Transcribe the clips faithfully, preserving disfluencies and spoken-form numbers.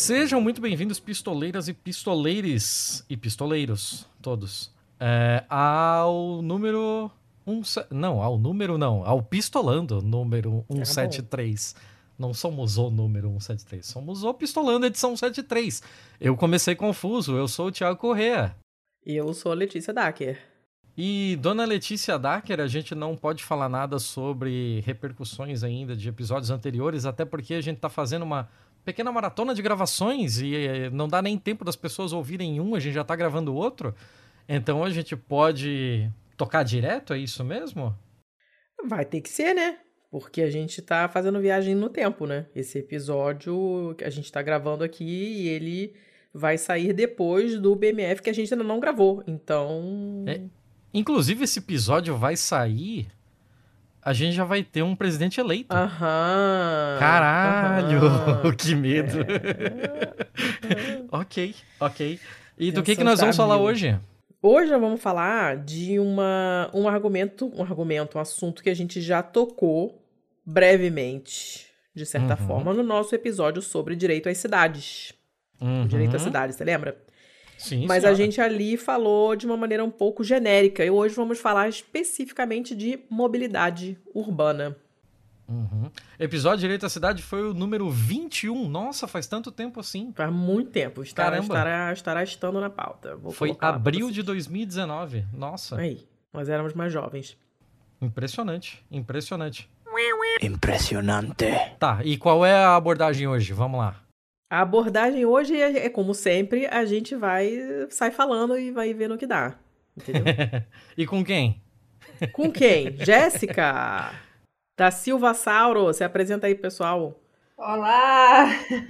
Sejam muito bem-vindos, pistoleiras e pistoleires, e pistoleiros, todos, é, ao número... Um, não, ao número não, ao Pistolando, número cento e setenta e três. Não somos o número cento e setenta e três, somos o Pistolando, edição cento e setenta e três. Eu comecei confuso, eu sou o Thiago Corrêa. E eu sou a Letícia Dacker. E dona Letícia Dacker, a gente não pode falar nada sobre repercussões ainda de episódios anteriores, até porque a gente tá fazendo uma pequena maratona de gravações e não dá nem tempo das pessoas ouvirem um, a gente já tá gravando outro. Então a gente pode tocar direto, é isso mesmo? Vai ter que ser, né? Porque a gente tá fazendo viagem no tempo, né? Esse episódio que a gente tá gravando aqui e ele vai sair depois do B M F que a gente ainda não gravou. Então... É, inclusive esse episódio vai sair... A gente já vai ter um presidente eleito. Aham. Caralho, aham. que medo. É. ok, ok. E do Tensão que, que nós está vamos a falar mil. hoje? Hoje nós vamos falar de uma, um argumento, um argumento, um assunto que a gente já tocou brevemente, de certa Uhum. forma, no nosso episódio sobre direito às cidades. Uhum. Direito às cidades, você lembra? Sim, Mas senhora. a gente ali falou de uma maneira um pouco genérica. E hoje vamos falar especificamente de mobilidade urbana. Uhum. Episódio Direito à Cidade foi o número vinte e um. Nossa, faz tanto tempo assim. Faz muito tempo. Estará, Caramba. estará, estará estando na pauta. Vou Foi colocar lá pra abril vocês. de dois mil e dezenove. Nossa. Aí, nós éramos mais jovens. Impressionante, impressionante. Impressionante. Tá, e qual é a abordagem hoje? Vamos lá. A abordagem hoje é, é como sempre, a gente vai, sai falando e vai vendo o que dá. Entendeu? E com quem? Com quem? Jéssica! Da Silva Sauro. Se apresenta aí, pessoal. Olá!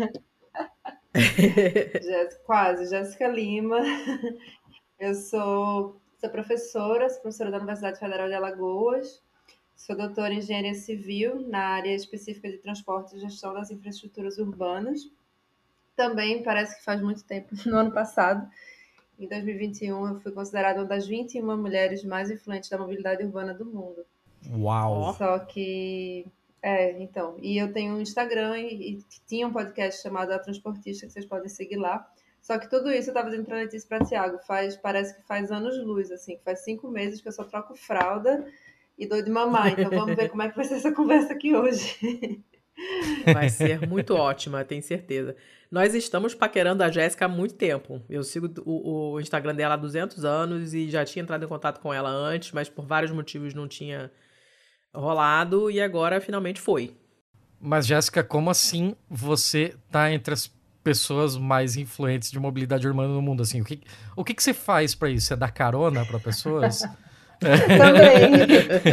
Jéssica, quase, Jéssica Lima. Eu sou, sou professora, sou professora da Universidade Federal de Alagoas. Sou doutora em Engenharia Civil na área específica de transporte e gestão das infraestruturas urbanas. Também parece que faz muito tempo, no ano passado, em dois mil e vinte e um, eu fui considerada uma das vinte e uma mulheres mais influentes da mobilidade urbana do mundo. Uau! Só que... É, então... E eu tenho um Instagram e, e tinha um podcast chamado A Transportista, que vocês podem seguir lá. Só que tudo isso eu estava dizendo para a Letícia e para o Thiago, faz, parece que faz anos-luz, assim, faz cinco meses que eu só troco fralda e dou de mamar. Então vamos ver como é que vai ser essa conversa aqui hoje. Vai ser muito ótima, tenho certeza. Nós estamos paquerando a Jéssica há muito tempo. Eu sigo o, o Instagram dela há duzentos anos e já tinha entrado em contato com ela antes, mas por vários motivos não tinha rolado e agora finalmente foi. Mas, Jéssica, como assim você tá entre as pessoas mais influentes de mobilidade urbana no mundo? Assim, o que, o que, que você faz pra isso? Você dá carona pra pessoas? Também.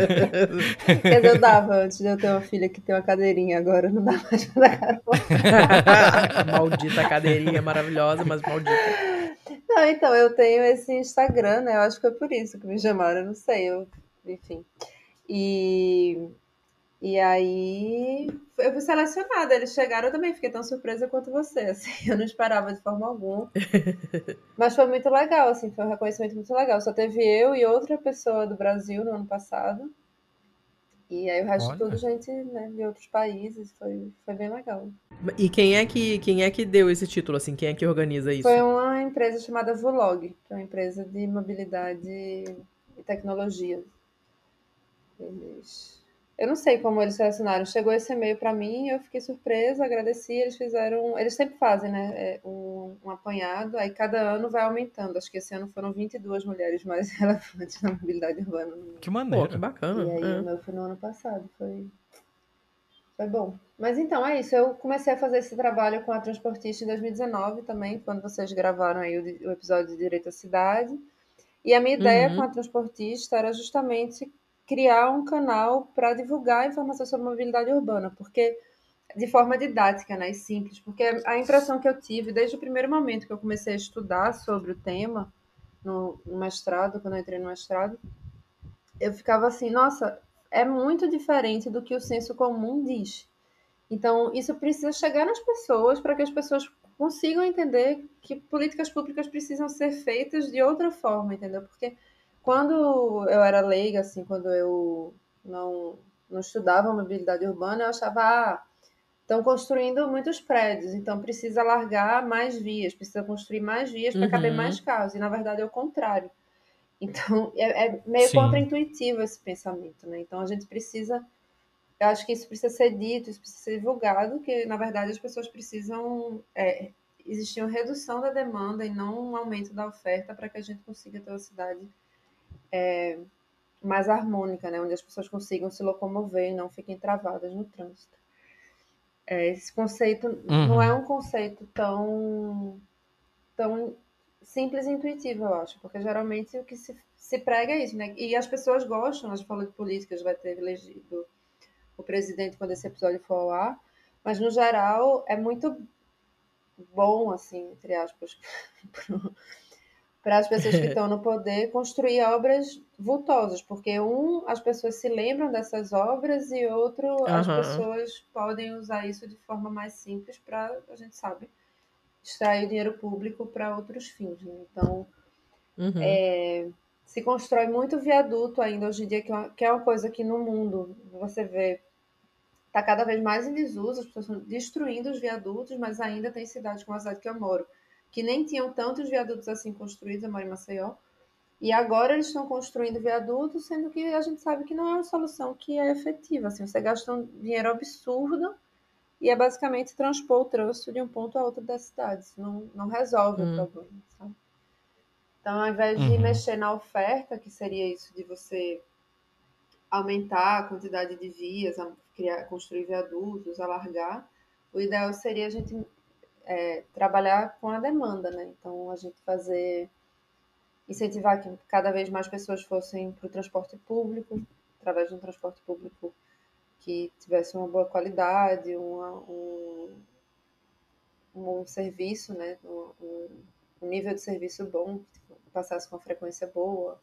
Quer dizer, eu dava antes de eu ter uma filha que tem uma cadeirinha, agora não dá mais pra dar carona. Maldita cadeirinha maravilhosa, mas maldita. Não, então, eu tenho esse Instagram, né? Eu acho que foi por isso que me chamaram, eu não sei, eu, enfim. E, e aí eu fui selecionada, eles chegaram, eu também fiquei tão surpresa quanto você, assim, eu não esperava de forma alguma. Mas foi muito legal, assim, foi um reconhecimento muito legal. Só teve eu e outra pessoa do Brasil no ano passado. E aí o resto Olha. tudo, gente, né, de outros países, foi, foi bem legal. E quem é que quem é que deu esse título, assim? Quem é que organiza isso? Foi uma empresa chamada Vlog, que é uma empresa de mobilidade e tecnologia. Eles... Eu não sei como eles selecionaram. Chegou esse e-mail para mim, eu fiquei surpresa, agradeci. Eles fizeram... Eles sempre fazem, né? Um, um apanhado, aí cada ano vai aumentando. Acho que esse ano foram vinte e duas mulheres mais relevantes na mobilidade urbana. Que maneiro. Pô, que bacana. E aí é. o meu foi no ano passado, foi... Foi bom. Mas então, é isso. Eu comecei a fazer esse trabalho com a Transportista em dois mil e dezenove também, quando vocês gravaram aí o, o episódio de Direito à Cidade. E a minha ideia Uhum. com a Transportista era justamente criar um canal para divulgar informação sobre mobilidade urbana, porque de forma didática, né, e simples, porque a impressão que eu tive desde o primeiro momento que eu comecei a estudar sobre o tema no, no mestrado, quando eu entrei no mestrado, eu ficava assim, nossa, é muito diferente do que o senso comum diz. Então, isso precisa chegar nas pessoas para que as pessoas consigam entender que políticas públicas precisam ser feitas de outra forma, entendeu? Porque quando eu era leiga, assim, quando eu não, não estudava mobilidade urbana, eu achava, ah, estão construindo muitos prédios, então precisa alargar mais vias, precisa construir mais vias para caber mais Uhum. carros, e na verdade é o contrário. Então é, é meio Sim. contraintuitivo esse pensamento, né? Então a gente precisa, eu acho que isso precisa ser dito, isso precisa ser divulgado, que na verdade as pessoas precisam é, existir uma redução da demanda e não um aumento da oferta para que a gente consiga ter uma cidade é, mais harmônica, né? Onde as pessoas consigam se locomover e não fiquem travadas no trânsito. É, esse conceito não é Uhum. um conceito tão, tão simples e intuitivo, eu acho, porque geralmente o que se, se prega é isso, né? E as pessoas gostam, a gente falou de políticas, vai ter elegido o presidente quando esse episódio for ao ar, mas no geral é muito bom, assim, entre aspas, para as pessoas que estão no poder construir obras vultosas, porque um, as pessoas se lembram dessas obras e outro, as Aham. pessoas podem usar isso de forma mais simples para, a gente sabe, extrair o dinheiro público para outros fins, né? Então, Uhum. se constrói muito viaduto ainda hoje em dia, que é uma, que é uma coisa que no mundo você vê está cada vez mais em desuso, as pessoas estão destruindo os viadutos, mas ainda tem cidades como a cidade que eu moro, que nem tinham tantos viadutos assim construídos, eu moro em Maceió, e agora eles estão construindo viadutos, sendo que a gente sabe que não é uma solução que é efetiva. Assim, você gasta um dinheiro absurdo e é basicamente transpor o trânsito de um ponto a outro da cidade. Isso não, não resolve o Uhum. problema, sabe? Então, ao invés de Uhum. mexer na oferta, que seria isso de você aumentar a quantidade de vias, criar, construir viadutos, alargar, o ideal seria a gente é, trabalhar com a demanda, né? Então, a gente fazer, incentivar que cada vez mais pessoas fossem para o transporte público, através de um transporte público que tivesse uma boa qualidade, uma, um, um serviço, né? Um, um nível de serviço bom, que passasse com uma frequência boa,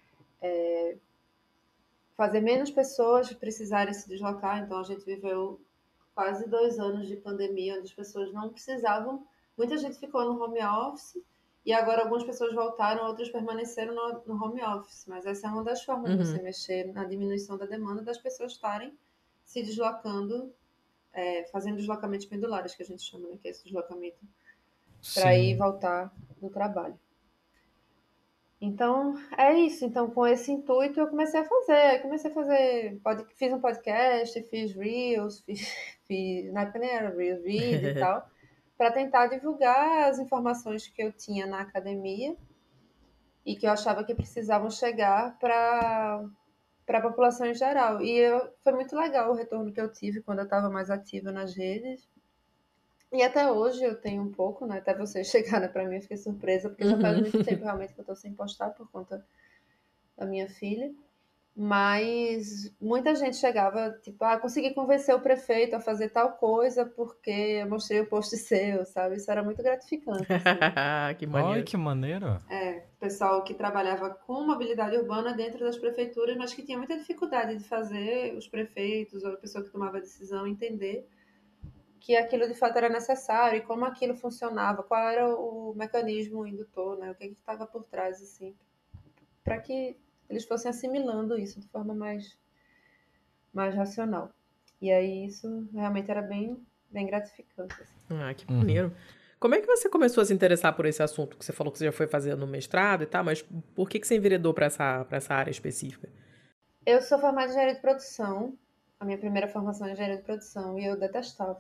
fazer menos pessoas precisarem se deslocar. Então, a gente viveu quase dois anos de pandemia, onde as pessoas não precisavam. Muita gente ficou no home office e agora algumas pessoas voltaram, outras permaneceram no, no home office. Mas essa é uma das formas de você Uhum. mexer na diminuição da demanda das pessoas estarem se deslocando, é, fazendo deslocamentos pendulares, que a gente chama, né, que é esse deslocamento para ir e Sim. voltar do trabalho. Então, é isso. Então, com esse intuito, eu comecei a fazer. Comecei a fazer. Pod... Fiz um podcast, fiz Reels, fiz. fiz na época nem era Reels, vídeo e tal, para tentar divulgar as informações que eu tinha na academia e que eu achava que precisavam chegar para para a população em geral. E eu... foi muito legal o retorno que eu tive quando eu estava mais ativa nas redes. E até hoje eu tenho um pouco, né? Até vocês chegaram para mim, eu fiquei surpresa, porque já faz Uhum. muito tempo realmente que eu estou sem postar por conta da minha filha, mas muita gente chegava, tipo, ah, consegui convencer o prefeito a fazer tal coisa porque eu mostrei o post seu, sabe? Isso era muito gratificante, assim. Que Ai, maneiro. que maneiro. É, pessoal que trabalhava com mobilidade urbana dentro das prefeituras, mas que tinha muita dificuldade de fazer os prefeitos ou a pessoa que tomava a decisão entender que aquilo de fato era necessário e como aquilo funcionava, qual era o mecanismo indutor, né? O que estava por trás, assim, para que eles fossem assimilando isso de forma mais, mais racional. E aí isso realmente era bem, bem gratificante. Assim. Ah, que Uhum. maneiro. Como é que você começou a se interessar por esse assunto? Que você falou que você já foi fazendo mestrado e tal, mas por que que você enveredou para essa, para essa área específica? Eu sou formada em engenharia de produção. A minha primeira formação é engenharia de produção e eu detestava.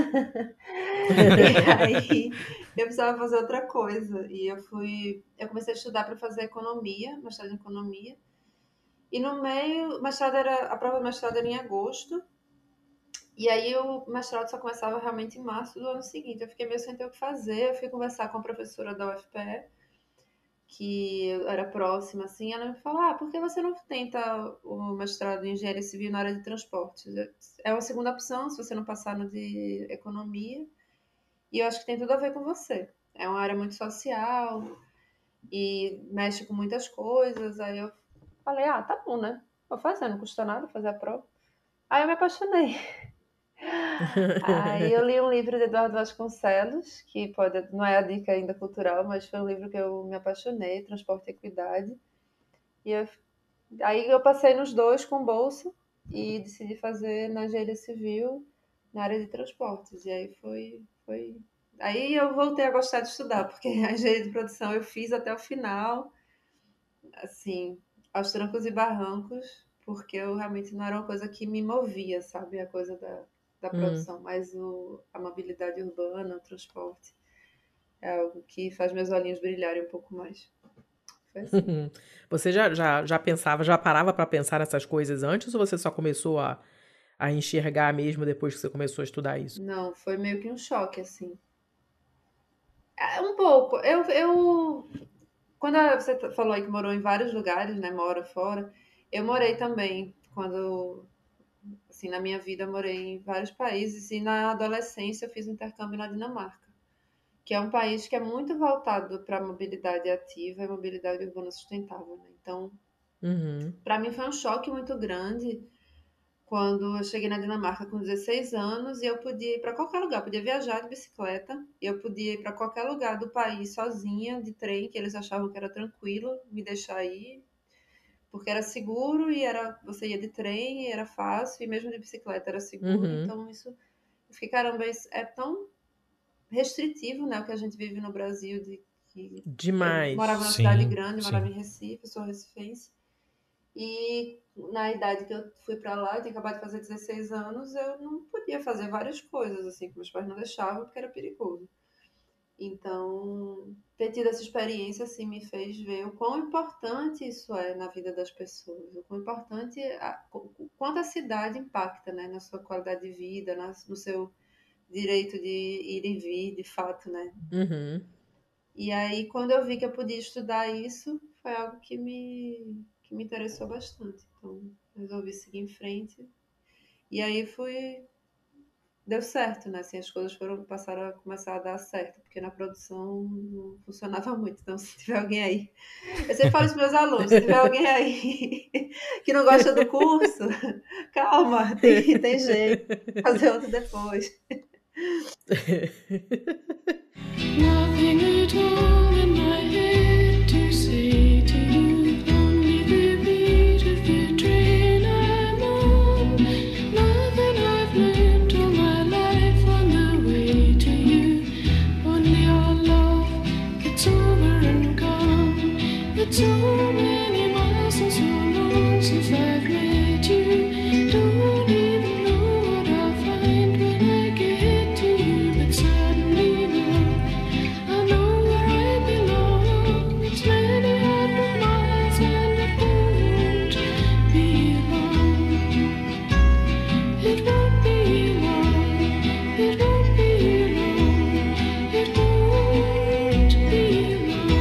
E aí eu precisava fazer outra coisa. E eu fui. Eu comecei a estudar para fazer economia, mestrado em economia. E no meio, mestrado era, a prova do mestrado era em agosto. E aí o mestrado só começava realmente em março do ano seguinte. Eu fiquei meio sem ter o que fazer. Eu fui conversar com a professora da U F P E, que era próxima, assim. Ela me falou: ah, por que você não tenta o mestrado em engenharia civil na área de transportes? É uma segunda opção, se você não passar no de economia. E eu acho que tem tudo a ver com você. É uma área muito social e mexe com muitas coisas. Aí eu falei: ah, tá bom, né? Vou fazer, não custa nada fazer a prova. Aí eu me apaixonei. Aí eu li um livro de Eduardo Vasconcelos, que pode, não é a dica ainda cultural, mas foi um livro que eu me apaixonei, Transporte e Equidade. E eu, aí eu passei nos dois com bolsa e decidi fazer na engenharia civil na área de transportes. E aí foi, foi... Aí eu voltei a gostar de estudar, porque a engenharia de produção eu fiz até o final, assim, aos trancos e barrancos, porque eu realmente não era uma coisa que me movia, sabe? A coisa da, da produção, mas o, a mobilidade urbana, o transporte, é algo que faz meus olhinhos brilharem um pouco mais. Foi assim. Você já, já, já pensava, já parava para pensar nessas coisas antes ou você só começou a, a enxergar mesmo depois que você começou a estudar isso? Não, foi meio que um choque, assim. É, um pouco. Eu, eu... Quando você falou aí que morou em vários lugares, né? Mora fora. Eu morei também, quando... Assim, na minha vida, eu morei em vários países. E na adolescência, eu fiz um intercâmbio na Dinamarca, que é um país que é muito voltado para a mobilidade ativa e mobilidade urbana sustentável, né? Então, Uhum. para mim foi um choque muito grande quando eu cheguei na Dinamarca com dezesseis anos e eu podia ir para qualquer lugar, podia viajar de bicicleta, e eu podia ir para qualquer lugar do país sozinha, de trem, que eles achavam que era tranquilo me deixar ir, porque era seguro e era, você ia de trem e era fácil, e mesmo de bicicleta era seguro. Uhum. Então isso, eu fiquei, caramba, isso é tão restritivo, né, o que a gente vive no Brasil, de que eu Demais. morava numa cidade Sim, grande, sim. morava em Recife, sou recifense, e na idade que eu fui pra lá, eu tinha acabado de fazer dezesseis anos, eu não podia fazer várias coisas, assim, que meus pais não deixavam, porque era perigoso. Então, ter tido essa experiência, assim, me fez ver o quão importante isso é na vida das pessoas, o quão importante, a, o quanto a cidade impacta, né, na sua qualidade de vida, na, no seu direito de ir e vir, de fato, né. Uhum. E aí, quando eu vi que eu podia estudar isso, foi algo que me, que me interessou bastante. Então, resolvi seguir em frente. E aí fui... Deu certo, né? Assim, as coisas foram, passaram a começar a dar certo, porque na produção não funcionava muito. Então, se tiver alguém aí... Eu sempre falo isso para meus alunos, se tiver alguém aí que não gosta do curso, calma, tem, tem jeito. Fazer outro depois. Nothing at all in my head to say to you, only the beat of the train I'm on. Nothing I've learned all my life on the way to you, only our love gets over and gone. It's so many miles and so long since I've met you. Don't even know what I'll find when I get to you, but suddenly now I know where I belong. It's many hundred miles and it won't be long. It won't be long. It won't be long. It won't be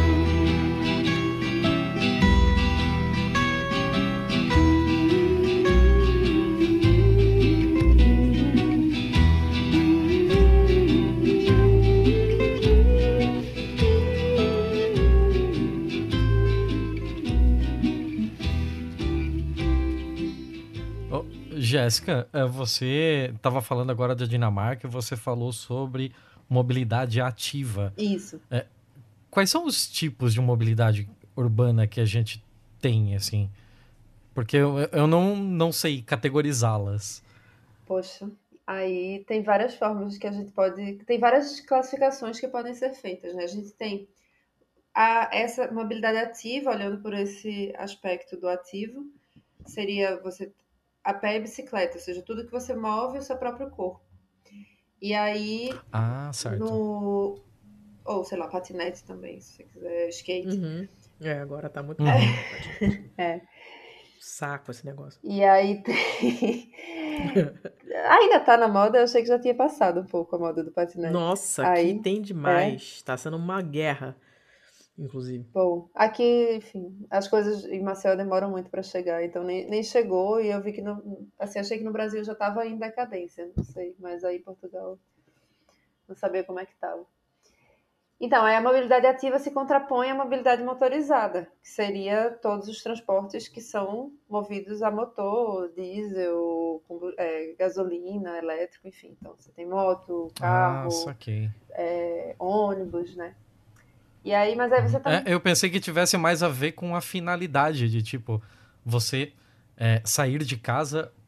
Ô, Jéssica, eh, você estava falando agora da Dinamarca e você falou sobre mobilidade ativa. Isso. Quais são os tipos de mobilidade urbana que a gente tem, assim? Porque eu, eu não, não sei categorizá-las. Poxa, aí tem várias formas que a gente pode... Tem várias classificações que podem ser feitas, né? A gente tem a, essa mobilidade ativa, olhando por esse aspecto do ativo, seria você a pé e bicicleta, ou seja, tudo que você move o seu próprio corpo. E aí, Ah, certo. no... Ou, sei lá, patinete também, se você quiser, skate. Uhum. É, agora tá muito Uhum. bom. É. Saco esse negócio. E aí tem... Ainda tá na moda, eu achei que já tinha passado um pouco a moda do patinete. Nossa, Aí, aqui tem demais. Tá sendo uma guerra, inclusive. bom, aqui, enfim, as coisas em Maceió demoram muito para chegar, então nem, nem chegou, e eu vi que, no, assim, achei que no Brasil já estava em decadência, não sei, mas aí em Portugal não sabia como é que estava. Então, aí a mobilidade ativa se contrapõe à mobilidade motorizada, que seria todos os transportes que são movidos a motor, diesel, combu- é, gasolina, elétrico, enfim. Então, você tem moto, Ah, carro, saquei. é, ônibus, né? E aí, mas aí você tá... É, eu pensei que tivesse mais a ver com a finalidade de, tipo, você é, sair de casa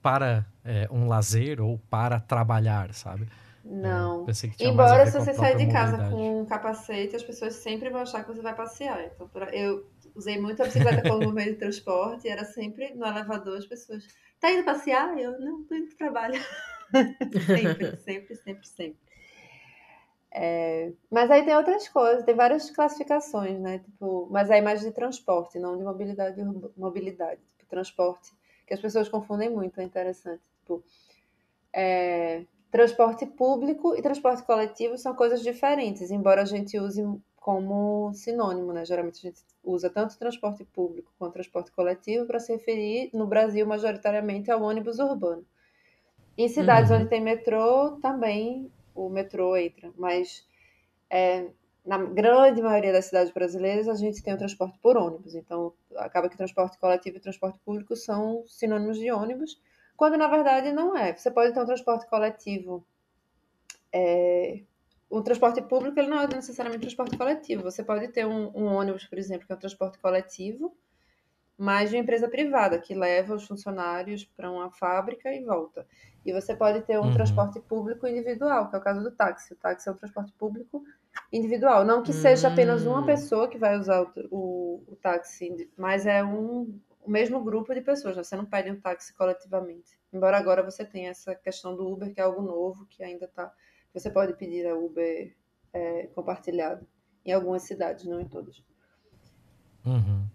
para é, um lazer ou para trabalhar, sabe? Não. É, pensei que tinha mais a Embora ver se com a você sair própria de casa mobilidade. com um capacete, as pessoas sempre vão achar que você vai passear. Então, pra- eu usei muito a bicicleta como meio de transporte e era sempre no elevador as pessoas. Tá indo passear? Eu não, tô indo pro trabalho. Sempre, sempre, sempre, sempre. É, mas aí tem outras coisas, tem várias classificações, né? Tipo, mas aí mais de transporte, não de mobilidade, urba- mobilidade, tipo, transporte, que as pessoas confundem muito, é interessante. Tipo, é, transporte público e transporte coletivo são coisas diferentes, embora a gente use como sinônimo, né? Geralmente a gente usa tanto transporte público quanto transporte coletivo para se referir, no Brasil, majoritariamente, ao ônibus urbano. Em cidades onde Uhum. tem metrô, também o metrô entra, mas é, na grande maioria das cidades brasileiras a gente tem o transporte por ônibus. Então, acaba que transporte coletivo e transporte público são sinônimos de ônibus, quando na verdade não é. Você pode ter um transporte coletivo. O transporte público ele não é necessariamente transporte coletivo. Você pode ter um, um ônibus, por exemplo, que é um transporte coletivo, mas de uma empresa privada, que leva os funcionários para uma fábrica e volta. E você pode ter um Uhum. transporte público individual, que é o caso do táxi. O táxi é um transporte público individual. Não que seja apenas uma Hum, pessoa que vai usar o, o, o táxi, mas é um, o mesmo grupo de pessoas. Né? Você não pede um táxi coletivamente. Embora agora você tenha essa questão do Uber, que é algo novo, que ainda está... Você pode pedir a Uber é, compartilhado em algumas cidades, não em todas. Uhum.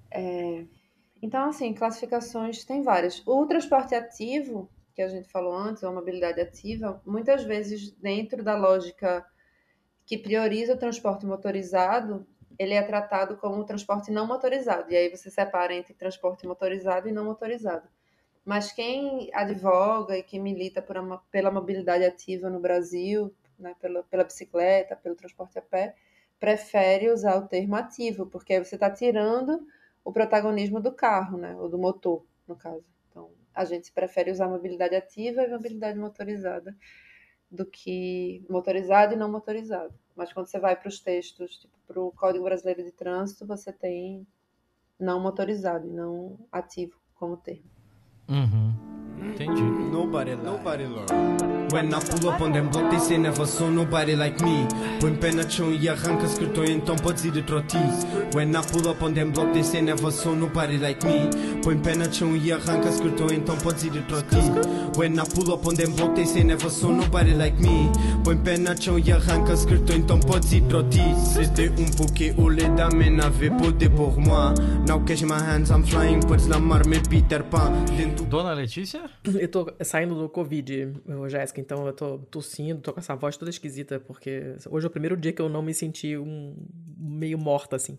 Então, assim, classificações tem várias. O transporte ativo, que a gente falou antes, ou a mobilidade ativa, muitas vezes dentro da lógica que prioriza o transporte motorizado, ele é tratado como um transporte não motorizado. E aí você separa entre transporte motorizado e não motorizado. Mas quem advoga e quem milita por uma, pela mobilidade ativa no Brasil, né, pela, pela bicicleta, pelo transporte a pé, prefere usar o termo ativo, porque aí você está tirando o protagonismo do carro, né, ou do motor, no caso. Então, a gente prefere usar mobilidade ativa e mobilidade motorizada do que motorizado e não motorizado. Mas quando você vai para os textos, tipo, para o Código Brasileiro de Trânsito, você tem não motorizado e não ativo como termo. Uhum. Entendi. Nobody, nobody learn. When I pull up on them block, they say never saw nobody like me. Põe pé na chão e arranca escritor, então podes ir de trotis. When I pull up on them block, they say never saw nobody like me. Põe pé na chão e arranca escritor, então podes ir de trotis. When I pull up on them block, they say never saw nobody like me. Põe pé na chão e arranca escritor, então podes ir de trotis. C'était um pouquet au lait d'âme, n'avait pas de pour moi. Now catch my hands, I'm flying, podes lamar-me Peter Pan. Dentro Dona Letícia? eu tô saindo do Covid, ô, Jéssica, então eu tô tossindo, tô com essa voz toda esquisita, porque hoje é o primeiro dia que eu não me senti um, meio morta, assim.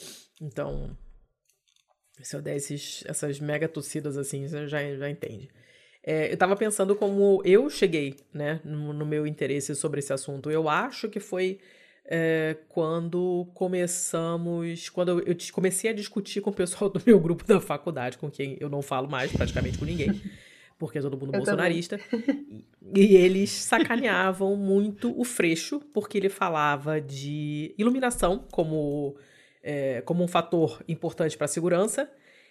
Então, se eu der esses, essas mega tossidas, assim, você já, já entende. É, eu tava pensando como eu cheguei, né, no, no meu interesse sobre esse assunto. Eu acho que foi é, quando começamos, quando eu, eu comecei a discutir com o pessoal do meu grupo da faculdade, com quem eu não falo mais praticamente com ninguém, porque é todo mundo Eu bolsonarista, e, e eles sacaneavam muito o Freixo, porque ele falava de iluminação como, é, como um fator importante para a segurança,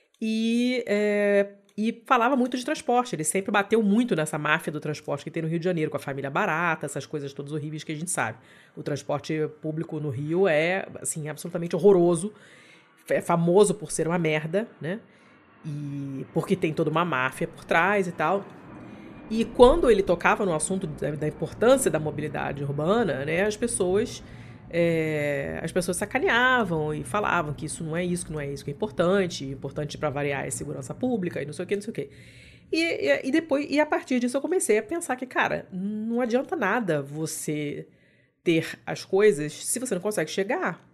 e, é, e falava muito de transporte. Ele sempre bateu muito nessa máfia do transporte que tem no Rio de Janeiro, com a família barata, essas coisas todas horríveis que a gente sabe. O transporte público no Rio é, assim, absolutamente horroroso, é famoso por ser uma merda, né? E porque tem toda uma máfia por trás e tal. E quando ele tocava no assunto da, da importância da mobilidade urbana, né, as pessoas é, as pessoas sacaneavam e falavam que isso não é isso, que não é isso que é importante, importante para variar é segurança pública e não sei o que, não sei o que. E, e, e depois, e a partir disso eu comecei a pensar que, cara, não adianta nada você ter as coisas se você não consegue chegar.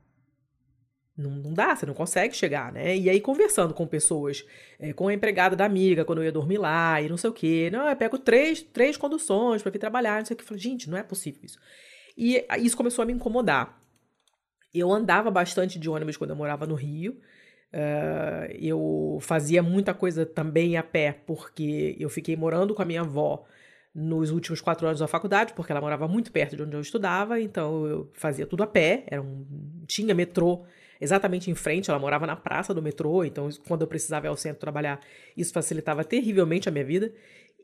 Não, não dá, você não consegue chegar, né? E aí, conversando com pessoas, é, com a empregada da amiga, quando eu ia dormir lá, e não sei o quê. Não, eu pego três, três conduções pra vir trabalhar, não sei o que. Eu falei, gente, não é possível isso. E isso começou a me incomodar. Eu andava bastante de ônibus quando eu morava no Rio. Uh, eu fazia muita coisa também a pé, porque eu fiquei morando com a minha avó nos últimos quatro anos da faculdade, porque ela morava muito perto de onde eu estudava, então eu fazia tudo a pé. Era um, tinha metrô exatamente em frente, ela morava na praça do metrô, então quando eu precisava ir ao centro trabalhar, isso facilitava terrivelmente a minha vida.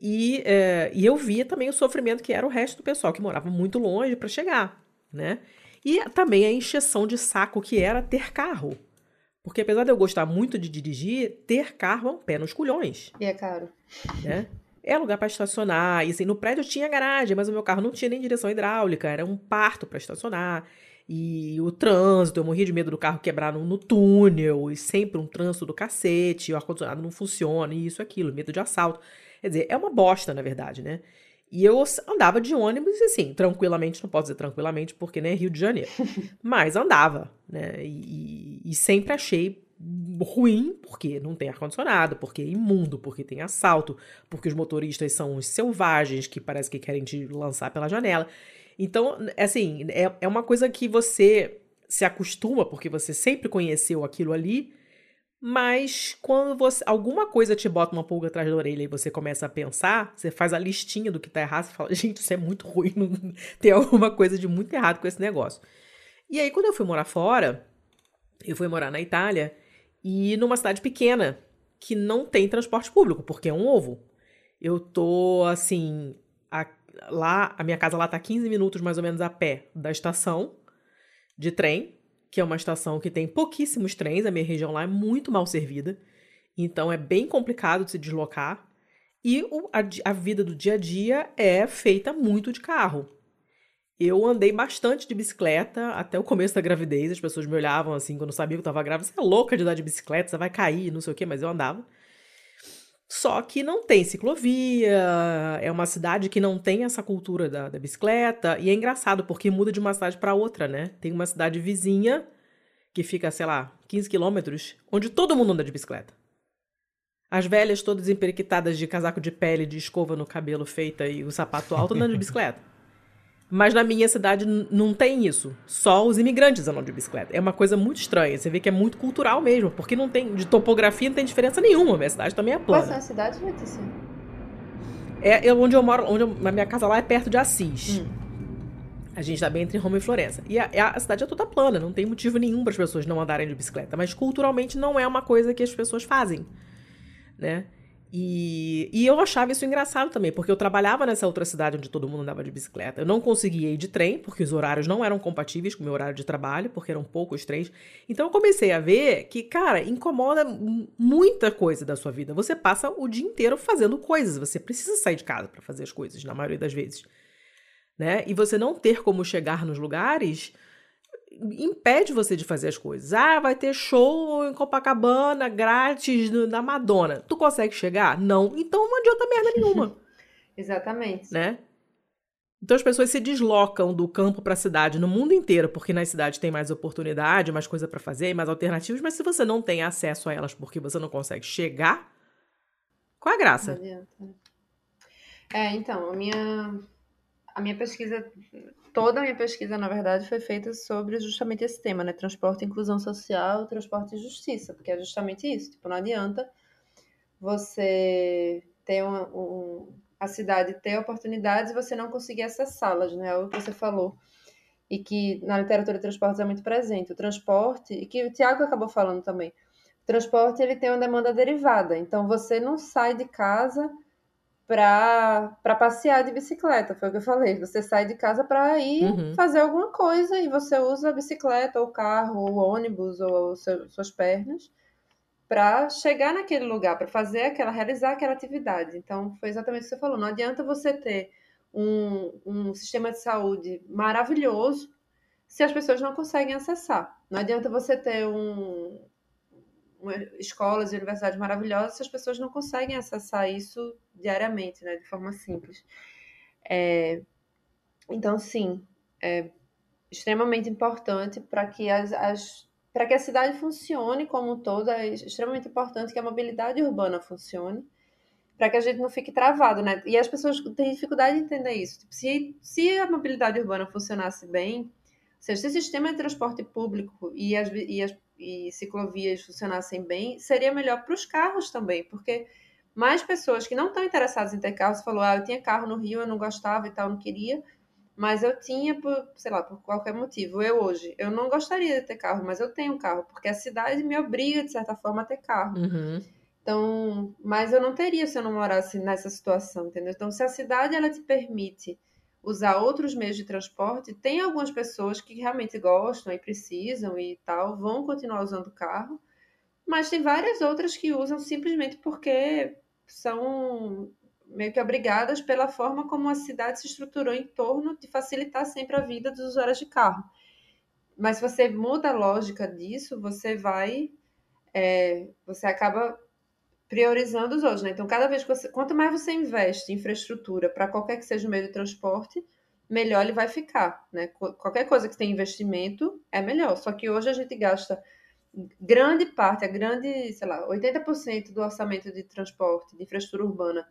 E, é, e eu via também o sofrimento que era o resto do pessoal que morava muito longe para chegar, né? E também a encheção de saco que era ter carro. Porque apesar de eu gostar muito de dirigir, ter carro é um pé nos culhões, E é caro. né? É lugar para estacionar. E assim, no prédio tinha garagem, mas o meu carro não tinha nem direção hidráulica, era um parto para estacionar. E o trânsito, eu morria de medo do carro quebrar no, no túnel, e sempre um trânsito do cacete, e o ar-condicionado não funciona, e isso, aquilo, medo de assalto. Quer dizer, é uma bosta, na verdade, né? E eu andava de ônibus, assim, tranquilamente, não posso dizer tranquilamente, porque, né, Rio de Janeiro. Mas andava, né? E, e sempre achei ruim, porque não tem ar-condicionado, porque é imundo, porque tem assalto, porque os motoristas são uns selvagens que parece que querem te lançar pela janela. Então, assim, é, é uma coisa que você se acostuma, porque você sempre conheceu aquilo ali, mas quando você, alguma coisa te bota uma pulga atrás da orelha e você começa a pensar, você faz a listinha do que tá errado, você fala, gente, isso é muito ruim, não, tem alguma coisa de muito errado com esse negócio. E aí, quando eu fui morar fora, eu fui morar na Itália, e numa cidade pequena, que não tem transporte público, porque é um ovo. Eu tô, assim, a, lá, a minha casa lá tá quinze minutos mais ou menos a pé da estação de trem, que é uma estação que tem pouquíssimos trens, a minha região lá é muito mal servida, então é bem complicado de se deslocar, e o, a, a vida do dia a dia é feita muito de carro. Eu andei bastante de bicicleta até o começo da gravidez, as pessoas me olhavam assim, quando sabiam que eu tava grávida, você é louca de andar de bicicleta, você vai cair, não sei o quê, mas eu andava. Só que não tem ciclovia, é uma cidade que não tem essa cultura da, da bicicleta, e é engraçado, porque muda de uma cidade para outra, né? Tem uma cidade vizinha, que fica, sei lá, quinze quilômetros, onde todo mundo anda de bicicleta. As velhas todas emperiquitadas de casaco de pele, de escova no cabelo feita e o sapato alto andando de bicicleta. Mas na minha cidade n- não tem isso. Só os imigrantes andam de bicicleta. É uma coisa muito estranha. Você vê que é muito cultural mesmo, porque não tem, de topografia não tem diferença nenhuma. Minha cidade também é Quais são plana. as cidades, Letícia? É, eu, onde eu moro, onde eu- a minha casa lá é perto de Assis. Hum. A gente tá bem entre Roma e Florença. E a, a cidade é toda plana, não tem motivo nenhum para as pessoas não andarem de bicicleta. Mas culturalmente não é uma coisa que as pessoas fazem, né? E, e eu achava isso engraçado também, porque eu trabalhava nessa outra cidade onde todo mundo andava de bicicleta. Eu não conseguia ir de trem, porque os horários não eram compatíveis com o meu horário de trabalho, porque eram poucos trens. Então eu comecei a ver que, cara, incomoda m- muita coisa da sua vida. Você passa o dia inteiro fazendo coisas, você precisa sair de casa para fazer as coisas, na maioria das vezes, né? E você não ter como chegar nos lugares impede você de fazer as coisas. Ah, vai ter show em Copacabana grátis no- da Madonna. Tu consegue chegar? Não. Então não adianta merda nenhuma, Exatamente. né? Então as pessoas se deslocam do campo para a cidade no mundo inteiro, porque nas cidades tem mais oportunidade, mais coisa para fazer, mais alternativas, mas se você não tem acesso a elas porque você não consegue chegar, qual é a Não graça? adianta. É, então, a minha, a minha pesquisa, toda a minha pesquisa, na verdade, foi feita sobre justamente esse tema, né? Transporte, inclusão social, transporte e justiça, porque é justamente isso. Tipo, não adianta você ter um, um- a cidade ter oportunidades e você não conseguir acessá-las, né? É o que você falou. E que na literatura de transportes é muito presente. O transporte, e que o Tiago acabou falando também, o transporte ele tem uma demanda derivada. Então você não sai de casa para para passear de bicicleta, foi o que eu falei. Você sai de casa para ir Uhum. fazer alguma coisa e você usa a bicicleta, ou o carro, ou o ônibus, ou seu- suas pernas para chegar naquele lugar, para fazer aquela, realizar aquela atividade. Então, foi exatamente o que você falou. Não adianta você ter um, um sistema de saúde maravilhoso se as pessoas não conseguem acessar. Não adianta você ter um, uma- escolas e universidades maravilhosas se as pessoas não conseguem acessar isso diariamente, né, de forma simples. Então, sim, é extremamente importante para que as, as para que a cidade funcione como um todo, é extremamente importante que a mobilidade urbana funcione, para que a gente não fique travado, né? E as pessoas têm dificuldade de entender isso. Tipo, se, se a mobilidade urbana funcionasse bem, ou seja, se o sistema de transporte público e as, e as e ciclovias funcionassem bem, seria melhor para os carros também, porque mais pessoas que não estão interessadas em ter carro, você falou, ah, eu tinha carro no Rio, eu não gostava e tal, não queria, mas eu tinha, por, sei lá, por qualquer motivo. Eu hoje, eu não gostaria de ter carro, mas eu tenho carro, porque a cidade me obriga, de certa forma, a ter carro. Uhum. Então, mas eu não teria se eu não morasse nessa situação, entendeu? Então, se a cidade ela te permite usar outros meios de transporte, tem algumas pessoas que realmente gostam e precisam e tal, vão continuar usando o carro, mas tem várias outras que usam simplesmente porque são meio que obrigadas pela forma como a cidade se estruturou em torno de facilitar sempre a vida dos usuários de carro. Mas se você muda a lógica disso, você vai, é, você acaba priorizando os outros, né? Então, cada vez que você, quanto mais você investe em infraestrutura para qualquer que seja o meio de transporte, melhor ele vai ficar, né? Qualquer coisa que tem investimento é melhor. Só que hoje a gente gasta grande parte, a grande, sei lá, oitenta por cento do orçamento de transporte, de infraestrutura urbana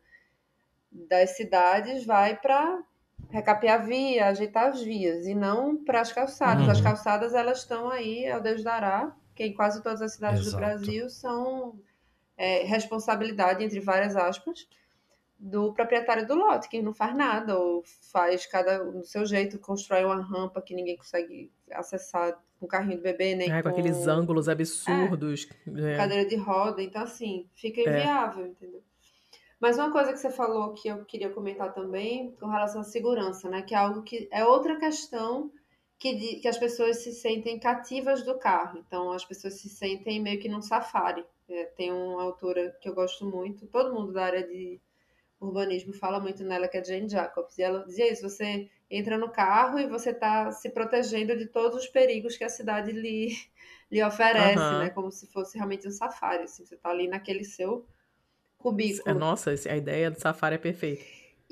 das cidades vai para recapear a via, ajeitar as vias, e não para as calçadas. Uhum. As calçadas, elas estão aí ao Deus dará, que em quase todas as cidades Exato. do Brasil são é, responsabilidade, entre várias aspas, do proprietário do lote, que não faz nada, ou faz cada do seu jeito, constrói uma rampa que ninguém consegue acessar com carrinho de bebê, nem É, com com aqueles ângulos absurdos. É. cadeira de roda. Então, assim, fica inviável, entendeu? Mas uma coisa que você falou que eu queria comentar também, com relação à segurança, né? Que é algo que é outra questão que, de- que as pessoas se sentem cativas do carro. Então, as pessoas se sentem meio que num safari. É, tem uma autora que eu gosto muito, todo mundo da área de urbanismo fala muito nela, que é Jane Jacobs. E ela dizia isso: você entra no carro e você está se protegendo de todos os perigos que a cidade lhe, lhe oferece, né? Aham. Como se fosse realmente um safari. Assim, você está ali naquele seu É, cubículo. Nossa, esse- a ideia do safari é perfeita.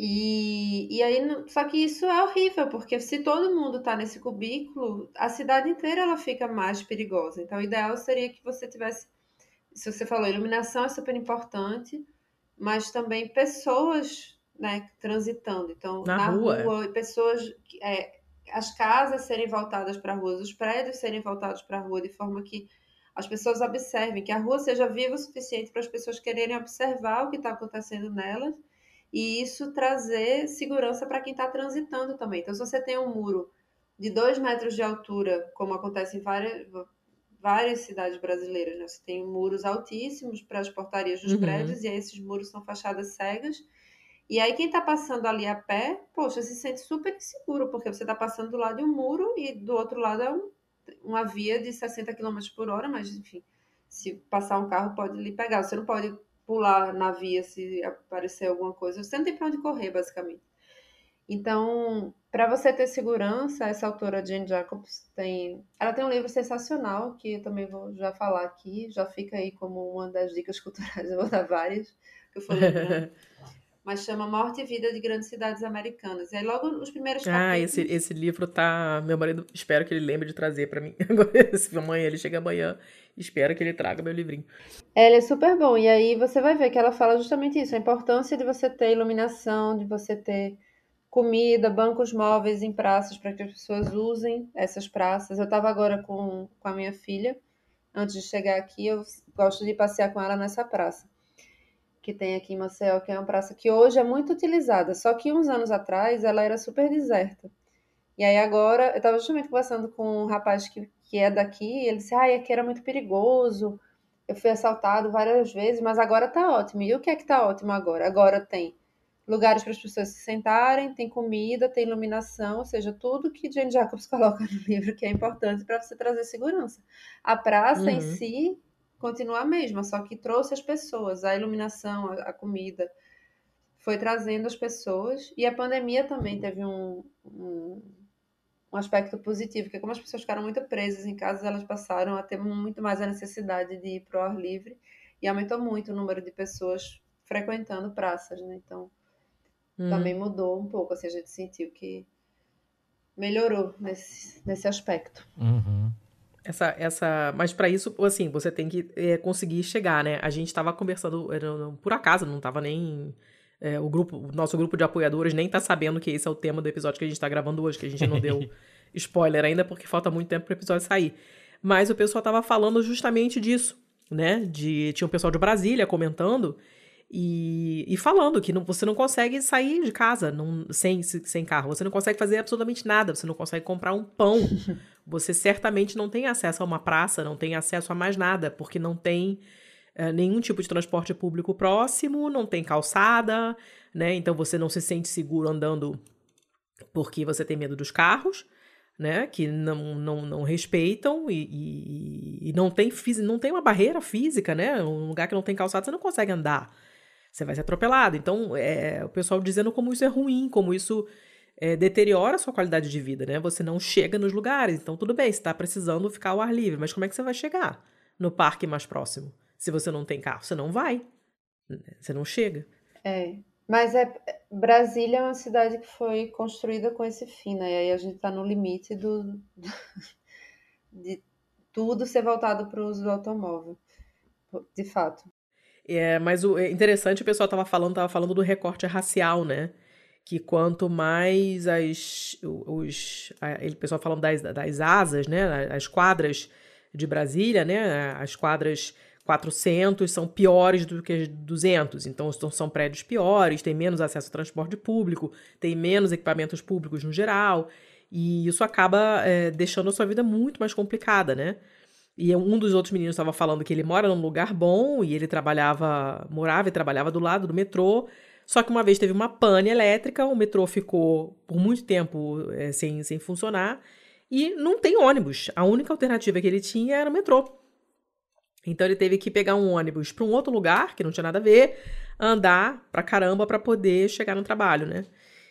E, e aí, não- só que isso é horrível, porque se todo mundo tá nesse cubículo, a cidade inteira ela fica mais perigosa. Então, o ideal seria que você tivesse, se você falou, iluminação é super importante, mas também pessoas, né, transitando. Então, Na na rua, é. rua, pessoas, que- é, as casas serem voltadas para ruas, os prédios serem voltados para a rua, de forma que as pessoas observem, que a rua seja viva o suficiente para as pessoas quererem observar o que está acontecendo nelas, e isso trazer segurança para quem está transitando também. Então, se você tem um muro de dois metros de altura, como acontece em várias, várias cidades brasileiras, né? Você tem muros altíssimos para as portarias dos Uhum. prédios, e aí esses muros são fachadas cegas. E aí quem está passando ali a pé, poxa, se sente super inseguro, porque você está passando do lado de um muro e do outro lado é um, uma via de sessenta quilômetros por hora, mas enfim, se passar um carro pode lhe pegar. Você não pode pular na via se aparecer alguma coisa. Você não tem para onde correr, basicamente. Então, para você ter segurança, essa autora Jane Jacobs tem, ela tem um livro sensacional que eu também vou já falar aqui, já fica aí como uma das dicas culturais, eu vou dar várias que eu fui lembrando, mas chama Morte e Vida de Grandes Cidades Americanas. E aí logo os primeiros Ah, esse, capítulos, esse livro tá. Meu marido, espero que ele lembre de trazer pra mim. Se amanhã ele chega amanhã, espero que ele traga meu livrinho. ele é super bom. E aí você vai ver que ela fala justamente isso, a importância de você ter iluminação, de você ter comida, bancos móveis em praças para que as pessoas usem essas praças. Eu estava agora com, com a minha filha, antes de chegar aqui, eu gosto de passear com ela nessa praça, que tem aqui em Maceió, que é uma praça que hoje é muito utilizada, só que uns anos atrás ela era super deserta. E aí agora, eu estava justamente conversando com um rapaz que, que é daqui, e ele disse, ai, aqui era muito perigoso, eu fui assaltado várias vezes, mas agora tá ótimo. E o que é que tá ótimo agora? Agora tem lugares para as pessoas se sentarem, tem comida, tem iluminação, ou seja, tudo que Jane Jacobs coloca no livro que é importante para você trazer segurança. A praça em Uhum. si continua a mesma, só que trouxe as pessoas, a iluminação, a, a comida, foi trazendo as pessoas. E a pandemia também teve um, um, um aspecto positivo, que é como as pessoas ficaram muito presas em casa, elas passaram a ter muito mais a necessidade de ir para o ar livre, e aumentou muito o número de pessoas frequentando praças, né? Então, também Uhum. mudou um pouco, assim, a gente sentiu que melhorou nesse, nesse aspecto. Uhum. Essa, essa, mas pra isso, assim, você tem que é, conseguir chegar, né? A gente tava conversando, era, não- por acaso, não tava nem. É, o grupo, o nosso grupo de apoiadores nem tá sabendo que esse é o tema do episódio que a gente tá gravando hoje, que a gente não deu spoiler ainda, porque falta muito tempo pro episódio sair. Mas o pessoal tava falando justamente disso, né? De, tinha um pessoal de Brasília comentando e, e falando que não, você não consegue sair de casa não, sem, sem carro, você não consegue fazer absolutamente nada, você não consegue comprar um pão. Você certamente não tem acesso a uma praça, não tem acesso a mais nada, porque não tem é, nenhum tipo de transporte público próximo, não tem calçada, né? Então você não se sente seguro andando porque você tem medo dos carros, né? Que não, não, não respeitam e, e, e não, tem, fisi- não tem uma barreira física, né? Um lugar que não tem calçada, você não consegue andar. Você vai ser atropelado. Então, é, o pessoal dizendo como isso é ruim, como isso é, deteriora a sua qualidade de vida, né? Você não chega nos lugares. Então, tudo bem, você está precisando ficar ao ar livre, mas como é que você vai chegar no parque mais próximo? Se você não tem carro, você não vai. Você não chega. É, mas é Brasília é uma cidade que foi construída com esse fim, né? E aí a gente está no limite do, de tudo ser voltado para o uso do automóvel, de fato. É, mas o é interessante, o pessoal estava falando, tava falando do recorte racial, né? Que quanto mais as, os, a, ele- o pessoal falando das, das asas, né? As quadras de Brasília, né? As quadras quatrocentos são piores do que as duzentos. Então, são são prédios piores, tem menos acesso ao transporte público, tem menos equipamentos públicos no geral. E isso acaba, é, deixando a sua vida muito mais complicada, né? E um dos outros meninos estava falando que ele mora num lugar bom e ele trabalhava, morava e trabalhava do lado do metrô. Só que uma vez teve uma pane elétrica, o metrô ficou por muito tempo é, sem, sem funcionar e não tem ônibus. A única alternativa que ele tinha era o metrô. Então ele teve que pegar um ônibus para um outro lugar, que não tinha nada a ver, andar pra caramba para poder chegar no trabalho, né?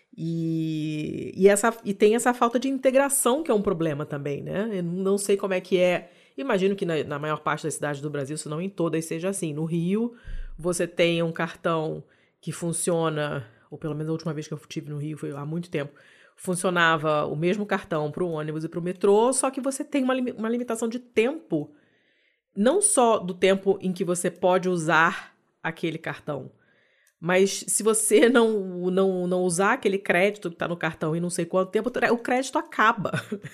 E, e, essa, e tem essa falta de integração que é um problema também, né? Eu não sei como é que é. Imagino que na, na maior parte das cidades do Brasil, se não em todas, seja assim. No Rio, você tem um cartão que funciona, ou pelo menos a última vez que eu estive no Rio, foi há muito tempo, funcionava o mesmo cartão para o ônibus e para o metrô, só que você tem uma, limi- uma limitação de tempo, não só do tempo em que você pode usar aquele cartão, mas se você não, não, não usar aquele crédito que está no cartão em não sei quanto tempo, o crédito acaba.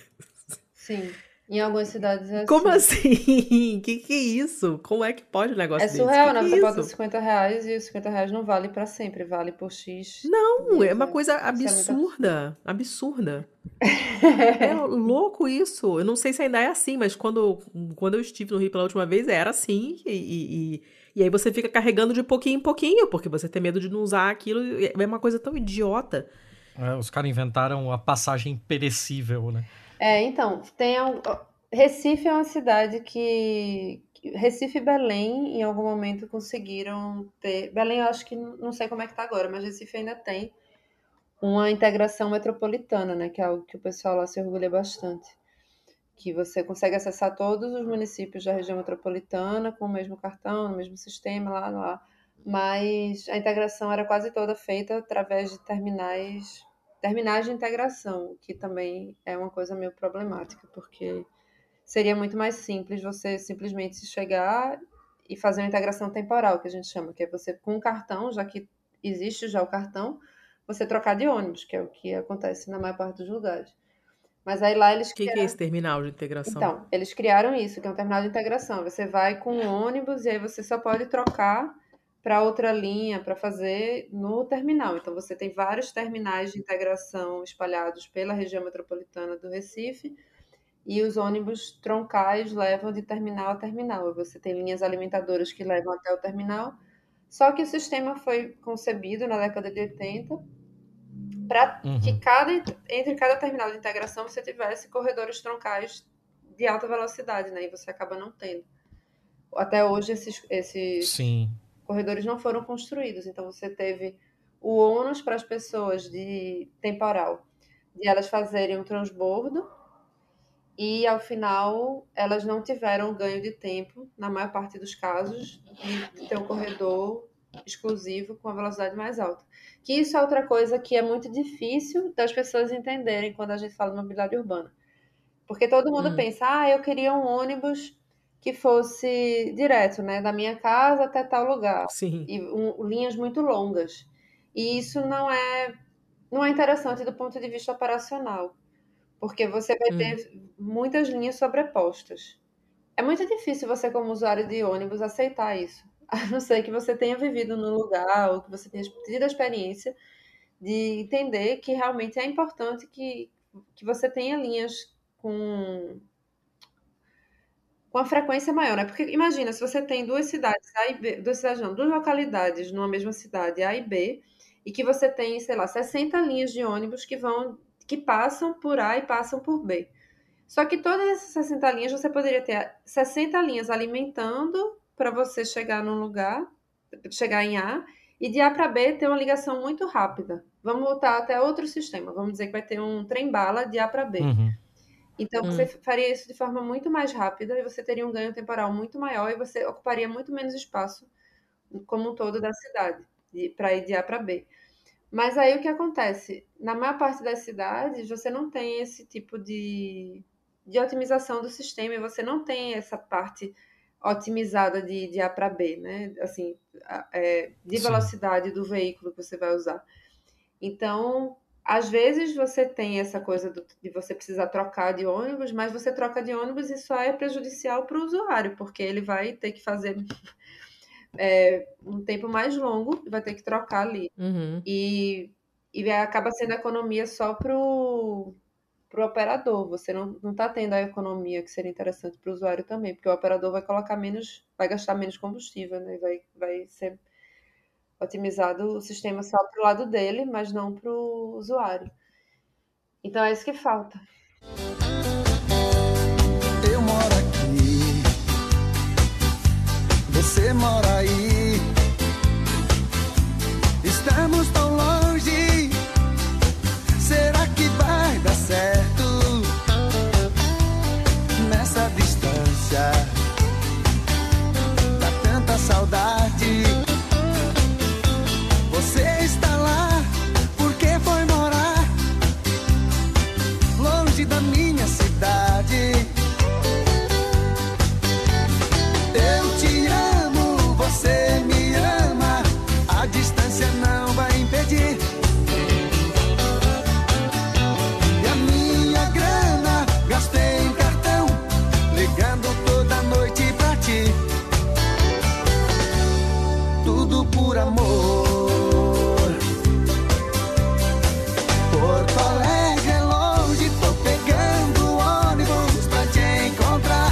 Sim, em algumas cidades é Como assim. assim? Que que é isso? Como é que pode um negócio É desse? surreal, Que né? que Você é bota isso? cinquenta reais e os cinquenta reais não vale para sempre, vale por X Não, é dias. uma É. coisa Isso é muito absurdo. absurda, absurda. É louco isso. Eu não sei se ainda é assim, mas quando, quando eu estive no Rio pela última vez, era assim. E, e, e, e aí você fica carregando de pouquinho em pouquinho, porque você tem medo de não usar aquilo. É uma coisa tão idiota. É, os caras inventaram a passagem perecível, né? É, então, tem al- Recife é uma cidade que que- Recife e Belém, em algum momento, conseguiram ter. Belém, eu acho que não não sei como é que tá agora, mas Recife ainda tem uma integração metropolitana, né? Que é algo que o pessoal lá se orgulha bastante. Que você consegue acessar todos os municípios da região metropolitana com o mesmo cartão, no mesmo sistema, lá, lá. Mas a integração era quase toda feita através de terminais, terminais de integração, o que também é uma coisa meio problemática, porque seria muito mais simples você simplesmente chegar e fazer uma integração temporal, que a gente chama, que é você com o cartão, já que existe já o cartão, você trocar de ônibus, que é o que acontece na maior parte dos lugares. Mas aí lá eles O que que é esse terminal de integração? então, eles criaram isso, que é um terminal de integração. Você vai com um ônibus e aí você só pode trocar para outra linha para fazer no terminal. Então, você tem vários terminais de integração espalhados pela região metropolitana do Recife e os ônibus troncais levam de terminal a terminal. Você tem linhas alimentadoras que levam até o terminal. Só que o sistema foi concebido na década de oitenta para que Uhum. cada, entre cada terminal de integração você tivesse corredores troncais de alta velocidade, né? E você acaba não tendo. Até hoje esses, esses Sim. corredores não foram construídos, então você teve o ônus para as pessoas de temporal, de elas fazerem um transbordo e ao final elas não tiveram ganho de tempo, na maior parte dos casos, de ter um corredor exclusivo com a velocidade mais alta. Que isso é outra coisa que é muito difícil das pessoas entenderem quando a gente fala de mobilidade urbana. Porque todo mundo Hum, pensa, ah, eu queria um ônibus que fosse direto, né, da minha casa até tal lugar, sim. e um, linhas muito longas. E isso não é, não é interessante do ponto de vista operacional, porque você vai Hum. ter muitas linhas sobrepostas. É muito difícil você, como usuário de ônibus, aceitar isso. A não ser que você tenha vivido no lugar ou que você tenha tido a experiência de entender que realmente é importante que, que você tenha linhas com, com a frequência maior, né? Porque imagina, se você tem duas cidades, A e B, duas cidades não, duas localidades numa mesma cidade, A e B, e que você tem, sei lá, sessenta linhas de ônibus que vão, que passam por A e passam por B. Só que todas essas sessenta linhas, você poderia ter sessenta linhas alimentando para você chegar num lugar, chegar em A, e de A para B ter uma ligação muito rápida. Vamos voltar até outro sistema. Vamos dizer que vai ter um trem-bala de A para B. Uhum. Então, Hum. você faria isso de forma muito mais rápida e você teria um ganho temporal muito maior e você ocuparia muito menos espaço como um todo da cidade, para ir de A para B. Mas aí o que acontece? Na maior parte das cidades, você não tem esse tipo de, de otimização do sistema e você não tem essa parte otimizada de, de A para B, né? Assim, a- é, de Sim. velocidade do veículo que você vai usar. Então, às vezes você tem essa coisa do- de você precisar trocar de ônibus, mas você troca de ônibus e só é prejudicial para o usuário, porque ele vai ter que fazer é, um tempo mais longo, vai ter que trocar ali. Uhum. E, e acaba sendo economia só pro, pro operador. Você não, não tá tendo a economia que seria interessante para o usuário também, porque o operador vai colocar menos, vai gastar menos combustível, né? Vai, vai ser otimizado o sistema só pro lado dele, mas não pro usuário. Então é isso que falta. Eu moro aqui, você mora aí. Estamos tão longe, será que vai dar certo? Nessa distância, dá tanta saudade. Você está lá, porque foi morar longe da minha cidade. Eu te amo, você me ama, a distância não vai impedir. E a minha grana gastei em cartão, ligando toda noite pra ti. Tudo por amor. Porto Alegre é longe, tô pegando ônibus pra te encontrar.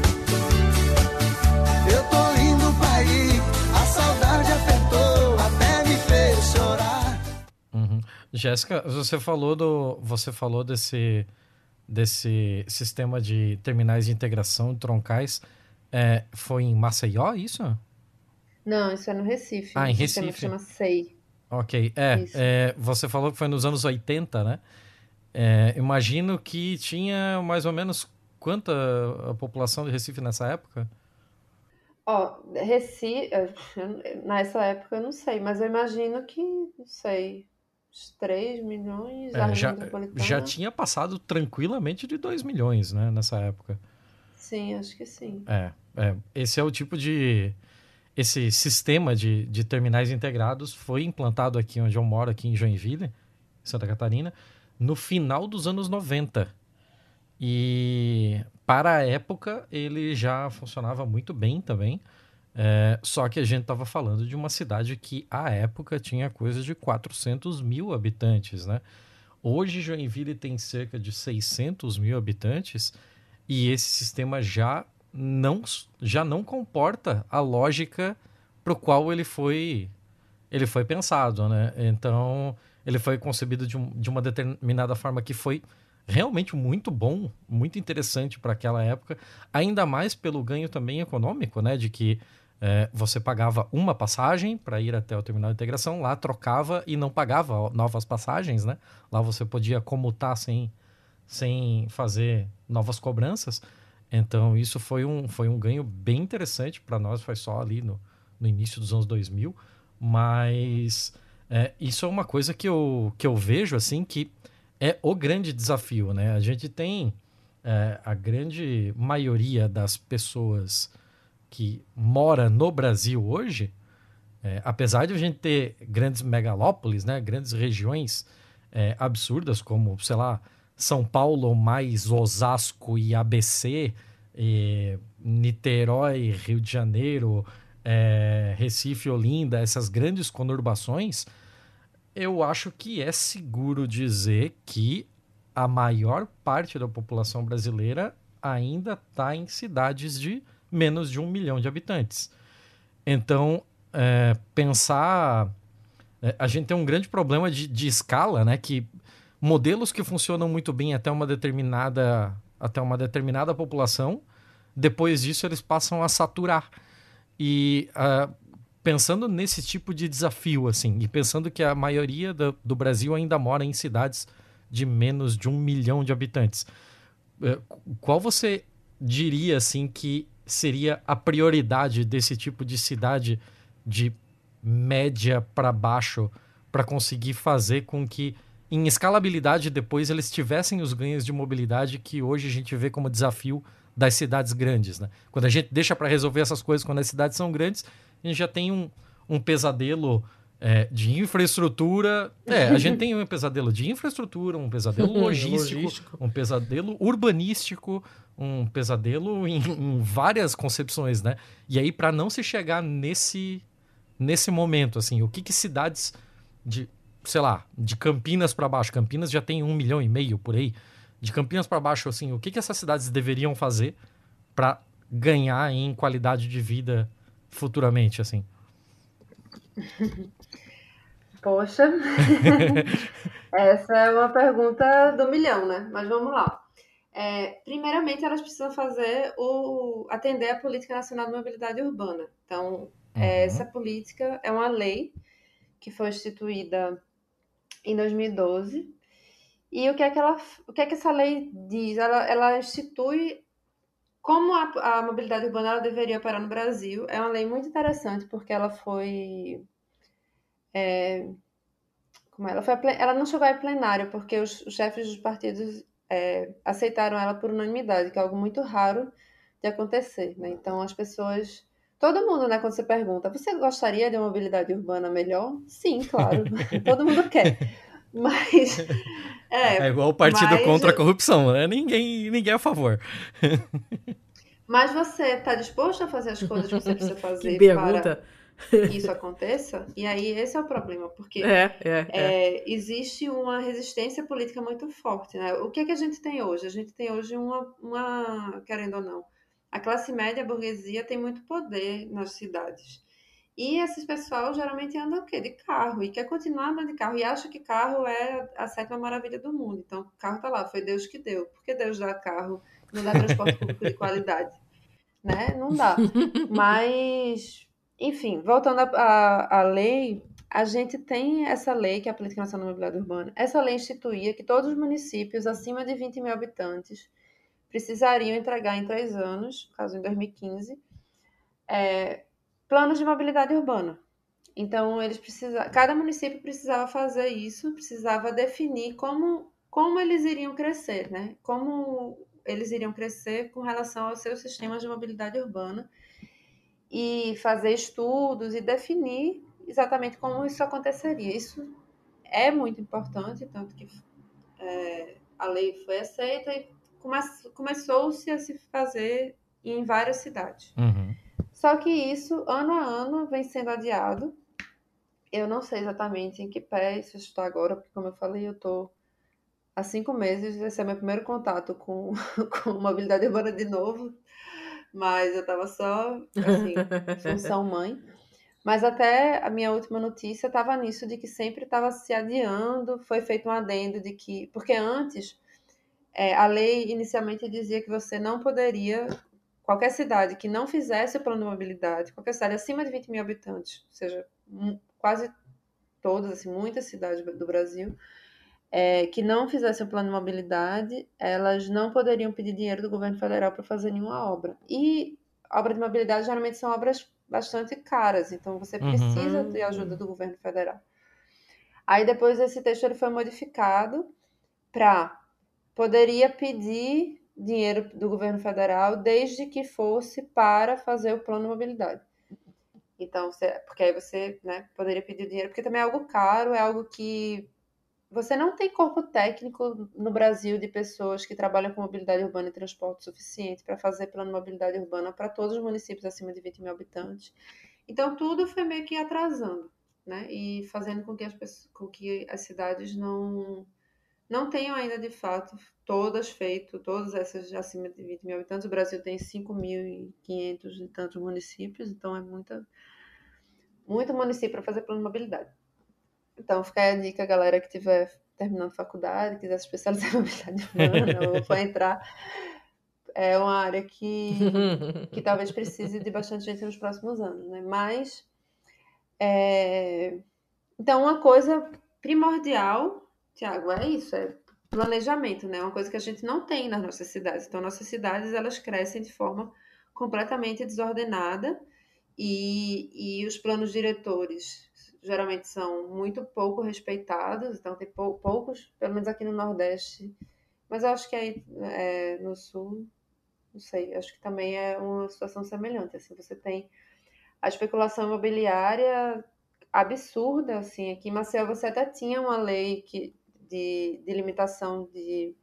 Eu tô indo pra aí, a saudade apertou, até me fez chorar. Uhum. Jéssica, você falou do, você falou desse, desse sistema de terminais de integração de troncais. É, foi em Maceió, isso? Não, isso é no Recife. Ah, um em sistema Recife. que chama S E I. Ok, é, Isso. é, você falou que foi nos anos oitenta, né? É, imagino que tinha mais ou menos quanta a população de Recife nessa época? Ó, Recife, nessa época eu não sei, mas eu imagino que, não sei, uns três milhões, a É, região já, metropolitana. já tinha passado tranquilamente de dois milhões, né, nessa época. Sim, acho que sim. É, é, esse é o tipo de... Esse sistema de, de terminais integrados foi implantado aqui onde eu moro, aqui em Joinville, Santa Catarina, no final dos anos noventa. E para a época ele já funcionava muito bem também. É, só que a gente estava falando de uma cidade que à época tinha coisa de quatrocentos mil habitantes, né? Hoje Joinville tem cerca de seiscentos mil habitantes e esse sistema já não, já não comporta a lógica para o qual ele foi, ele foi pensado, né? Então, ele foi concebido de, um, de uma determinada forma que foi realmente muito bom, muito interessante para aquela época, ainda mais pelo ganho também econômico, né? De que é, você pagava uma passagem para ir até o terminal de integração, lá trocava e não pagava novas passagens, né? Lá você podia comutar sem, sem fazer novas cobranças. Então, isso foi um, foi um ganho bem interessante para nós, foi só ali no, no início dos anos dois mil, mas é, isso é uma coisa que eu, que eu vejo, assim, que é o grande desafio, né? A gente tem é, a grande maioria das pessoas que mora no Brasil hoje, é, apesar de a gente ter grandes megalópolis, né? Grandes regiões é, absurdas, como, sei lá, São Paulo mais Osasco e A B C, e Niterói, Rio de Janeiro, é, Recife, Olinda, essas grandes conurbações, eu acho que é seguro dizer que a maior parte da população brasileira ainda está em cidades de menos de um milhão de habitantes. Então, é, pensar... é, a gente tem um grande problema de, de escala, né? Que modelos que funcionam muito bem até uma determinada, até uma determinada população, depois disso eles passam a saturar. E uh, pensando nesse tipo de desafio, assim, e pensando que a maioria do, do Brasil ainda mora em cidades de menos de um milhão de habitantes, uh, qual você diria, assim, que seria a prioridade desse tipo de cidade de média para baixo para conseguir fazer com que, em escalabilidade, depois eles tivessem os ganhos de mobilidade que hoje a gente vê como desafio das cidades grandes, né? Quando a gente deixa para resolver essas coisas quando as cidades são grandes, a gente já tem um, um pesadelo é, de infraestrutura. É, a gente tem um pesadelo de infraestrutura, um pesadelo logístico, Logístico. um pesadelo urbanístico, um pesadelo em, em várias concepções, né? E aí, para não se chegar nesse, nesse momento, assim, o que, que cidades de, sei lá, de Campinas para baixo, Campinas já tem um milhão e meio por aí, de Campinas para baixo, assim, o que, que essas cidades deveriam fazer para ganhar em qualidade de vida futuramente, assim? Poxa, essa é uma pergunta do milhão, né? Mas vamos lá. É, primeiramente, elas precisam fazer o atender a Política Nacional de Mobilidade Urbana. Então, é, Uhum. essa política é uma lei que foi instituída em dois mil e doze. E o que é que ela, o que é que essa lei diz? Ela, ela institui como a, a mobilidade urbana ela deveria operar no Brasil. É uma lei muito interessante porque ela foi, como é? ela foi, a ple- ela não chegou a ir plenário porque os, os chefes dos partidos é, aceitaram ela por unanimidade, que é algo muito raro de acontecer, né? Então as pessoas, todo mundo, né, quando você pergunta, você gostaria de uma mobilidade urbana melhor? Sim, claro, todo mundo quer. Mas É é, igual o partido mas contra a corrupção, né? Ninguém, ninguém é a favor. Mas você está disposto a fazer as coisas que você precisa Que fazer para pergunta. que isso aconteça? E aí esse é o problema, porque É, é, é. é, existe uma resistência política muito forte, né? O que é que a gente tem hoje? A gente tem hoje uma, uma, querendo ou não, a classe média, a burguesia tem muito poder nas cidades. E esses pessoal geralmente andam o quê? De carro, e quer continuar andando de carro, e acha que carro é a sétima maravilha do mundo. Então, o carro tá lá, foi Deus que deu. Por que Deus dá carro, não dá transporte público de qualidade? Né? Não dá. Mas, enfim, voltando à à- à lei, a gente tem essa lei, que é a Política Nacional de Mobilidade Urbana. Essa lei instituía que todos os municípios acima de vinte mil habitantes precisariam entregar em três anos, no caso em dois mil e quinze, é, planos de mobilidade urbana. Então, eles precisavam, cada município precisava fazer isso, precisava definir como, como eles iriam crescer, né? Como eles iriam crescer com relação aos seus sistemas de mobilidade urbana e fazer estudos e definir exatamente como isso aconteceria. Isso é muito importante, tanto que é, a lei foi aceita e come- começou-se a se fazer em várias cidades. Uhum. Só que isso, ano a ano, vem sendo adiado. Eu não sei exatamente em que pé isso está agora, porque, como eu falei, eu estou há cinco meses, esse é meu primeiro contato com, com mobilidade urbana de novo, mas eu estava só, assim, função mãe. Mas até a minha última notícia estava nisso, de que sempre estava se adiando, foi feito um adendo de que... Porque antes, é, a lei inicialmente dizia que você não poderia... Qualquer cidade que não fizesse o plano de mobilidade, qualquer cidade acima de vinte mil habitantes, ou seja, um- quase todas, assim, muitas cidades do Brasil, é, que não fizessem o plano de mobilidade, elas não poderiam pedir dinheiro do governo federal para fazer nenhuma obra. E obra de mobilidade geralmente são obras bastante caras, então você Uhum. precisa de ajuda do governo federal. Aí depois esse texto ele foi modificado para poderia pedir dinheiro do governo federal desde que fosse para fazer o plano de mobilidade. Então, você- porque aí você, né, poderia pedir dinheiro, porque também é algo caro, é algo que você não tem corpo técnico no Brasil de pessoas que trabalham com mobilidade urbana e transporte suficiente para fazer plano de mobilidade urbana para todos os municípios acima de vinte mil habitantes. Então, tudo foi meio que atrasando, né? E fazendo com que as, pessoas, com que as cidades não, Não tenho ainda, de fato, todas feito, todas essas acima de vinte mil habitantes. O Brasil tem cinco mil e quinhentos e tantos municípios, então é muita, muito município para fazer plano de mobilidade. Então, fica aí a dica, galera que estiver terminando faculdade, quiser se especializar em mobilidade urbana ou for entrar, é uma área que, que talvez precise de bastante gente nos próximos anos, né? Mas, é... então, uma coisa primordial, Tiago, é isso, é planejamento, né? Uma coisa que a gente não tem nas nossas cidades. Então, nossas cidades, elas crescem de forma completamente desordenada e, e os planos diretores geralmente são muito pouco respeitados, então tem pou, poucos, pelo menos aqui no Nordeste, mas eu acho que aí é, no Sul, não sei, acho que também é uma situação semelhante, assim, você tem a especulação imobiliária absurda, assim, aqui em Maceió você até tinha uma lei que, de, de limitação de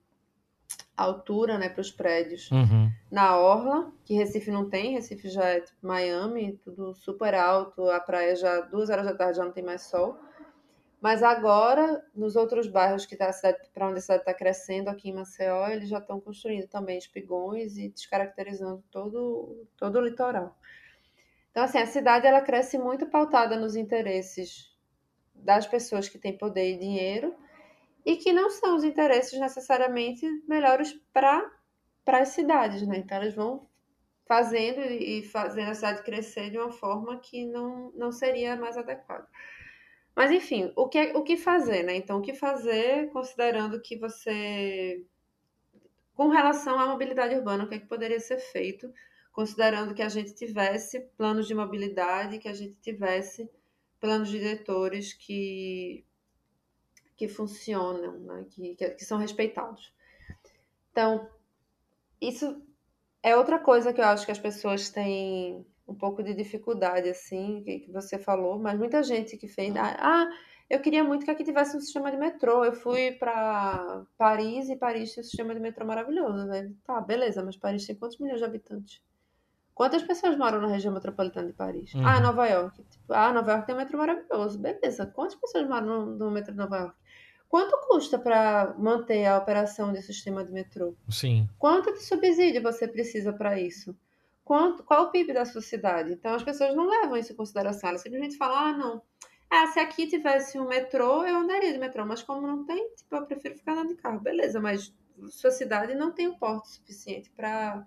altura, né, para os prédios Uhum. na orla, que Recife não tem, Recife já é tipo Miami, tudo super alto, a praia já, duas horas da tarde já não tem mais sol. Mas agora, nos outros bairros que tá a cidade, para onde a cidade está crescendo, aqui em Maceió, eles já estão construindo também espigões e descaracterizando todo, todo o litoral. Então, assim, a cidade ela cresce muito pautada nos interesses das pessoas que têm poder e dinheiro e que não são os interesses necessariamente melhores para para as cidades, né? Então, elas vão fazendo e fazendo a cidade crescer de uma forma que não, não seria mais adequada. Mas, enfim, o que, é- o que fazer, né? Então, o que fazer considerando que você... Com relação à mobilidade urbana, o que é que poderia ser feito, considerando que a gente tivesse planos de mobilidade, que a gente tivesse planos diretores que, que funcionam, né? que, que, que são respeitados. Então, isso é outra coisa que eu acho que as pessoas têm um pouco de dificuldade, assim, que, que você falou, mas muita gente que fez. Ah, eu queria muito que aqui tivesse um sistema de metrô. Eu fui para Paris e Paris tem um sistema de metrô maravilhoso, né? Tá, beleza, mas Paris tem quantos milhões de habitantes? Quantas pessoas moram na região metropolitana de Paris? Ah, Uhum. Nova York. Tipo, ah, Nova York tem um metrô maravilhoso. Beleza. Quantas pessoas moram no, no metrô de Nova York? Quanto custa para manter a operação desse sistema de metrô? Sim. Quanto de subsídio você precisa para isso? Quanto, qual o P I B da sua cidade? Então as pessoas não levam isso em consideração. Elas simplesmente falam: ah, não. Ah, se aqui tivesse um metrô, eu andaria de metrô. Mas como não tem, tipo, eu prefiro ficar andando de carro. Beleza, mas sua cidade não tem o porte suficiente para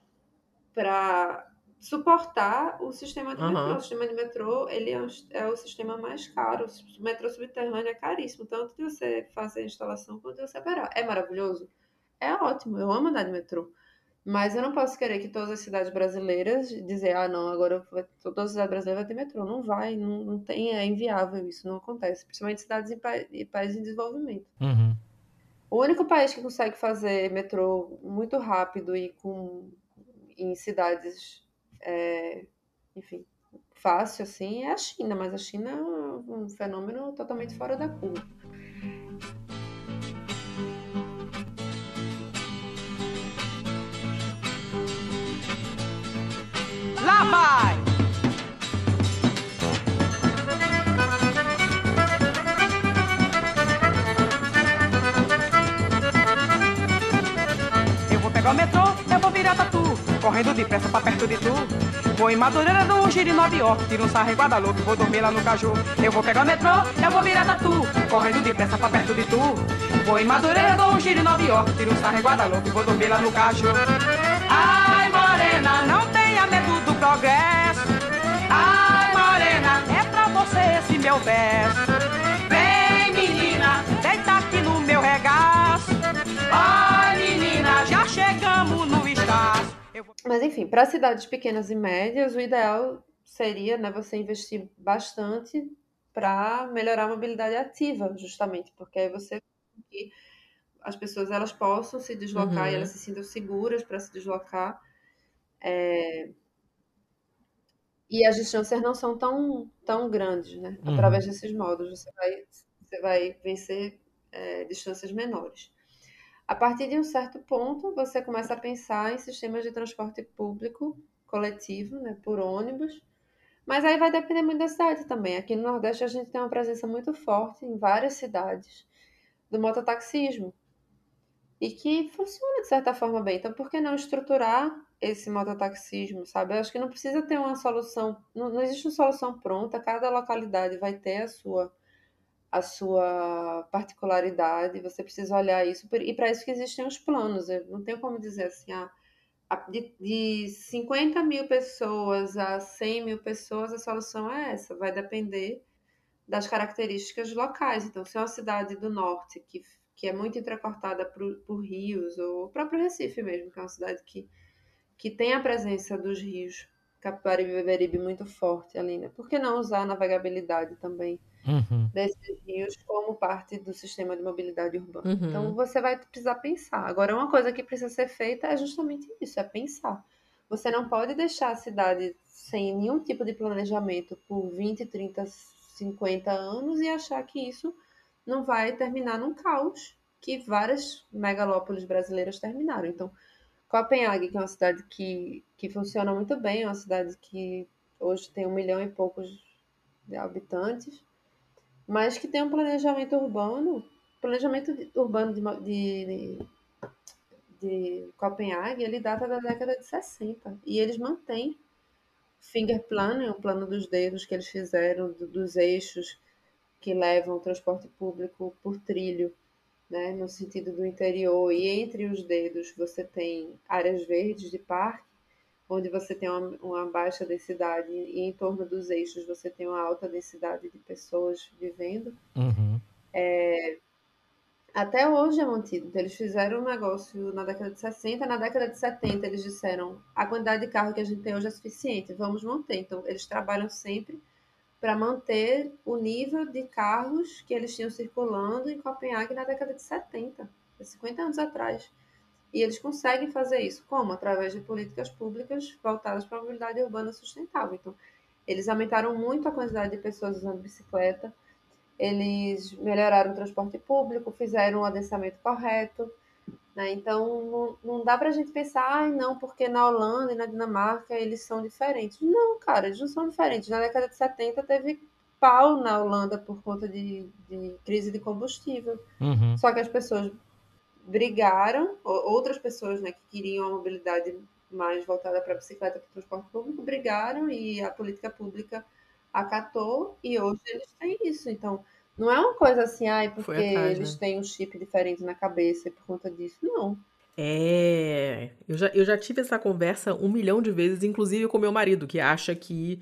para suportar o sistema de metrô. Aham. O sistema de metrô, ele é o, é o sistema mais caro. O metrô subterrâneo é caríssimo, tanto de você fazer a instalação quanto de você operar. É maravilhoso? É ótimo, eu amo andar de metrô. Mas eu não posso querer que todas as cidades brasileiras dizer, ah, não, agora vai- toda cidade brasileira vai ter metrô. Não vai, não, não tem, é inviável isso, não acontece. Principalmente cidades em, pa- em países em desenvolvimento. Uhum. O único país que consegue fazer metrô muito rápido e com em cidades, é, enfim, fácil assim, é a China, mas a China é um fenômeno totalmente fora da curva. Lá vai! Eu vou pegar o metrô, eu vou virar tatu, correndo depressa pra perto de tu. Vou em Madureira, dou um giro em Nova York, tiro um sarro em Guadalupe, vou dormir lá no Caju. Eu vou pegar o metrô, eu vou virar tatu, correndo depressa pra perto de tu. Vou em Madureira, dou um giro em Nova York, tiro um sarro em Guadalupe, vou dormir lá no Caju. Ai, morena, não tenha medo do progresso. Ai, morena, é pra você esse meu verso. Vem, menina, deita aqui no meu regaço. Ai, menina, já chegamos no espaço. Eu vou... Mas enfim, para cidades pequenas e médias, o ideal seria, né, você investir bastante para melhorar a mobilidade ativa, justamente, porque aí você que as pessoas elas possam se deslocar e elas Uhum. se sintam seguras para se deslocar. E as distâncias não são tão, tão grandes, né? Uhum. Através desses modos, você vai, você vai vencer é, distâncias menores. A partir de um certo ponto, você começa a pensar em sistemas de transporte público coletivo, né, por ônibus. Mas aí vai depender muito da cidade também. Aqui no Nordeste a gente tem uma presença muito forte em várias cidades do mototaxismo. E que funciona de certa forma bem. Então, por que não estruturar esse mototaxismo, sabe? Eu acho que não precisa ter uma solução, não, não existe uma solução pronta, cada localidade vai ter a sua, a sua particularidade, você precisa olhar isso, e para isso que existem os planos. Eu não tenho como dizer assim, ah, de, de cinquenta mil pessoas a cem mil pessoas, a solução é essa, vai depender das características locais. Então, se é uma cidade do norte que, que é muito entrecortada por, por rios, ou o próprio Recife mesmo, que é uma cidade que, que tem a presença dos rios, Capibaribe e Beberibe muito forte ali, né? Por que não usar a navegabilidade também Uhum. desses rios como parte do sistema de mobilidade urbana? Uhum. Então, você vai precisar pensar. Agora, uma coisa que precisa ser feita é justamente isso, é pensar. Você não pode deixar a cidade sem nenhum tipo de planejamento por vinte, trinta, cinquenta anos e achar que isso não vai terminar num caos que várias megalópolis brasileiras terminaram. Então, Copenhague, que é uma cidade que, que funciona muito bem, é uma cidade que hoje tem um milhão e poucos de habitantes, mas que tem um planejamento urbano, planejamento de- urbano de, mo- de, de, de Copenhague, ele data da década de sessenta, e eles mantêm Fingerplan, o plano dos dedos que eles fizeram, do- dos eixos que levam o transporte público por trilho, né, no sentido do interior, e entre os dedos você tem áreas verdes de parque, onde você tem uma, uma baixa densidade, e em torno dos eixos você tem uma alta densidade de pessoas vivendo. Uhum. Até hoje é mantido. Então, eles fizeram um negócio na década de sessenta, na década de setenta eles disseram a quantidade de carro que a gente tem hoje é suficiente, vamos manter. Então, eles trabalham sempre para manter o nível de carros que eles tinham circulando em Copenhague na década de setenta, cinquenta anos atrás. E eles conseguem fazer isso. Como? Através de políticas públicas voltadas para a mobilidade urbana sustentável. Então, eles aumentaram muito a quantidade de pessoas usando bicicleta, eles melhoraram o transporte público, fizeram o adensamento correto, né? Então, não, não dá para a gente pensar, ah, não, porque na Holanda e na Dinamarca eles são diferentes. Não, cara, eles não são diferentes. Na década de setenta teve pau na Holanda por conta de, de crise de combustível. Uhum. Só que as pessoas brigaram, outras pessoas, né, que queriam a mobilidade mais voltada para a bicicleta, para o transporte público, brigaram e a política pública acatou e hoje eles têm isso. Então, não é uma coisa assim, ai, porque Foi atrás, eles né? têm um chip diferente na cabeça e por conta disso. Não. É, eu já, eu já tive essa conversa um milhão de vezes, inclusive com meu marido, que acha que,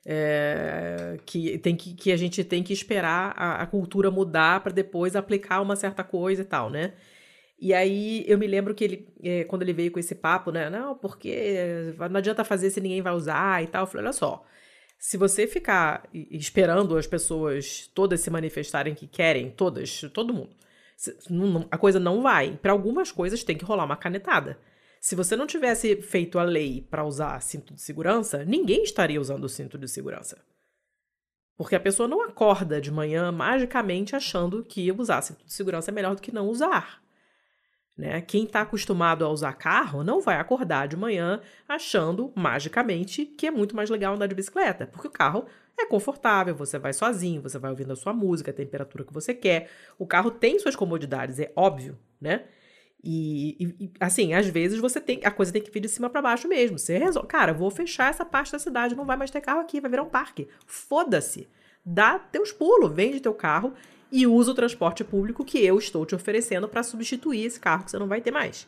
é, que, tem que, que a gente tem que esperar a, a cultura mudar para depois aplicar uma certa coisa e tal, né? E aí eu me lembro que ele, é, quando ele veio com esse papo, né? Não, porque não adianta fazer se ninguém vai usar e tal. Eu falei, olha só, se você ficar e- esperando as pessoas todas se manifestarem que querem, todas, todo mundo, se- não- não- a coisa não vai. Para algumas coisas tem que rolar uma canetada. Se você não tivesse feito a lei para usar cinto de segurança, ninguém estaria usando o cinto de segurança. Porque a pessoa não acorda de manhã magicamente achando que usar cinto de segurança é melhor do que não usar. Né? Quem está acostumado a usar carro não vai acordar de manhã achando magicamente que é muito mais legal andar de bicicleta, porque o carro é confortável, você vai sozinho, você vai ouvindo a sua música, a temperatura que você quer. O carro tem suas comodidades, é óbvio, né? E, e- e, assim, às vezes você tem, a coisa tem que vir de cima para baixo mesmo. Você resolve, cara, vou fechar essa parte da cidade, não vai mais ter carro aqui, vai virar um parque. Foda-se. Dá teus pulos, vende teu carro e usa o transporte público que eu estou te oferecendo para substituir esse carro que você não vai ter mais.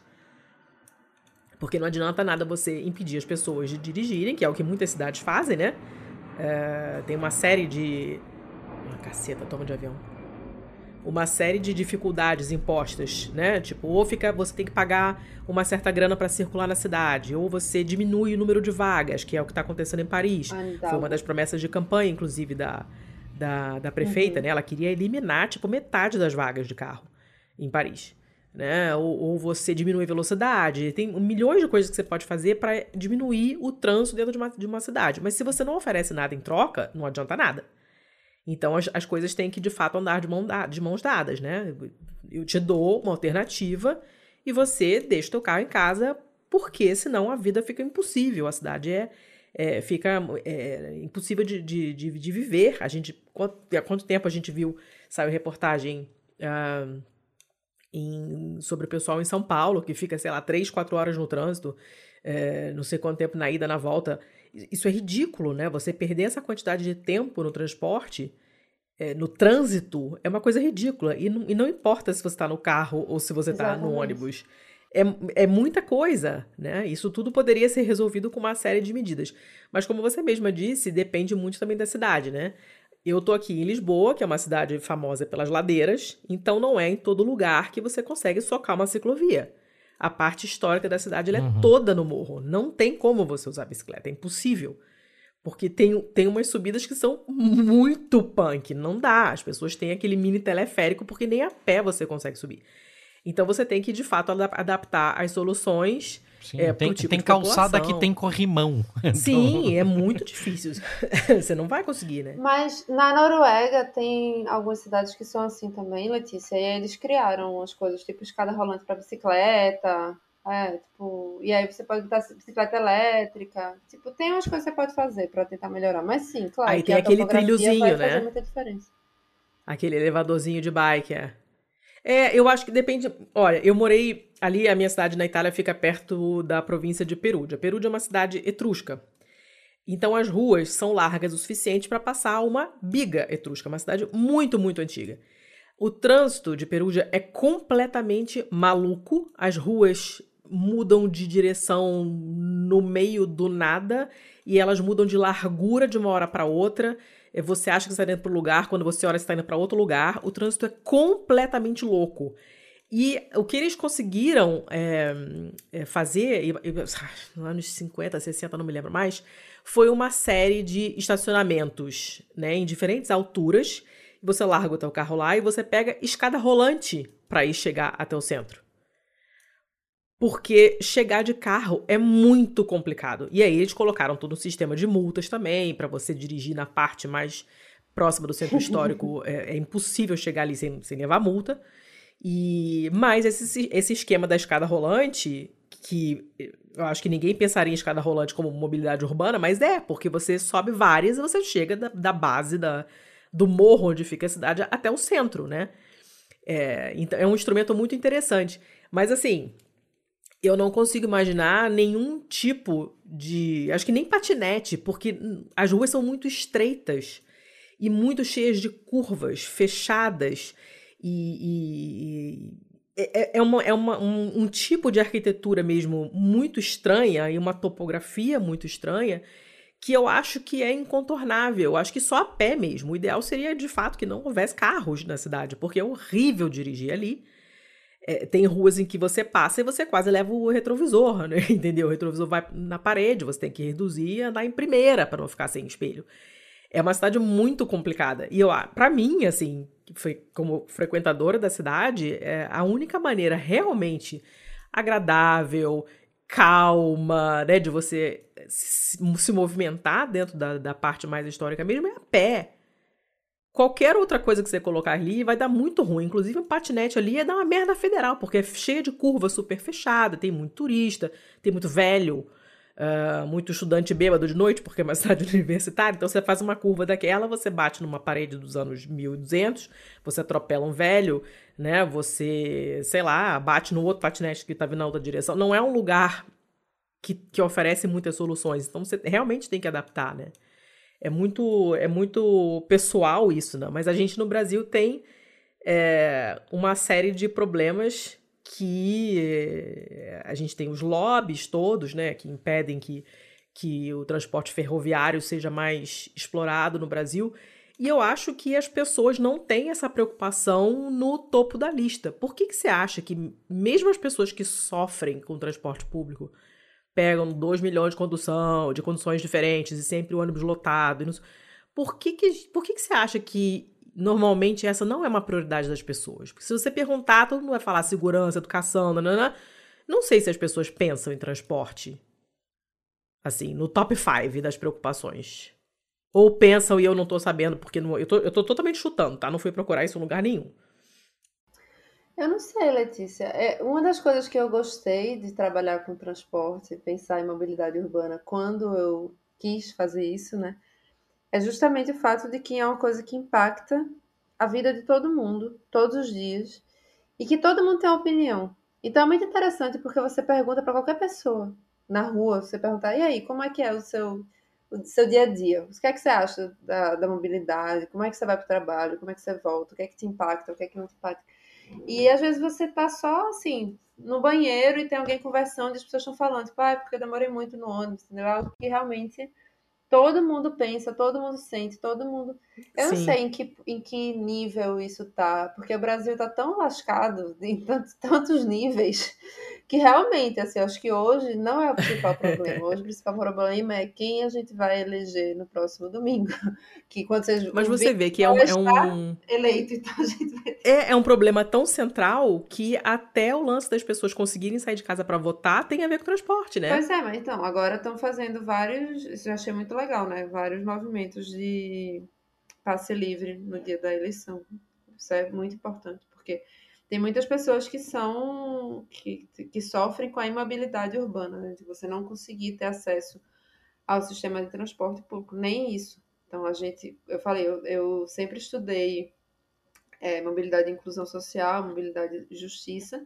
Porque não adianta nada você impedir as pessoas de dirigirem, que é o que muitas cidades fazem, né? É, tem uma série de... Ah, caceta, toma de avião. Uma série de dificuldades impostas, né? Tipo, ou fica, você tem que pagar uma certa grana para circular na cidade, ou você diminui o número de vagas, que é o que está acontecendo em Paris. Andava. Foi uma das promessas de campanha, inclusive, da, da, da prefeita, né? Ela queria eliminar, tipo, metade das vagas de carro em Paris, né? Ou, ou você diminui a velocidade. Tem milhões de coisas que você pode fazer para diminuir o trânsito dentro de uma, de uma cidade. Mas se você não oferece nada em troca, não adianta nada. Então, as, as coisas têm que, de fato, andar de, mão da, de mãos dadas, né? Eu te dou uma alternativa e você deixa o teu carro em casa, porque senão a vida fica impossível. A cidade é, é, fica é, impossível de, de, de, de viver. A gente, quanto, há quanto tempo a gente viu, saiu reportagem ah, em- sobre o pessoal em São Paulo, que fica, sei lá, três, quatro horas no trânsito, é, não sei quanto tempo na ida, na volta. Isso é ridículo, né? Você perder essa quantidade de tempo no transporte, é, no trânsito, é uma coisa ridícula. E não, e não importa se você está no carro ou se você está no Exatamente. ônibus. É, é muita coisa, né? Isso tudo poderia ser resolvido com uma série de medidas. Mas como você mesma disse, depende muito também da cidade, né? Eu tô aqui em Lisboa, que é uma cidade famosa pelas ladeiras, então não é em todo lugar que você consegue socar uma ciclovia. A parte histórica da cidade ela é Uhum. toda no morro. Não tem como você usar bicicleta, é impossível. Porque tem, tem umas subidas que são muito punk, não dá. As pessoas têm aquele mini teleférico porque nem a pé você consegue subir. Então você tem que, de fato, ada- adaptar as soluções Sim, é, tem, pro tipo tem de calçada que população. tem corrimão. Então, Sim, é muito difícil. Você não vai conseguir, né? Mas na Noruega tem algumas cidades que são assim também, Letícia, e aí eles criaram as coisas tipo escada rolante para bicicleta, é, tipo, e aí você pode botar bicicleta elétrica, tipo, tem umas coisas que você pode fazer para tentar melhorar, mas sim, claro Aí que tem a aquele topografia vai trilhozinho, fazer né? muita diferença. Aquele elevadorzinho de bike, é. É, eu acho que depende. Olha, eu morei ali, a minha cidade na Itália fica perto da província de Perugia. Perugia é uma cidade etrusca. Então as ruas são largas o suficiente para passar uma biga etrusca, uma cidade muito, muito antiga. O trânsito de Perugia é completamente maluco. As ruas mudam de direção no meio do nada e elas mudam de largura de uma hora para outra. Eh, Você acha que está indo para um lugar, quando você olha, você está indo para outro lugar. O trânsito é completamente louco. E o que eles conseguiram é, é, fazer, e- e- nos anos cinquenta, sessenta, não me lembro mais, foi uma série de estacionamentos, né, em diferentes alturas. Você larga o teu carro lá e você pega escada rolante para ir chegar até o centro. Porque chegar de carro é muito complicado. E aí eles colocaram todo um sistema de multas também, para você dirigir na parte mais próxima do centro histórico. É, é impossível chegar ali sem, sem levar multa. E mas esse, esse esquema da escada rolante, que eu acho que ninguém pensaria em escada rolante como mobilidade urbana, mas é, porque você sobe várias e você chega da, da base da, do morro onde fica a cidade até o centro, né? É, então é um instrumento muito interessante. Mas assim, eu não consigo imaginar nenhum tipo de. Acho que nem patinete, porque as ruas são muito estreitas e muito cheias de curvas, fechadas. E, e- é, é, uma, é uma- um, um tipo de arquitetura mesmo muito estranha e uma topografia muito estranha que eu acho que é incontornável. Eu acho que só a pé mesmo. O ideal seria, de fato, que não houvesse carros na cidade, porque é horrível dirigir ali. É, tem ruas em que você passa e você quase leva o retrovisor, né? Entendeu? O retrovisor vai na parede, você tem que reduzir e andar em primeira para não ficar sem espelho. É uma cidade muito complicada. E eu, para mim, assim, que foi como frequentadora da cidade, é a única maneira realmente agradável, calma, né, de você se, se movimentar dentro da, da parte mais histórica mesmo é a pé. Qualquer outra coisa que você colocar ali vai dar muito ruim. Inclusive, o patinete ali ia dar uma merda federal, porque é cheia de curva super fechada, tem muito turista, tem muito velho, ah, muito estudante bêbado de noite, porque é uma cidade universitária. Então, você faz uma curva daquela, você bate numa parede dos anos mil e duzentos, você atropela um velho, né? Você, sei lá, bate no outro patinete que tá vindo na outra direção. Não é um lugar que, que oferece muitas soluções. Então, você realmente tem que adaptar, né? É muito, é muito pessoal isso, né? Mas a gente no Brasil tem é, uma série de problemas que é, a gente tem os lobbies todos, né? Que impedem que, que o transporte ferroviário seja mais explorado no Brasil. E eu acho que as pessoas não têm essa preocupação no topo da lista. Por que que você acha que mesmo as pessoas que sofrem com o transporte público pegam dois milhões de condução, de conduções diferentes e sempre o ônibus lotado. E não... Por que que, por que que você acha que normalmente essa não é uma prioridade das pessoas? Porque se você perguntar, todo mundo vai falar segurança, educação, nanana. Não sei se as pessoas pensam em transporte, assim, no top cinco das preocupações. Ou pensam e eu não tô sabendo, porque não, eu, tô, eu tô totalmente chutando, tá? Não fui procurar isso em lugar nenhum. Eu não sei, Letícia. É, uma das coisas que eu gostei de trabalhar com transporte, pensar em mobilidade urbana, quando eu quis fazer isso, né? É justamente o fato de que é uma coisa que impacta a vida de todo mundo, todos os dias. e que todo mundo tem uma opinião. Então é muito interessante porque você pergunta para qualquer pessoa na rua, você pergunta, e aí, como é que é o seu, o seu dia a dia? O que é que você acha da, da mobilidade? Como é que você vai para o trabalho? Como é que você volta? O que é que te impacta? O que é que não te impacta? E às vezes você tá só assim, no banheiro e tem alguém conversando e as pessoas estão falando, tipo, ah, é porque eu demorei muito no ônibus, entendeu? Algo que realmente todo mundo pensa, todo mundo sente, todo mundo. Eu não Sim. sei em que, em que nível isso tá, porque o Brasil tá tão lascado em tantos, tantos níveis que realmente, assim, eu acho que hoje não é o principal problema. Hoje o principal problema é quem a gente vai eleger no próximo domingo. Que quando vocês, Mas o você vídeo vê que é vai um, é estar um, eleito, então a gente vai ter. é, é um problema tão central que até o lance das pessoas conseguirem sair de casa para votar tem a ver com transporte, né? Pois é, mas então, agora estão fazendo vários. Isso eu achei muito legal, né? Vários movimentos de passe livre no dia da eleição. Isso é muito importante, porque tem muitas pessoas que são que, que sofrem com a imobilidade urbana, né? De você não conseguir ter acesso ao sistema de transporte público, nem isso. Então a gente, eu falei, eu, eu sempre estudei é, mobilidade e inclusão social, mobilidade e justiça,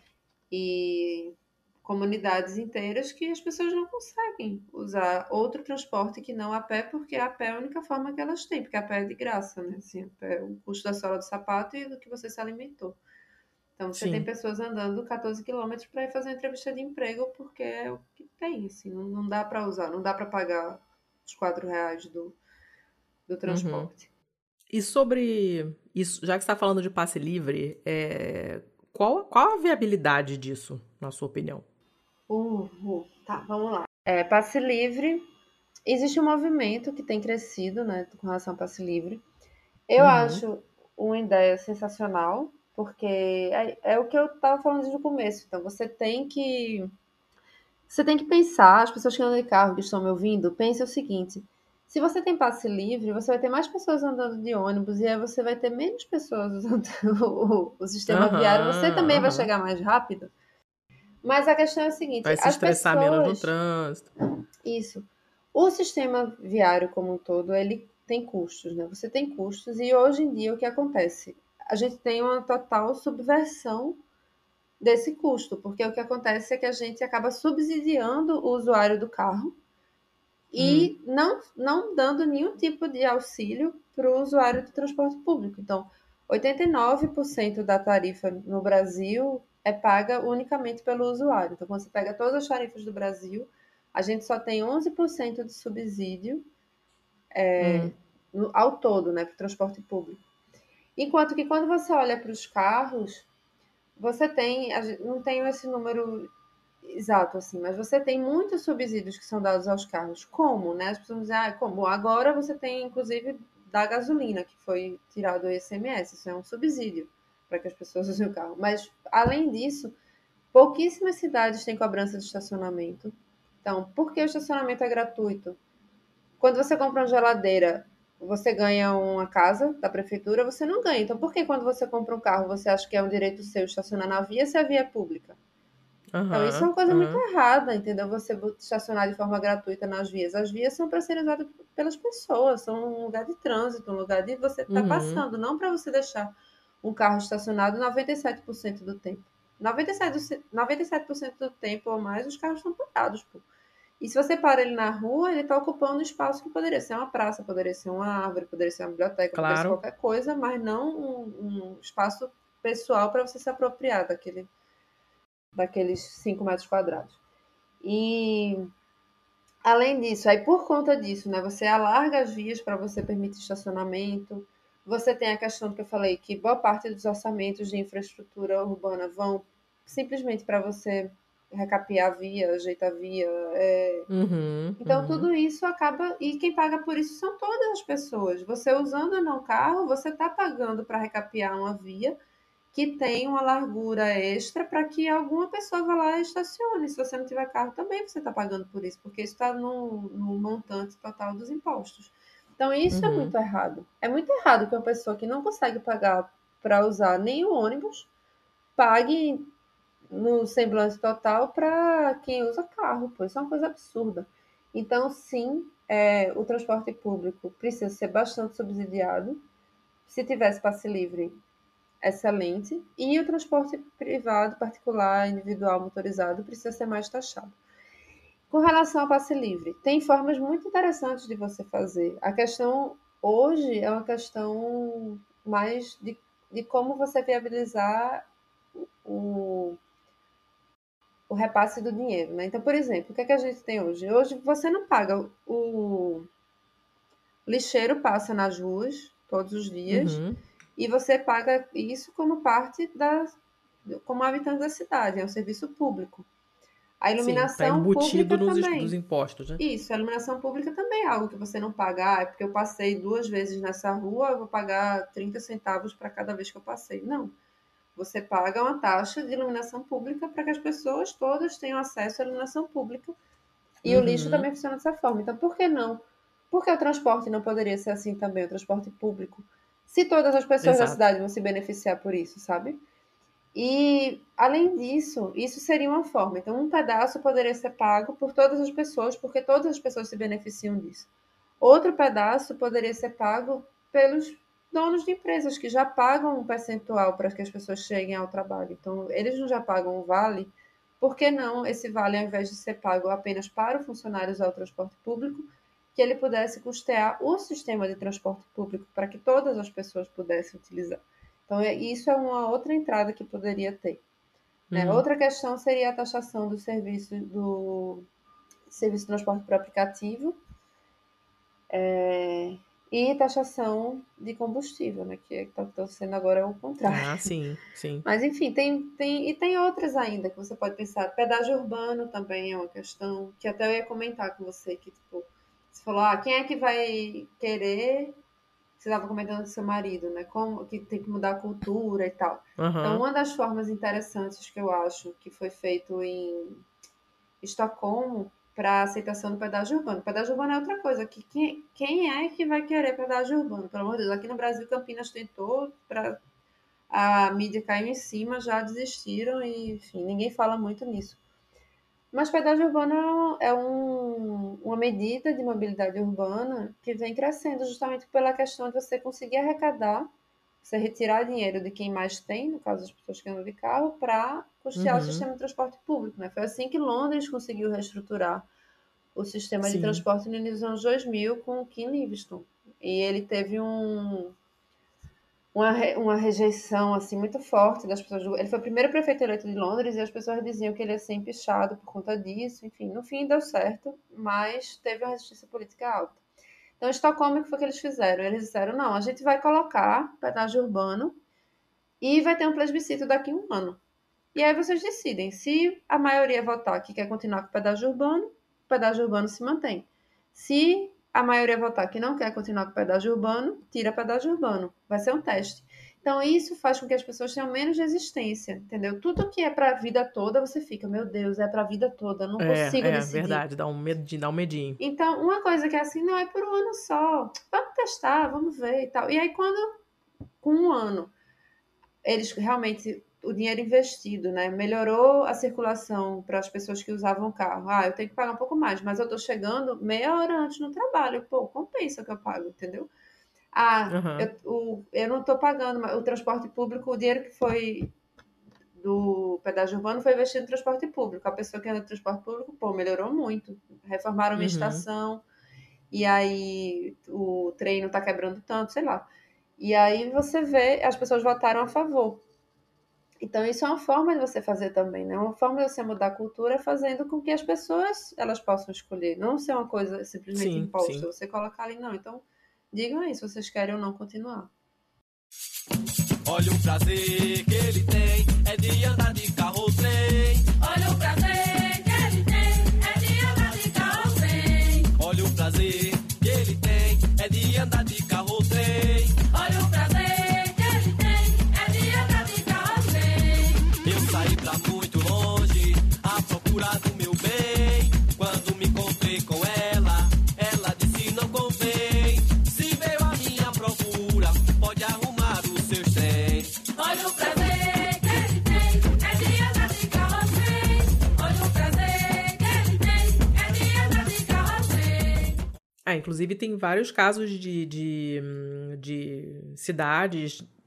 e comunidades inteiras que as pessoas não conseguem usar outro transporte que não a pé, porque a pé é a única forma que elas têm, porque a pé é de graça, né? Assim, a pé é o custo da sola do sapato e do que você se alimentou. Então você tem Sim. pessoas andando quatorze quilômetros para ir fazer uma entrevista de emprego, porque é o que tem, assim, não, não dá para usar, não dá para pagar os quatro reais do, do Uhum. transporte. E sobre isso, já que você está falando de passe livre, é, qual, qual a viabilidade disso, na sua opinião? Uh, uh, tá, vamos lá. É, passe livre. Existe um movimento que tem crescido, né, com relação ao passe livre. Eu Uhum. acho uma ideia sensacional, porque é, é o que eu estava falando desde o começo. Então, você tem que você tem que pensar, as pessoas que andam de carro, que estão me ouvindo, pensem o seguinte: se você tem passe livre, você vai ter mais pessoas andando de ônibus e aí você vai ter menos pessoas usando o, o sistema viário. Você Aham, também vai aham. chegar mais rápido. Mas a questão é a seguinte: Vai se as estressar menos no pessoas. trânsito. Isso. O sistema viário como um todo, ele tem custos, né? Você tem custos e hoje em dia o que acontece? A gente tem uma total subversão desse custo, porque o que acontece é que a gente acaba subsidiando o usuário do carro Hum. e não, não dando nenhum tipo de auxílio para o usuário do transporte público. Então, oitenta e nove por cento da tarifa no Brasil é paga unicamente pelo usuário. Então, quando você pega todas as tarifas do Brasil, a gente só tem onze por cento de subsídio Hum. no- ao todo, né, para o transporte público. Enquanto que quando você olha para os carros, você tem, a gente- não tenho esse número exato assim, mas você tem muitos subsídios que são dados aos carros. Como, né? As pessoas dizem, ah, como? Agora você tem, inclusive, da gasolina, que foi tirado o I C M S, isso é um subsídio para que as pessoas usem o carro. Mas, além disso, pouquíssimas cidades têm cobrança de estacionamento. Então, por que o estacionamento é gratuito? Quando você compra uma geladeira, você ganha uma casa da prefeitura, você não ganha. Então, por que quando você compra um carro, você acha que é um direito seu estacionar na via se a via é pública? Então, isso é Aham, uma coisa muito aham. errada, entendeu? Você estacionar de forma gratuita nas vias. As vias são para serem usadas pelas pessoas, são um lugar de trânsito, um lugar de você estar Uhum. passando, não para você deixar um carro estacionado noventa e sete por cento do tempo. noventa e sete, noventa e sete por cento do tempo ou mais, os carros estão parados, pô. E se você para ele na rua, ele está ocupando um espaço que poderia ser uma praça, poderia ser uma árvore, poderia ser uma biblioteca, poderia ser Claro. qualquer coisa, mas não um, um espaço pessoal para você se apropriar daquele, daqueles cinco metros quadrados. E além disso, aí por conta disso, né, você alarga as vias para você permitir estacionamento. Você tem a questão que eu falei, que boa parte dos orçamentos de infraestrutura urbana vão simplesmente para você recapear a via, ajeitar a via. É... Uhum, Então, uhum. tudo isso acaba. E quem paga por isso são todas as pessoas. Você usando ou não carro, você está pagando para recapear uma via que tem uma largura extra para que alguma pessoa vá lá e estacione. Se você não tiver carro, também você está pagando por isso, porque isso está no, no montante total dos impostos. Então, isso é Uhum. muito errado. É muito errado que uma pessoa que não consegue pagar para usar nem o ônibus pague no semblante total para quem usa carro, pois isso é uma coisa absurda. Então, sim, é, o transporte público precisa ser bastante subsidiado. Se tivesse passe livre, excelente, e o transporte privado, particular, individual, motorizado, precisa ser mais taxado. Com relação ao passe livre, tem formas muito interessantes de você fazer. A questão hoje é uma questão mais de, de como você viabilizar o, o repasse do dinheiro, né? Então, por exemplo, o que, é que a gente tem hoje? Hoje você não paga, o lixeiro passa nas ruas todos os dias, Uhum. e você paga isso como parte da, como habitante da cidade, é um serviço público. A Sim, tá iluminação embutido pública nos, es- também. dos impostos, né? Isso, a iluminação pública também é algo que você não paga. Ah, é porque eu passei duas vezes nessa rua, eu vou pagar trinta centavos para cada vez que eu passei. Não. Você paga uma taxa de iluminação pública para que as pessoas todas tenham acesso à iluminação pública. E o lixo Uhum. também funciona dessa forma. Então, por que não? Por que o transporte não poderia ser assim também, o transporte público? Se todas as pessoas da Exato. cidade vão se beneficiar por isso, sabe? E, além disso, isso seria uma forma. Então, um pedaço poderia ser pago por todas as pessoas, porque todas as pessoas se beneficiam disso. Outro pedaço poderia ser pago pelos donos de empresas, que já pagam um percentual para que as pessoas cheguem ao trabalho. Então, eles não já pagam um vale, por que não esse vale, ao invés de ser pago apenas para o funcionário usar o transporte público, que ele pudesse custear o sistema de transporte público para que todas as pessoas pudessem utilizar? Então, é- isso é uma outra entrada que poderia ter, né? Uhum. Outra questão seria a taxação do serviço do serviço de transporte por aplicativo, é, e taxação de combustível, né? Que está sendo agora o contrário. Ah, sim, sim. Mas, enfim, tem, tem, e tem outras ainda que você pode pensar. Pedágio urbano também é uma questão que até eu ia comentar com você, que, tipo, você falou, ah, quem é que vai querer... Você estava comentando com seu marido, né? Como que tem que mudar a cultura e tal. Então, Aham. uma das formas interessantes que eu acho que foi feito em Estocolmo para aceitação do pedágio urbano. Pedágio urbano é outra coisa. Que quem, quem é que vai querer pedágio urbano? Pelo amor de Deus, aqui no Brasil, Campinas tentou, pra, a mídia caiu em cima, já desistiram e, enfim, ninguém fala muito nisso. Mas pedágio urbano é um, uma medida de mobilidade urbana que vem crescendo justamente pela questão de você conseguir arrecadar, você retirar dinheiro de quem mais tem, no caso das pessoas que andam de carro, para custear o Uhum. sistema de transporte público, né? Foi assim que Londres conseguiu reestruturar o sistema de Sim. transporte no início dos anos dois mil com o Ken Livingstone. E ele teve um, uma, re- uma rejeição assim muito forte das pessoas. do- Ele foi o primeiro prefeito eleito de Londres e as pessoas diziam que ele ia ser empichado por conta disso. Enfim, no fim deu certo, mas teve uma resistência política alta. Então, em Estocolmo, o que foi que eles fizeram? Eles disseram, não, a gente vai colocar pedágio urbano e vai ter um plebiscito daqui a um ano. E aí vocês decidem. Se a maioria votar que quer continuar com o pedágio urbano, o pedágio urbano se mantém. Se a maioria votar que não quer continuar com o pedágio urbano, tira o pedágio urbano. Vai ser um teste. Então, isso faz com que as pessoas tenham menos resistência, entendeu? Tudo que é para a vida toda, você fica, meu Deus, é para a vida toda, eu não É, consigo é decidir. verdade, dá um medinho, dá um medinho. Então, uma coisa que é assim, não, é por um ano só. Vamos testar, vamos ver e tal. E aí, quando, com um ano, eles realmente, o dinheiro investido, né, melhorou a circulação para as pessoas que usavam o carro. Ah, eu tenho que pagar um pouco mais, mas eu estou chegando meia hora antes no trabalho. Pô, compensa que eu pago, entendeu? Ah, Aham. eu, o, eu não estou pagando, mas o transporte público, o dinheiro que foi do pedágio urbano foi investido no transporte público. A pessoa que anda no transporte público, pô, melhorou muito. Reformaram uma Uhum. estação, e aí o trem não está quebrando tanto, sei lá. E aí você vê, as pessoas votaram a favor. Então, isso é uma forma de você fazer também, né? Uma forma de você mudar a cultura fazendo com que as pessoas elas possam escolher. Não ser uma coisa simplesmente Sim, imposta. sim. Você colocar ali, não. Então, digam aí se vocês querem ou não continuar. Olha o prazer que ele tem, é de andar de carro ou trem. Olha o prazer que ele tem, é de andar de carro ou trem. Olha o prazer que ele tem, é de andar de carro ou trem. Olha o prazer que ele tem, é de andar de carro ou trem. Eu saí pra muito longe, à procura do meu bem. Quando me encontrei com ela, ela disse não convém. Se veio a minha procura, pode arrumar os seus trens. Olha o prazer que ele tem, é de andar de carro ou trem. Olha o prazer que ele tem, é de andar de carro ou trem. Ah, inclusive tem vários casos de, de, hum, de cidades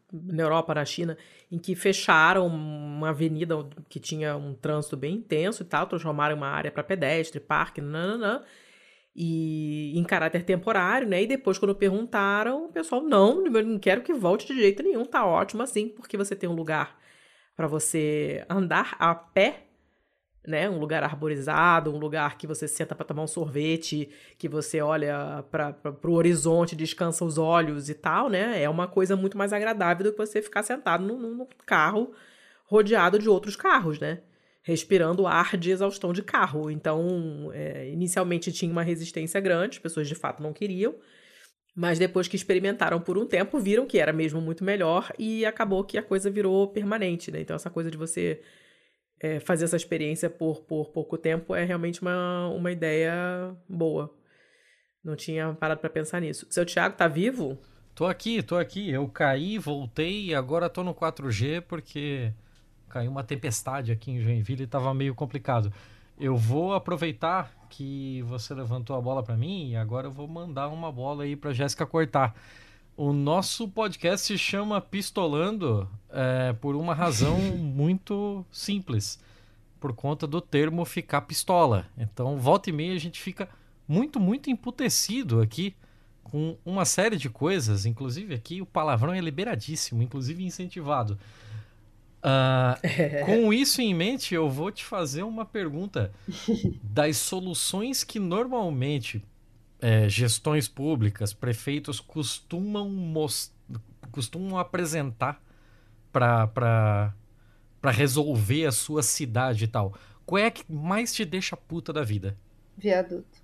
na Europa, na China, em que fecharam uma avenida que tinha um trânsito bem intenso e tal, transformaram em uma área para pedestre, parque, nananã, e em caráter temporário, né? E depois, quando perguntaram, o pessoal, não, eu não quero que volte de jeito nenhum, tá ótimo assim, porque você tem um lugar para você andar a pé, né? Um lugar arborizado, um lugar que você senta para tomar um sorvete, que você olha para o horizonte, descansa os olhos e tal, né? É uma coisa muito mais agradável do que você ficar sentado num, num carro rodeado de outros carros, né? Respirando ar de exaustão de carro. Então, é, inicialmente tinha uma resistência grande, as pessoas de fato não queriam, mas depois que experimentaram por um tempo, viram que era mesmo muito melhor e acabou que a coisa virou permanente, né? Então, essa coisa de você é, fazer essa experiência por, por pouco tempo é realmente uma, uma ideia boa. Não tinha parado pra pensar nisso. Seu Thiago tá vivo? Tô aqui, tô aqui. Eu caí, voltei e agora tô no quatro G porque caiu uma tempestade aqui em Joinville e tava meio complicado. Eu vou aproveitar que você levantou a bola pra mim e agora eu vou mandar uma bola aí pra Jéssica cortar. O nosso podcast se chama Pistolando é, por uma razão muito simples. Por conta do termo ficar pistola. Então, volta e meia a gente fica muito, muito emputecido aqui com uma série de coisas. Inclusive aqui o palavrão é liberadíssimo, inclusive incentivado. Ah, com isso em mente, eu vou te fazer uma pergunta. Das soluções que normalmente é, gestões públicas, prefeitos costumam, most... costumam apresentar para para resolver a sua cidade e tal, qual é a que mais te deixa puta da vida? Viaduto.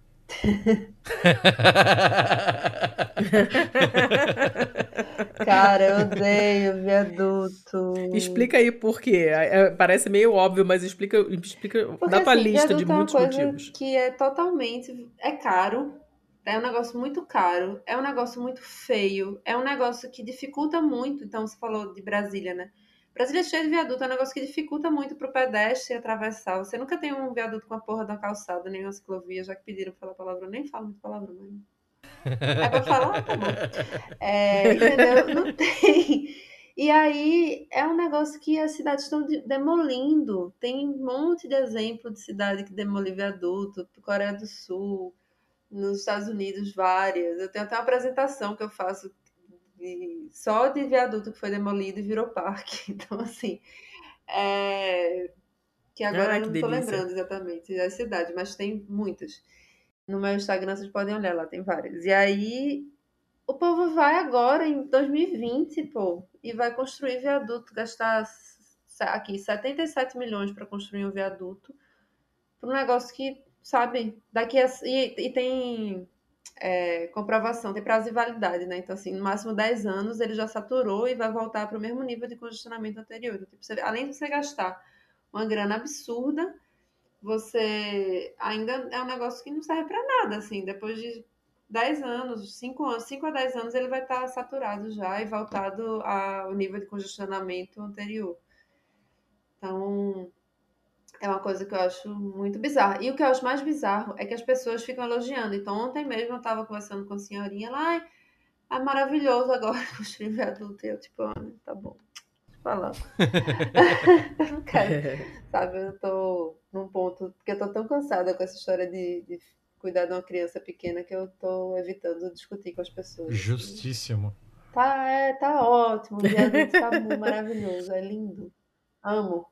Cara, eu odeio viaduto. Explica aí por quê. É, é, parece meio óbvio, mas explica, explica Porque, dá tua assim, lista de viaduto é uma muitos coisa motivos. que é totalmente... É caro. É um negócio muito caro. É um negócio muito feio. É um negócio que dificulta muito. Então, você falou de Brasília, né? Brasília é cheia de viaduto. É um negócio que dificulta muito pro pedestre atravessar. Você nunca tem um viaduto com a porra da calçada, nem uma ciclovia. Já que pediram pra falar palavrão, eu nem falo muito palavrão, mas... É pra falar? Tá bom. É, entendeu? Não tem. E aí é um negócio que as cidades estão de- demolindo. Tem um monte de exemplo de cidade que demoliu viaduto, Coreia do Sul, nos Estados Unidos, várias. Eu tenho até uma apresentação que eu faço de- só de viaduto que foi demolido e virou parque. Então, assim, é, que agora Ah, eu que não tô delícia. lembrando exatamente das cidades, mas tem muitas. No meu Instagram vocês podem olhar lá, tem várias. E aí o povo vai agora, em dois mil e vinte, pô, e vai construir viaduto, gastar s- aqui setenta e sete milhões para construir um viaduto, por um negócio que, sabe, daqui a... E, e tem é, comprovação, tem prazo de validade, né? Então, assim, no máximo dez anos ele já saturou e vai voltar para o mesmo nível de congestionamento anterior. Então, tipo, você- além de você gastar uma grana absurda, você ainda é um negócio que não serve para nada, assim, depois de dez anos, cinco anos, cinco a dez anos ele vai estar saturado já e voltado ao nível de congestionamento anterior. Então, é uma coisa que eu acho muito bizarra. E o que eu acho mais bizarro é que as pessoas ficam elogiando. Então, ontem mesmo eu estava conversando com a senhorinha lá, ai, é maravilhoso agora construir viaduto. E eu, tipo, ah, tá bom, deixa eu falar. Eu não quero, sabe? Eu tô num ponto, porque eu tô tão cansada com essa história de, de cuidar de uma criança pequena que eu tô evitando discutir com as pessoas. Assim. Justíssimo. Tá, é, tá ótimo, o viaduto tá mu- maravilhoso, é lindo. Amo.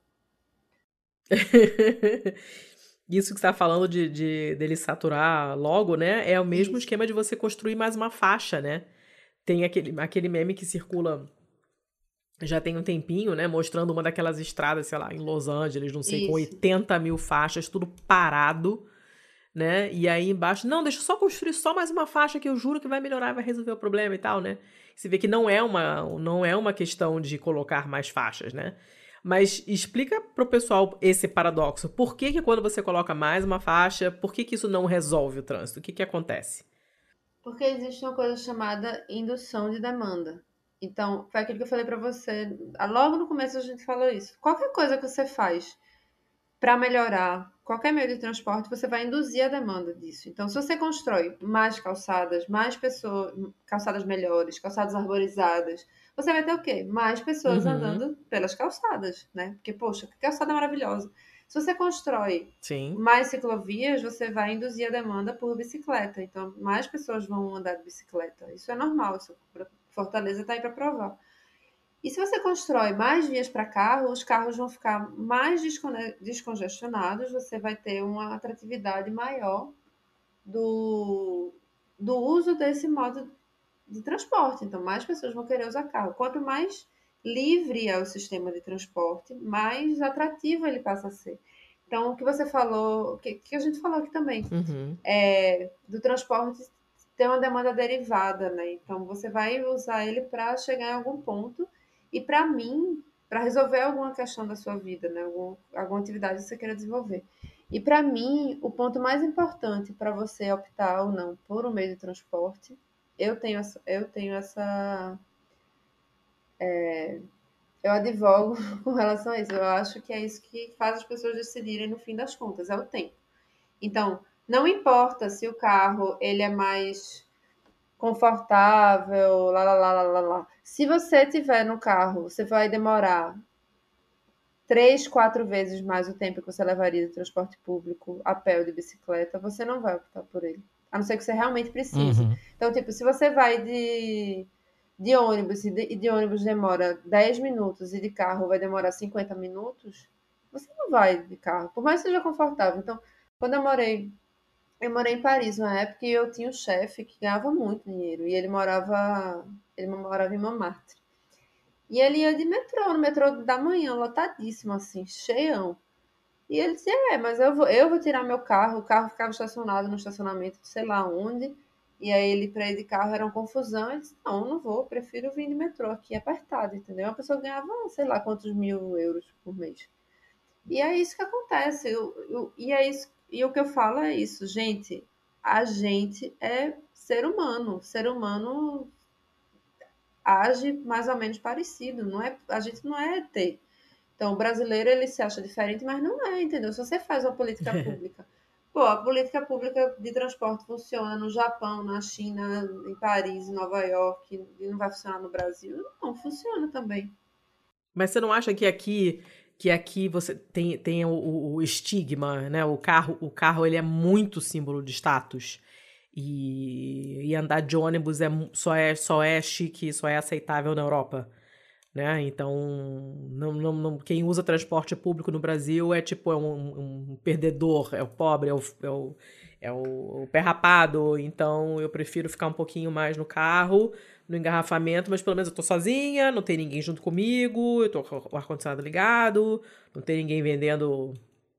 Isso que você tá falando de, de dele saturar logo, né? É o mesmo Isso. esquema de você construir mais uma faixa, né? Tem aquele, aquele meme que circula já tem um tempinho, né? Mostrando uma daquelas estradas, sei lá, em Los Angeles, não sei, com Isso. oitenta mil faixas, tudo parado, né? E aí embaixo, não, deixa eu só construir só mais uma faixa que eu juro que vai melhorar, vai resolver o problema e tal, né? Você vê que não é uma, não é uma questão de colocar mais faixas, né? Mas explica pro pessoal esse paradoxo. Por que que quando você coloca mais uma faixa, por que que isso não resolve o trânsito? O que que acontece? Porque existe uma coisa chamada indução de demanda. Então, foi aquilo que eu falei pra você. ah, Logo no começo a gente falou isso. Qualquer coisa que você faz para melhorar qualquer meio de transporte, você vai induzir a demanda disso. Então, se você constrói mais calçadas, mais pessoas, calçadas melhores, calçadas arborizadas, você vai ter o quê? Mais pessoas Uhum. andando pelas calçadas, né? Porque, poxa, que calçada maravilhosa. Se você constrói Sim. mais ciclovias, você vai induzir a demanda por bicicleta. Então, mais pessoas vão andar de bicicleta. Isso é normal. Isso, Fortaleza está aí para provar. E se você constrói mais vias para carro, os carros vão ficar mais descone- descongestionados, você vai ter uma atratividade maior do, do uso desse modo de transporte. Então, mais pessoas vão querer usar carro. Quanto mais livre é o sistema de transporte, mais atrativo ele passa a ser. Então, o que você falou, o que, que a gente falou aqui também, Uhum. é, do transporte ter uma demanda derivada, né? Então, você vai usar ele para chegar em algum ponto e, para mim, para resolver alguma questão da sua vida, né? Algum, alguma atividade que você queira desenvolver. E, para mim, o ponto mais importante para você optar ou não por um meio de transporte, eu tenho essa, eu tenho essa eu advogo com relação a isso. Eu acho que é isso que faz as pessoas decidirem no fim das contas, é o tempo. Então, não importa se o carro ele é mais confortável, lá, lá, lá, lá, lá, lá. Se você tiver no carro, você vai demorar três, quatro vezes mais o tempo que você levaria de transporte público, a pé ou de bicicleta, você não vai optar por ele. A não ser que você realmente precise. Uhum. Então, tipo, se você vai de, de ônibus e de, e de ônibus demora dez minutos e de carro vai demorar cinquenta minutos, você não vai de carro, por mais que seja confortável. Então, quando eu morei eu morei em Paris uma época e eu tinha um chefe que ganhava muito dinheiro e ele morava, ele morava em Montmartre. E ele ia de metrô, no metrô da manhã, lotadíssimo, assim, cheião. E ele dizia, é, mas eu vou, eu vou tirar meu carro, o carro ficava estacionado no estacionamento de sei lá onde, e aí ele, pra ir de carro, era uma confusão. Ele disse, não, eu não vou, eu prefiro vir de metrô aqui, apertado, entendeu? Uma pessoa ganhava, sei lá, quantos mil euros por mês. E é isso que acontece. Eu- eu- e é isso. E o que eu falo é isso, gente. A gente é ser humano. Ser humano age mais ou menos parecido. Não é, a gente não é E T. Então, o brasileiro ele se acha diferente, mas não é, entendeu? Se você faz uma política pública, pô, a política pública de transporte funciona no Japão, na China, em Paris, em Nova York, e não vai funcionar no Brasil? Não, funciona também. Mas você não acha que aqui que aqui você tem, tem o, o- o estigma, né? O carro, o carro ele é muito símbolo de status. E, e andar de ônibus é, mu- só é só é chique, só é aceitável na Europa, né? Então, não, não, não- quem usa transporte público no Brasil é tipo é um, um perdedor, é o pobre, é o, é o, é o, o pé rapado. Então, eu prefiro ficar um pouquinho mais no carro, no engarrafamento, mas pelo menos eu tô sozinha, não tem ninguém junto comigo, eu tô com o ar-condicionado ligado, não tem ninguém vendendo,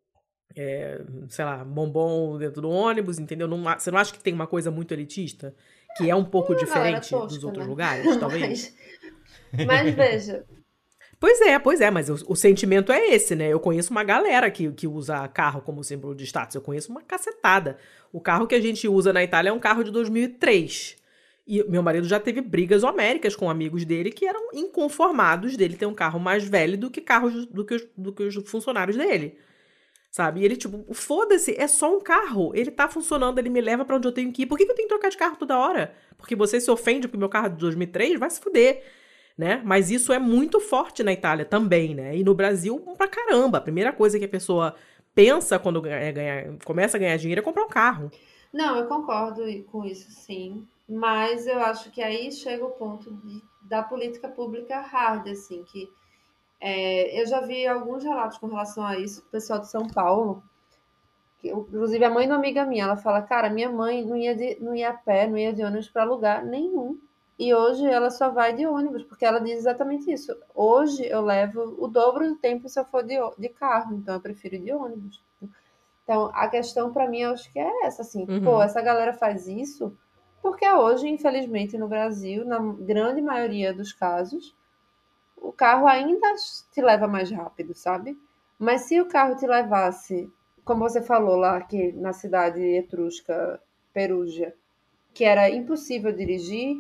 é, sei lá, bombom dentro do ônibus, entendeu? Não, a- você não acha que tem uma coisa muito elitista? Que é um pouco Uma galera diferente dos tosca, outros né? lugares, talvez? Mas, mas veja, Pois é, pois é, mas o, o sentimento é esse, né? Eu conheço uma galera que, que usa carro como símbolo de status. Eu conheço uma cacetada. O carro que a gente usa na Itália é um carro de dois mil e três. E meu marido já teve brigas homéricas com amigos dele que eram inconformados dele ter um carro mais velho do que carros do que os, do que os funcionários dele. Sabe? E ele, tipo, foda-se, é só um carro. Ele tá funcionando, ele me leva pra onde eu tenho que ir. Por que, que eu tenho que trocar de carro toda hora? Porque você se ofende porque meu carro é de dois mil e três? Vai se fuder. Né? Mas isso é muito forte na Itália também, né? E no Brasil, pra caramba. A primeira coisa que a pessoa pensa quando ganha, ganha- começa a ganhar dinheiro é comprar um carro. não, eu concordo com isso, sim. Mas eu acho que aí chega o ponto de- da política pública hard, assim, que é, eu já vi alguns relatos com relação a isso, do pessoal de São Paulo, que, inclusive a mãe de uma amiga minha, ela fala, cara, minha mãe não ia, de, não ia a pé, não ia de ônibus para lugar nenhum. E hoje ela só vai de ônibus, porque ela diz exatamente isso. Hoje eu levo o dobro do tempo se eu for de, ô- de carro, então eu prefiro ir de ônibus. Então, a questão para mim, eu acho que é essa, assim, pô, Uhum. essa galera faz isso porque hoje, infelizmente, no Brasil, na grande maioria dos casos, o carro ainda te leva mais rápido, sabe? Mas se o carro te levasse, como você falou lá, que na cidade etrusca, Perugia, que era impossível dirigir,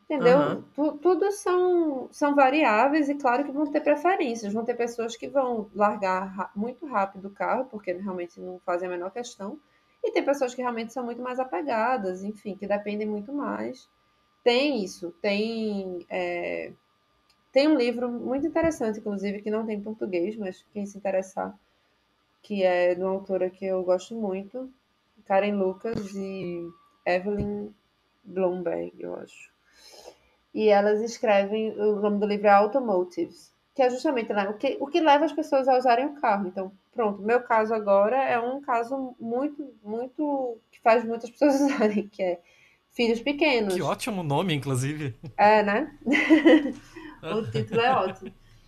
Entendeu? Aham. Tu- tudo são, são variáveis e claro que vão ter preferências. Vão ter pessoas que vão largar ra- muito rápido o carro, porque realmente não fazem a menor questão. E tem pessoas que realmente são muito mais apegadas, enfim, que dependem muito mais. Tem isso, tem, é, tem um livro muito interessante, inclusive, que não tem em português, mas quem se interessar, que é de uma autora que eu gosto muito, Karen Lucas e Evelyn Blomberg, eu acho. E elas escrevem, o nome do livro é Automotives, que é justamente, né, o que, o que leva as pessoas a usarem o carro. Então, pronto, meu caso agora é um caso muito, muito, que faz muitas pessoas usarem, que é filhos Que pequenos. ótimo nome, inclusive. É, né? O título é ótimo.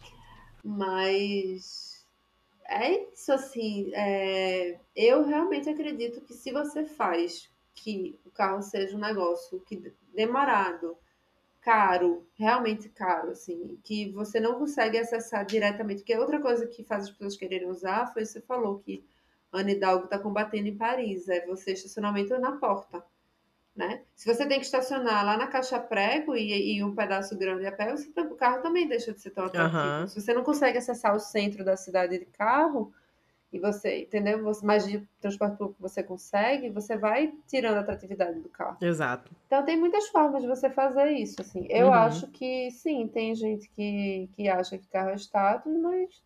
Mas é isso, assim. É, eu realmente acredito que se você faz que o carro seja um negócio que demorado, caro, realmente caro, assim, que você não consegue acessar diretamente. Porque outra coisa que faz as pessoas quererem usar foi você falou que Ana Hidalgo está combatendo em Paris, é você estacionamento na porta, né? Se você tem que estacionar lá na caixa prego e, e um pedaço grande a pé, você, o carro também deixa de ser tão atrativo. Aham. Se você não consegue acessar o centro da cidade de carro, e você, entendeu? Você, mais de transporte público você consegue, você vai tirando a atratividade do carro. Exato. Então tem muitas formas de você fazer isso, assim. Eu Uhum. acho que sim, tem gente que, que acha que carro é status, mas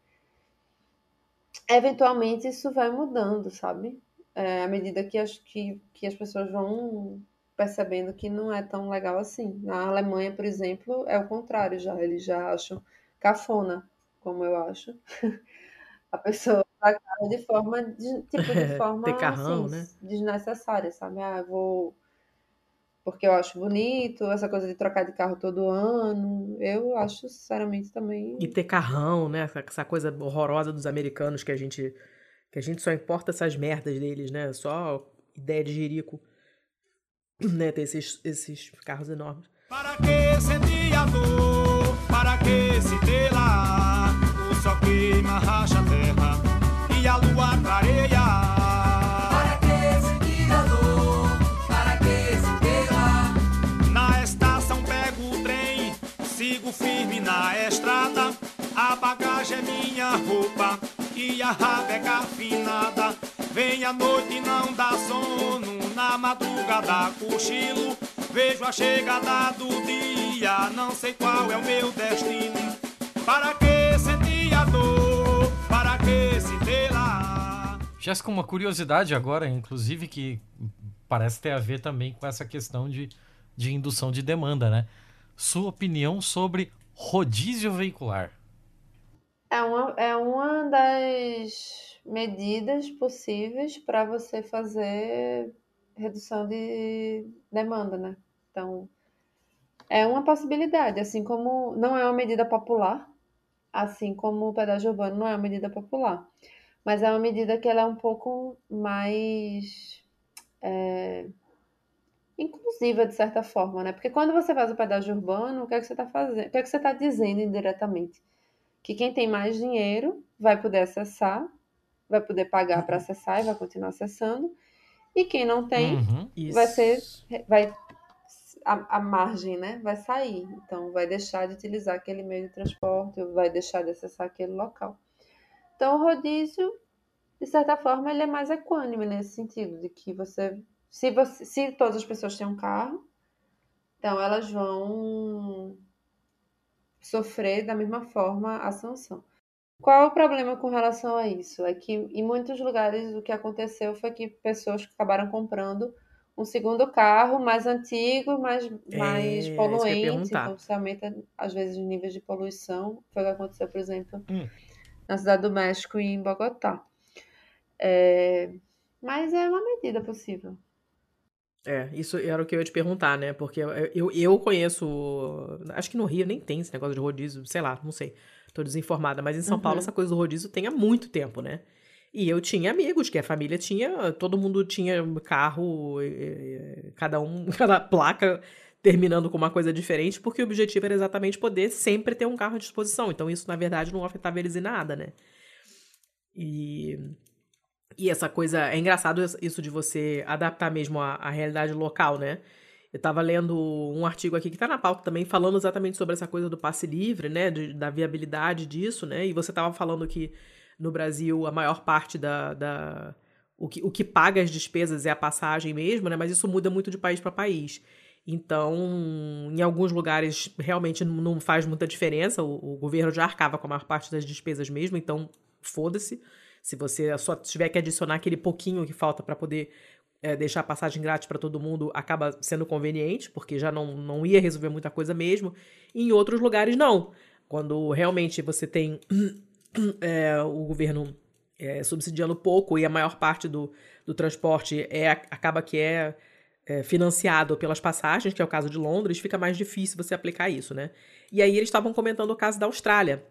eventualmente isso vai mudando, sabe? É, à medida que as, que, que as pessoas vão percebendo que não é tão legal assim. Na Alemanha, por exemplo, é o contrário já. Eles já acham cafona, como eu acho. A pessoa usar carro de forma, de, tipo, de Ter forma, assim, carrão, né? desnecessária, sabe? Ah, eu vou porque eu acho bonito, essa coisa de trocar de carro todo ano. Eu acho, sinceramente, E também. ter carrão, né? Essa- Essa coisa horrorosa dos americanos que a gente que a gente só importa essas merdas deles, né? Só ideia de jirico, né? Ter esses, esses carros enormes. Para que sentir a dor? Para que se ter lá? O sol queima, racha a terra e a lua clareia. Para que sentir a dor? Para que se ter lá? Na estação pego o trem, sigo firme na estrada. A bagagem é minha roupa e a rabeca afinada. Vem a noite e não dá sono, na madrugada cochilo. Vejo a chegada do dia, não sei qual é o meu destino. Para que sentir a dor? Para que se ter lá? Jéssica, uma curiosidade agora, inclusive, que parece ter a ver também com essa questão de, de indução de demanda, né? Sua opinião sobre rodízio veicular. É uma, é uma das medidas possíveis para você fazer redução de demanda, né? Então, é uma possibilidade, assim como não é uma medida popular, assim como o pedágio urbano não é uma medida popular, mas é uma medida que ela é um pouco mais inclusiva, de certa forma, né? Porque quando você faz o pedágio urbano, o que é que você está fazendo? O que é que você está dizendo indiretamente? Que quem tem mais dinheiro vai poder acessar, vai poder pagar para acessar e vai continuar acessando. E quem não tem, Uhum. vai ser, Isso. vai a, a margem, né, vai sair. Então vai deixar de utilizar aquele meio de transporte, vai deixar de acessar aquele local. Então o rodízio, de certa forma, ele é mais equânime nesse sentido, de que você, se você, se todas as pessoas têm um carro, então elas vão sofrer da mesma forma a sanção. Qual é o problema com relação a isso? É que em muitos lugares o que aconteceu foi que pessoas acabaram comprando um segundo carro mais antigo, mais, mais É, isso que eu ia poluente, perguntar. então você aumenta às vezes os níveis de poluição. Foi o que aconteceu, por exemplo, Hum. na Cidade do México e em Bogotá. É, mas é uma medida possível. É, isso era o que eu ia te perguntar, né? Porque eu, eu, eu conheço. Acho que no Rio nem tem esse negócio de rodízio, sei lá, não sei. Tô desinformada, mas em São Paulo Uhum. essa coisa do rodízio tem há muito tempo, né? E eu tinha amigos que a família tinha, todo mundo tinha carro, eh, eh, cada um, cada placa terminando com uma coisa diferente, porque o objetivo era exatamente poder sempre ter um carro à disposição. Então isso, na verdade, não afetava eles em nada, né? E, e essa coisa, é engraçado isso de você adaptar mesmo à, à realidade local, né? Eu estava lendo um artigo aqui que está na pauta também, falando exatamente sobre essa coisa do passe livre, né, de- da viabilidade disso, né, e você estava falando que no Brasil a maior parte da, da- o que, o que paga as despesas é a passagem mesmo, né, mas isso muda muito de país para país. Então, em alguns lugares realmente não não faz muita diferença, o, o governo já arcava com a maior parte das despesas mesmo, então foda-se. Se você só tiver que adicionar aquele pouquinho que falta para poder é, deixar a passagem grátis para todo mundo, acaba sendo conveniente, porque já não, não ia resolver muita coisa mesmo. E em outros lugares, não. Quando realmente você tem é, o governo é, subsidiando pouco e a maior parte do, do transporte é, acaba que é, é financiado pelas passagens, que é o caso de Londres, fica mais difícil você aplicar isso, né? E aí eles estavam comentando o caso da Austrália.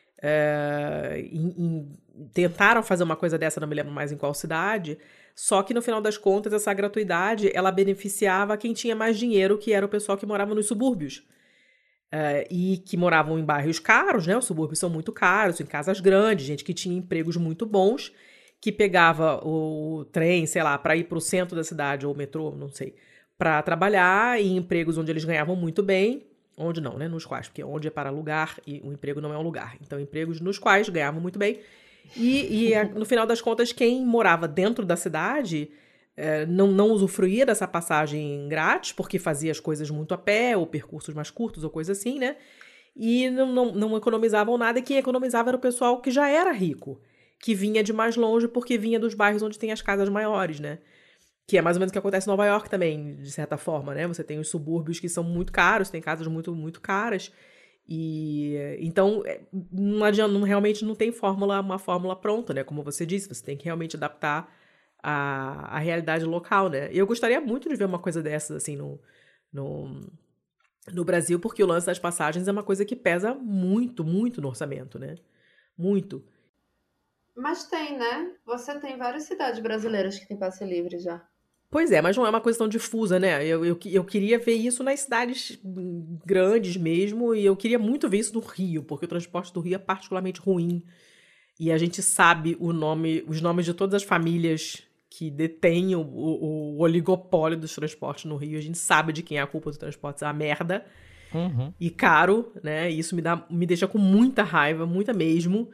É, em- em- tentaram fazer uma coisa dessa, não me lembro mais em qual cidade, só que no final das contas essa gratuidade ela beneficiava quem tinha mais dinheiro, que era o pessoal que morava nos subúrbios. É, e que moravam em bairros caros, né? Os subúrbios são muito caros, em casas grandes, gente que tinha empregos muito bons, que pegava o trem, sei lá, para ir para o centro da cidade, ou o metrô, não sei, para trabalhar em empregos onde eles ganhavam muito bem, onde não, né? Nos quais, porque onde é para lugar e o emprego não é um lugar. Então, empregos nos quais ganhavam muito bem. E, e, a- no final das contas, quem morava dentro da cidade eh, não, não usufruía dessa passagem grátis, porque fazia as coisas muito a pé, ou percursos mais curtos, ou coisa assim, né? E não, não, não economizavam nada, e quem economizava era o pessoal que já era rico, que vinha de mais longe, porque vinha dos bairros onde tem as casas maiores, né? Que é mais ou menos o que acontece em Nova York também, de certa forma, né? Você tem os subúrbios que são muito caros, tem casas muito, muito caras. E então, é, não adianta, não- realmente não tem fórmula, uma fórmula pronta, né? Como você disse, você tem que realmente adaptar a, a realidade local, né? E eu gostaria muito de ver uma coisa dessas, assim, no, no, no Brasil, porque o lance das passagens é uma coisa que pesa muito, muito no orçamento, né? Muito. Mas tem, né? Você tem várias cidades brasileiras que têm passe livre já. Pois é, mas não é uma coisa tão difusa, né? Eu, eu, eu queria ver isso nas cidades hum, grandes mesmo, e eu queria muito ver isso no Rio, porque o transporte do Rio é particularmente ruim. E a gente sabe o nome, os nomes de todas as famílias que detêm o, o, o oligopólio dos transportes no Rio. A gente sabe de quem é a culpa do transporte, é uma merda Uhum. e caro, né? E isso me dá, me deixa com muita raiva, muita mesmo.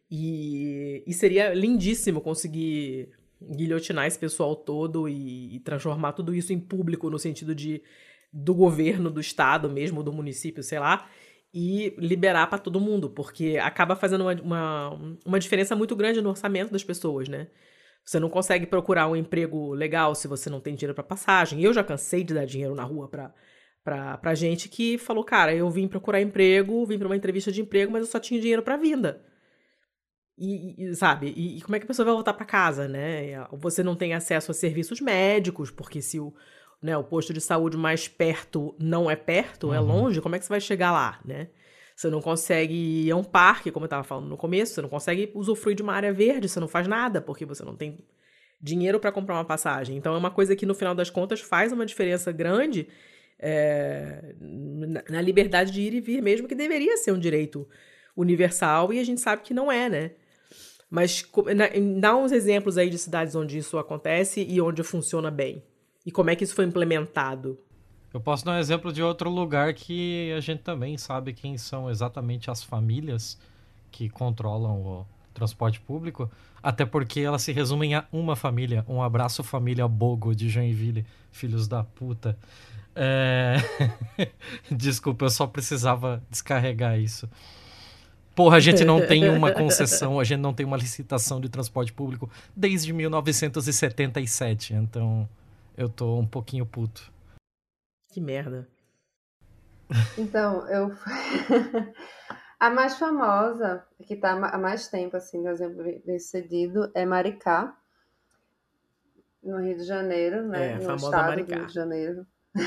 E, e seria lindíssimo conseguir guilhotinar esse pessoal todo e, e transformar tudo isso em público, no sentido de do governo, do estado mesmo, do município, sei lá, e liberar para todo mundo, porque acaba fazendo uma, uma, uma diferença muito grande no orçamento das pessoas, né? Você não consegue procurar um emprego legal se você não tem dinheiro para passagem. Eu já cansei de dar dinheiro na rua para Pra, pra gente que falou, cara, eu vim procurar emprego, vim pra uma entrevista de emprego, mas eu só tinha dinheiro pra vinda. E, e, sabe, e, e como é que a pessoa vai voltar pra casa, né? Você não tem acesso a serviços médicos, porque se o, né, o posto de saúde mais perto não é perto, é Uhum. longe, como é que você vai chegar lá, né? Você não consegue ir a um parque, como eu tava falando no começo, você não consegue usufruir de uma área verde, você não faz nada, porque você não tem dinheiro para comprar uma passagem. Então é uma coisa que, no final das contas, faz uma diferença grande é, na, na liberdade de ir e vir, mesmo que deveria ser um direito universal, e a gente sabe que não é, né? Mas co- na- dá uns exemplos aí de cidades onde isso acontece e onde funciona bem. E como é que isso foi implementado. Eu posso dar um exemplo de outro lugar que a gente também sabe quem são exatamente as famílias que controlam o transporte público, até porque elas se resumem a uma família. Um abraço, família Bogo de Joinville, filhos da puta. É... Desculpa, eu só precisava descarregar isso. Porra, a gente não tem uma concessão, a gente não tem uma licitação de transporte público desde mil novecentos e setenta e sete, então eu tô um pouquinho puto. Que merda. Então, eu. A mais famosa, que está há mais tempo, assim, no exemplo bem sucedido, é Maricá, no Rio de Janeiro, né? É, No famosa estado do Maricá. Rio de Janeiro.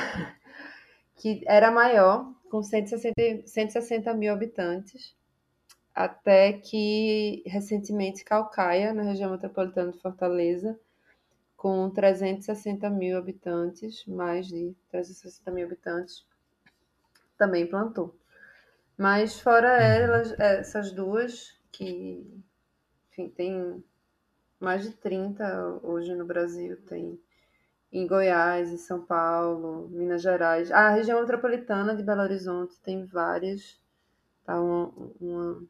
Que era maior, com cento e sessenta, cento e sessenta mil habitantes, até que recentemente Calcaia, na região metropolitana de Fortaleza, com trezentos e sessenta mil habitantes, mais de trezentos e sessenta mil habitantes, também implantou. Mas fora elas, essas duas, que enfim, tem mais de trinta hoje no Brasil, tem em Goiás, em São Paulo, Minas Gerais. A região metropolitana de Belo Horizonte tem várias. Tá uma, uma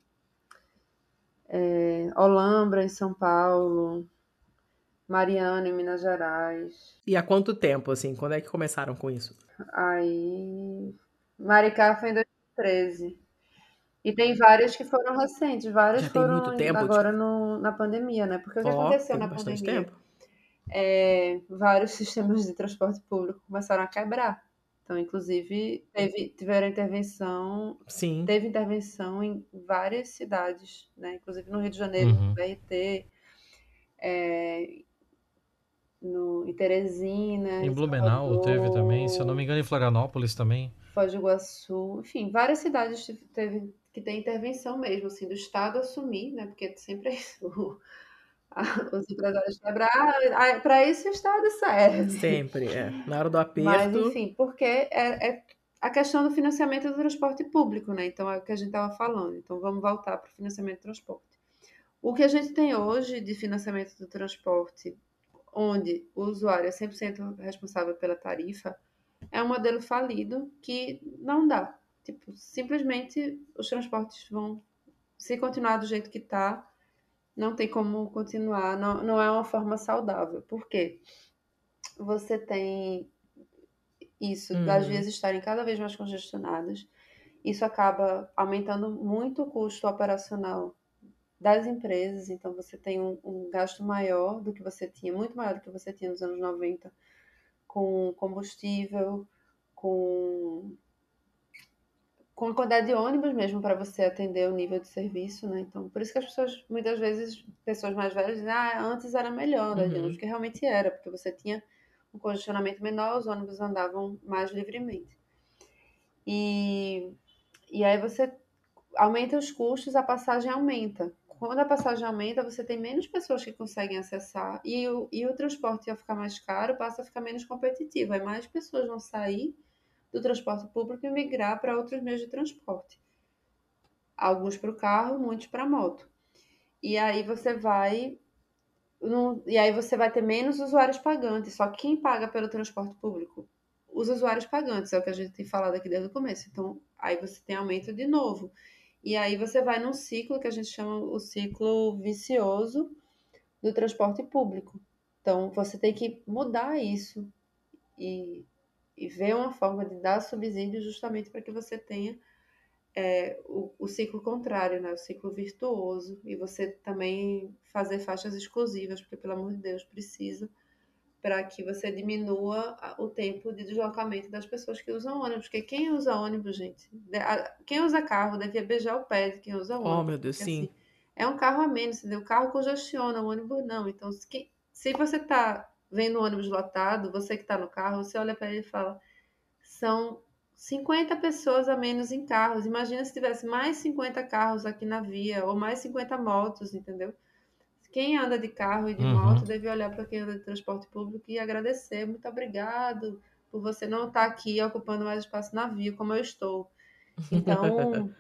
é, Olambra, em São Paulo, Mariana, em Minas Gerais. E há quanto tempo, assim? Quando é que começaram com isso? Aí, Maricá foi em dois mil e treze. E tem várias que foram recentes, várias Já tem muito foram tempo? agora no, na pandemia, né? Porque o que Ó, aconteceu tem na bastante pandemia? tempo. É, vários sistemas de transporte público começaram a quebrar. Então, inclusive, teve, tiveram intervenção, Sim. teve intervenção em várias cidades, né? Inclusive no Rio de Janeiro, Uhum. no B R T, é, no, em Teresina, Em em Blumenau teve também, se eu não me Salvador, engano, em Florianópolis também. Foz do Iguaçu, enfim, várias cidades tive- teve, que tem intervenção mesmo, assim, do Estado assumir, né? Porque sempre é isso, o- a- os empresários quebrar, para isso o Estado serve. Sempre, é. Na hora do Mas, aperto. enfim, porque é, é a questão do financiamento do transporte público, né? Então, é o que a gente estava falando. Então, vamos voltar para o financiamento do transporte. O que a gente tem hoje de financiamento do transporte, onde o usuário é cem por cento responsável pela tarifa, é um modelo falido que não dá. Tipo, simplesmente os transportes vão, se continuar do jeito que está, não tem como continuar, não, não é uma forma saudável. Por quê? Você tem isso das Uhum. vias estarem cada vez mais congestionadas. Isso acaba aumentando muito o custo operacional das empresas, então você tem um, um gasto maior do que você tinha, muito maior do que você tinha nos anos noventa, com combustível, com, com a quantidade de ônibus mesmo para você atender o nível de serviço, né? Então, por isso que as pessoas, muitas vezes, pessoas mais velhas dizem, ah, antes era melhor andar de ônibus, Uhum. porque realmente era, porque você tinha um congestionamento menor, os ônibus andavam mais livremente. E, e aí você aumenta os custos, a passagem aumenta. Quando a passagem aumenta, você tem menos pessoas que conseguem acessar e o, e o transporte, ao ficar mais caro, passa a ficar menos competitivo. Aí mais pessoas vão sair do transporte público e migrar para outros meios de transporte. Alguns para o carro, muitos para a moto. E aí você vai não- e aí você vai ter menos usuários pagantes. Só que quem paga pelo transporte público? Os usuários pagantes, é o que a gente tem falado aqui desde o começo. Então, aí você tem aumento de novo. E aí você vai num ciclo que a gente chama o ciclo vicioso do transporte público. Então, você tem que mudar isso e, e ver uma forma de dar subsídio justamente para que você tenha é, o, o ciclo contrário, né? O ciclo virtuoso. E você também fazer faixas exclusivas, porque, pelo amor de Deus, precisa, para que você diminua a- o tempo de deslocamento das pessoas que usam ônibus. Porque quem usa ônibus, gente, de- a- quem usa carro devia beijar o pé de quem usa Oh, ônibus. meu Deus, Porque, sim. assim, é um carro a menos, entendeu? O carro congestiona, o ônibus não. Então, se, que- se você tá vendo o ônibus lotado, você que tá no carro, você olha para ele e fala, são cinquenta pessoas a menos em carros. Imagina se tivesse mais cinquenta carros aqui na via, ou mais cinquenta motos, entendeu? Quem anda de carro e de Uhum. moto deve olhar para quem anda de transporte público e agradecer. Muito obrigado por você não estar aqui ocupando mais espaço na via, como eu estou. Então,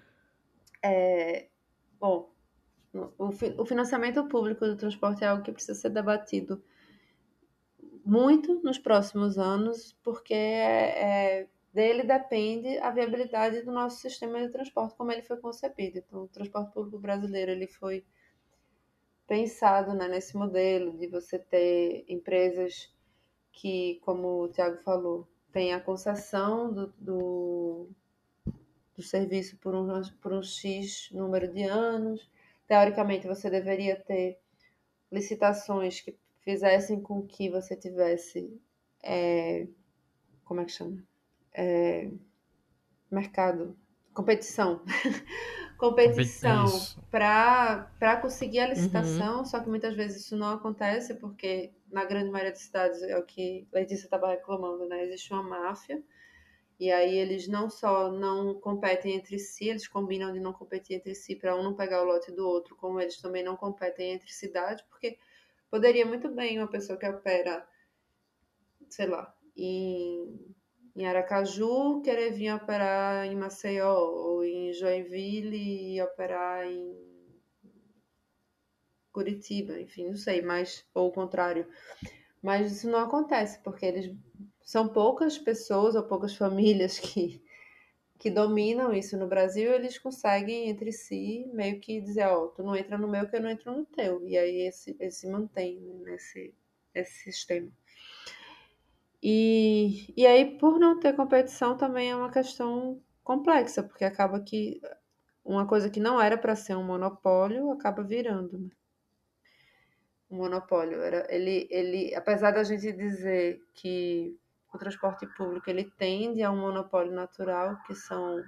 bom, o, fi- o financiamento público do transporte é algo que precisa ser debatido muito nos próximos anos, porque é, é- dele depende a viabilidade do nosso sistema de transporte, como ele foi concebido. Então, o transporte público brasileiro ele foi pensado, né, nesse modelo de você ter empresas que, como o Tiago falou, tem a concessão do, do, do serviço por um, por um X número de anos. Teoricamente, você deveria ter licitações que fizessem com que você tivesse, é, como é que chama? É, mercado, competição. Compet- É competição isso. para conseguir a Uhum. licitação, só que muitas vezes isso não acontece, porque na grande maioria das cidades é o que Letícia estava reclamando, né? Existe uma máfia, e aí eles não só não competem entre si, eles combinam de não competir entre si para um não pegar o lote do outro, como eles também não competem entre cidades, porque poderia muito bem uma pessoa que opera, sei lá, em, em Aracaju querer vir operar em Maceió, ou em Joinville e operar em Curitiba, enfim, não sei, mas ou o contrário. Mas isso não acontece, porque eles são poucas pessoas ou poucas famílias que, que dominam isso no Brasil, eles conseguem entre si meio que dizer, ó, tu não entra no meu que eu não entro no teu. E aí esse, esse mantém né, nesse, esse sistema. E, e aí, por não ter competição, também é uma questão complexa, porque acaba que uma coisa que não era para ser um monopólio acaba virando, né? Um monopólio. Era, ele, ele, apesar da gente dizer que o transporte público ele tende a um monopólio natural, que são,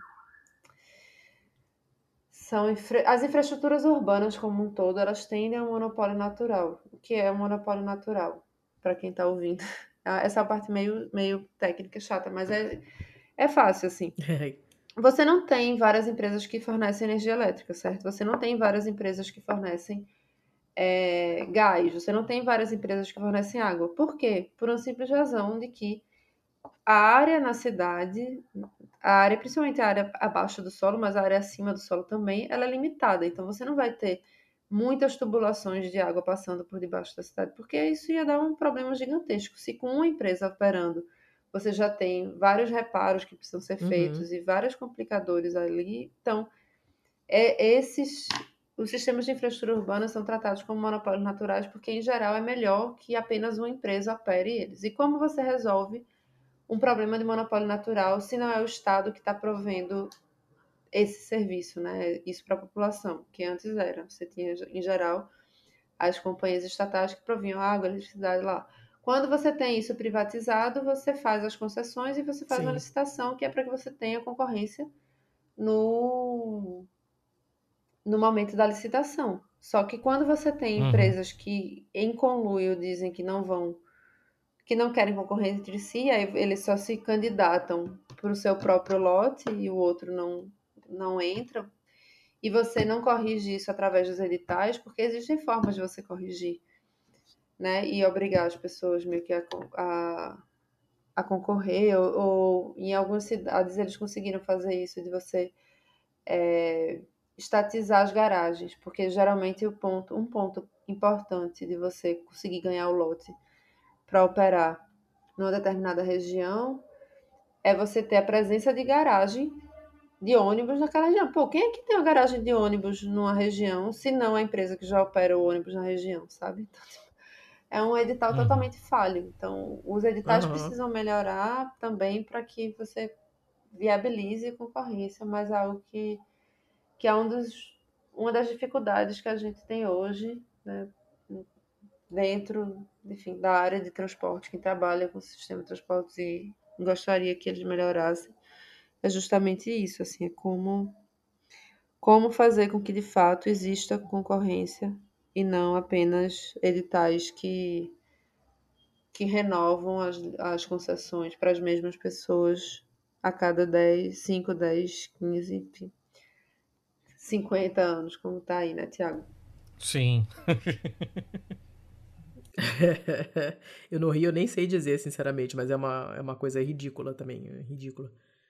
são infra, as infraestruturas urbanas como um todo, elas tendem a um monopólio natural. O que é um monopólio natural? Para quem está ouvindo. Essa é a parte meio, meio técnica chata, mas é, é fácil, assim. Você não tem várias empresas que fornecem energia elétrica, certo? Você não tem várias empresas que fornecem é, gás, você não tem várias empresas que fornecem água. Por quê? Por uma simples razão de que a área na cidade, a área, principalmente a área abaixo do solo, mas a área acima do solo também, ela é limitada. Então você não vai ter muitas tubulações de água passando por debaixo da cidade, porque isso ia dar um problema gigantesco. Se com uma empresa operando você já tem vários reparos que precisam ser feitos Uhum. e vários complicadores ali, então é, esses os sistemas de infraestrutura urbana são tratados como monopólios naturais porque, em geral, é melhor que apenas uma empresa opere eles. E como você resolve um problema de monopólio natural se não é o Estado que está provendo esse serviço, né? Isso para a população, que antes era. Você tinha, em geral, as companhias estatais que proviam água, eletricidade lá. Quando você tem isso privatizado, você faz as concessões e você faz Sim. uma licitação que é para que você tenha concorrência no, no momento da licitação. Só que quando você tem Uhum. empresas que em conluio dizem que não vão, que não querem concorrer entre si, aí eles só se candidatam para o seu próprio lote e o outro não, não entra, e você não corrige isso através dos editais, porque existem formas de você corrigir, né? E obrigar as pessoas meio que a, a, a concorrer, ou, ou em algumas cidades eles conseguiram fazer isso, de você é, estatizar as garagens, porque geralmente o ponto, um ponto importante de você conseguir ganhar o lote para operar numa determinada região é você ter a presença de garagem de ônibus naquela região. Pô, quem é que tem uma garagem de ônibus numa região, se não a empresa que já opera o ônibus na região, sabe? Então, tipo, é um edital Uhum. totalmente falho. Então, os editais Aham. precisam melhorar também para que você viabilize a concorrência, mas é algo que, que é um dos, uma das dificuldades que a gente tem hoje, né? Dentro, enfim, da área de transporte, quem trabalha com o sistema de transportes e gostaria que eles melhorassem, é justamente isso, assim, é como, como fazer com que de fato exista concorrência e não apenas editais que, que renovam as, as concessões para as mesmas pessoas a cada dez, cinco, dez, quinze, enfim, cinquenta anos, como tá aí, né, Tiago? Sim. Eu no Rio eu nem sei dizer, sinceramente, mas é uma, é uma coisa ridícula também, é ridícula.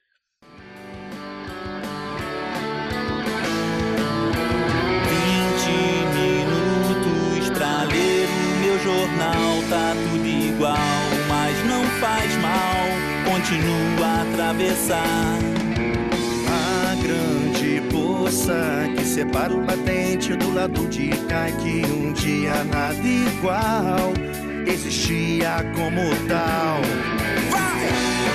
vinte minutos pra ler o meu jornal, tá tudo igual, mas não faz mal, continua a atravessar. A grande poça que separa o batente do lado de cá, que um dia nada igual existia como tal. Vai!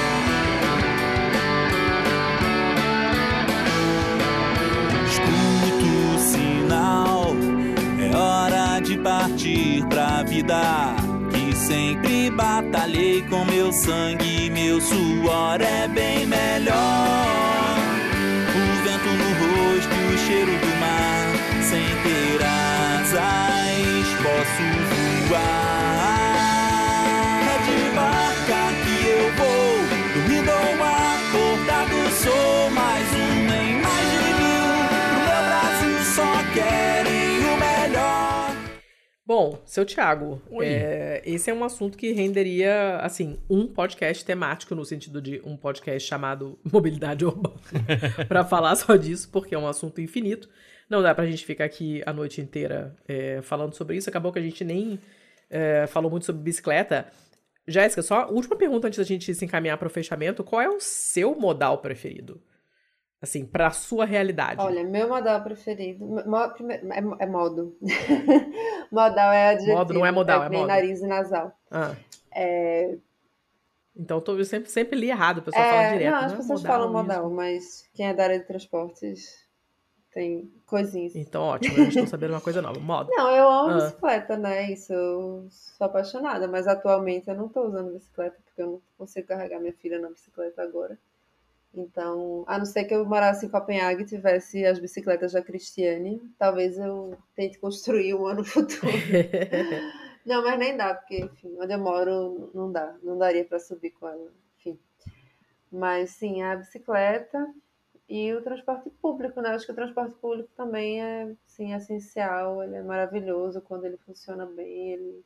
Escuto o sinal, é hora de partir pra vida, que sempre batalhei com meu sangue, meu suor é bem melhor. O vento no rosto e o cheiro do mar, sem ter asas posso voar. É de barca que eu vou, dormindo ou acordado sou, mais um em mais de mil, no meu Brasil só querem o melhor. Bom, seu Thiago, Oi. é, esse é um assunto que renderia, assim, um podcast temático, no sentido de um podcast chamado Mobilidade Urbana, para falar só disso, porque é um assunto infinito. Não dá pra gente ficar aqui a noite inteira é, falando sobre isso. Acabou que a gente nem é, falou muito sobre bicicleta. Jéssica, só última pergunta antes da gente se encaminhar para o fechamento. Qual é o seu modal preferido? Assim, para a sua realidade. Olha, meu modal preferido... Mo, primeiro, é, é modo. Modal é adjetivo. Modo não é modal, é, é nem modo. nariz e nasal. Ah. É... Então, tô, eu sempre, sempre li errado, o pessoal É, fala direto. não, as é pessoas modal falam modal, isso. mas quem é da área de transportes tem coisinhas. Então, ótimo, eu estou sabendo uma coisa nova. Modo. Não, eu amo Ah. bicicleta, né? Isso, eu sou apaixonada, mas atualmente eu não tô usando bicicleta, porque eu não consigo carregar minha filha na bicicleta agora. Então, a não ser que eu morasse em Copenhague e tivesse as bicicletas da Cristiane, talvez eu tente construir uma no futuro. Não, mas nem dá, porque, enfim, onde eu moro não dá, não daria para subir com ela, enfim. Mas, sim, a bicicleta e o transporte público, né? Acho que o transporte público também é, sim, essencial, ele é maravilhoso quando ele funciona bem, ele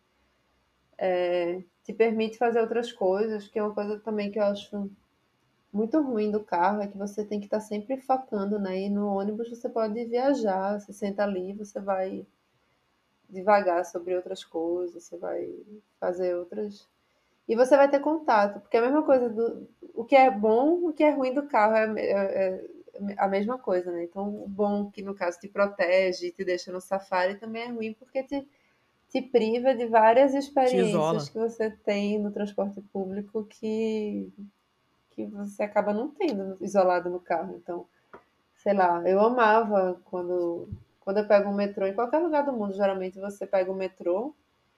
é, te permite fazer outras coisas, que é uma coisa também que eu acho muito ruim do carro, é que você tem que estar sempre focando, né? E no ônibus você pode viajar, você senta ali, você vai devagar sobre outras coisas, você vai fazer outras... E você vai ter contato, porque é a mesma coisa do... O que é bom, o que é ruim do carro é, é, é a mesma coisa, né? Então, o bom que, no caso, te protege, te deixa no safari, também é ruim porque te, te priva de várias experiências que você tem no transporte público que, que você acaba não tendo isolado no carro. Então, sei lá, eu amava quando... Quando eu pego um metrô, em qualquer lugar do mundo, geralmente você pega um metrô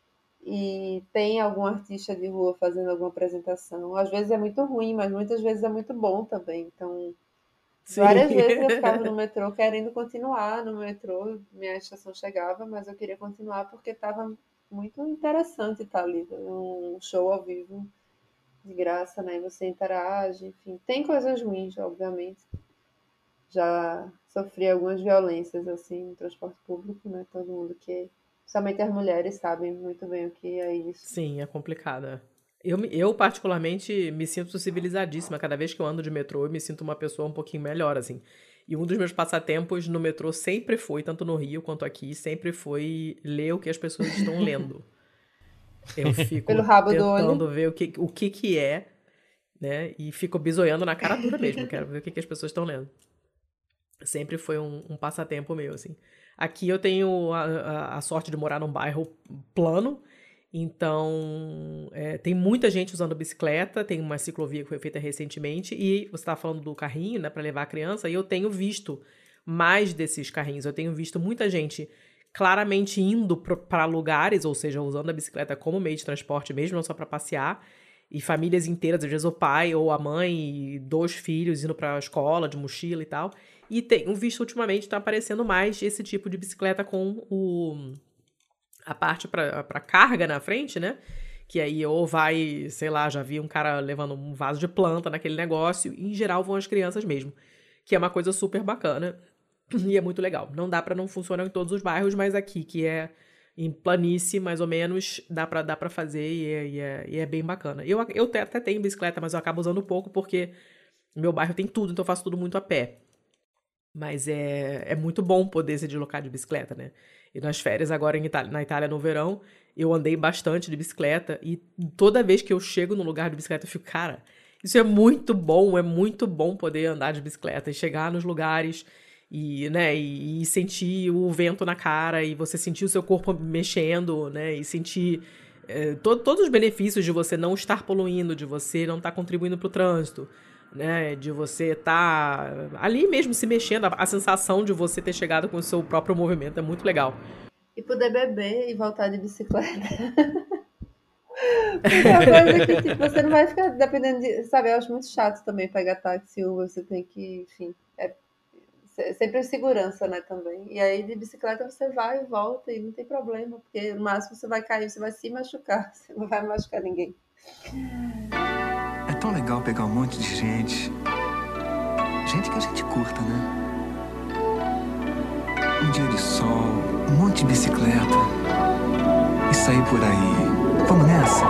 e tem algum artista de rua fazendo alguma apresentação. Às vezes é muito ruim, mas muitas vezes é muito bom também. Então, Sim. várias vezes eu ficava no metrô querendo continuar no metrô. Minha estação chegava, mas eu queria continuar porque estava muito interessante estar ali. Um show ao vivo de graça, né? Você interage, enfim. Tem coisas ruins, obviamente. Já sofri algumas violências assim no transporte público, né? Todo mundo que, principalmente as mulheres, sabem muito bem o que é isso. Sim, é complicado. Eu, eu particularmente me sinto civilizadíssima. Cada vez que eu ando de metrô, eu me sinto uma pessoa um pouquinho melhor, assim. E um dos meus passatempos no metrô sempre foi, tanto no Rio quanto aqui, sempre foi ler o que as pessoas estão lendo. Eu fico Pelo rabo do tentando olho. ver o que, o que que é, né? E fico bisoiando na cara dura mesmo. Quero ver o que, que as pessoas estão lendo. Sempre foi um, um passatempo meu, assim. Aqui eu tenho a, a, a sorte de morar num bairro plano, então é, tem muita gente usando bicicleta, tem uma ciclovia que foi feita recentemente, e você estava falando do carrinho, né, para levar a criança, e eu tenho visto mais desses carrinhos, eu tenho visto muita gente claramente indo para lugares, ou seja, usando a bicicleta como meio de transporte mesmo, não só para passear, e famílias inteiras, às vezes o pai ou a mãe e dois filhos indo para a escola de mochila e tal. E tenho visto ultimamente, tá aparecendo mais esse tipo de bicicleta com o, a parte para carga na frente, né? Que aí ou vai, sei lá, já vi um cara levando um vaso de planta naquele negócio. E em geral vão as crianças mesmo. Que é uma coisa super bacana e é muito legal. Não dá para não funcionar em todos os bairros, mas aqui, que é em planície, mais ou menos, dá pra, dá pra fazer e é, e, é, e é bem bacana. Eu, eu até tenho bicicleta, mas eu acabo usando pouco porque meu bairro tem tudo, então eu faço tudo muito a pé. Mas é, é muito bom poder se deslocar de bicicleta, né? E nas férias agora em Itália, na Itália no verão, eu andei bastante de bicicleta e toda vez que eu chego num lugar de bicicleta eu fico, cara, isso é muito bom, é muito bom poder andar de bicicleta e chegar nos lugares e, né, e, e sentir o vento na cara e você sentir o seu corpo mexendo, né, e sentir é, to, todos os benefícios de você não estar poluindo, de você não estar contribuindo para o trânsito, né, de você estar tá ali mesmo se mexendo, a, a sensação de você ter chegado com o seu próprio movimento é muito legal. E poder beber e voltar de bicicleta. Porque é uma coisa que tipo, você não vai ficar dependendo de... Sabe, eu acho muito chato também pegar táxi, Uber, você tem que, enfim... É sempre segurança, né, também. E aí de bicicleta você vai e volta e não tem problema, porque no máximo você vai cair, você vai se machucar, você não vai machucar ninguém. É tão legal pegar um monte de gente. Gente que a gente curta, né? Um dia de sol, um monte de bicicleta e sair por aí. Vamos nessa?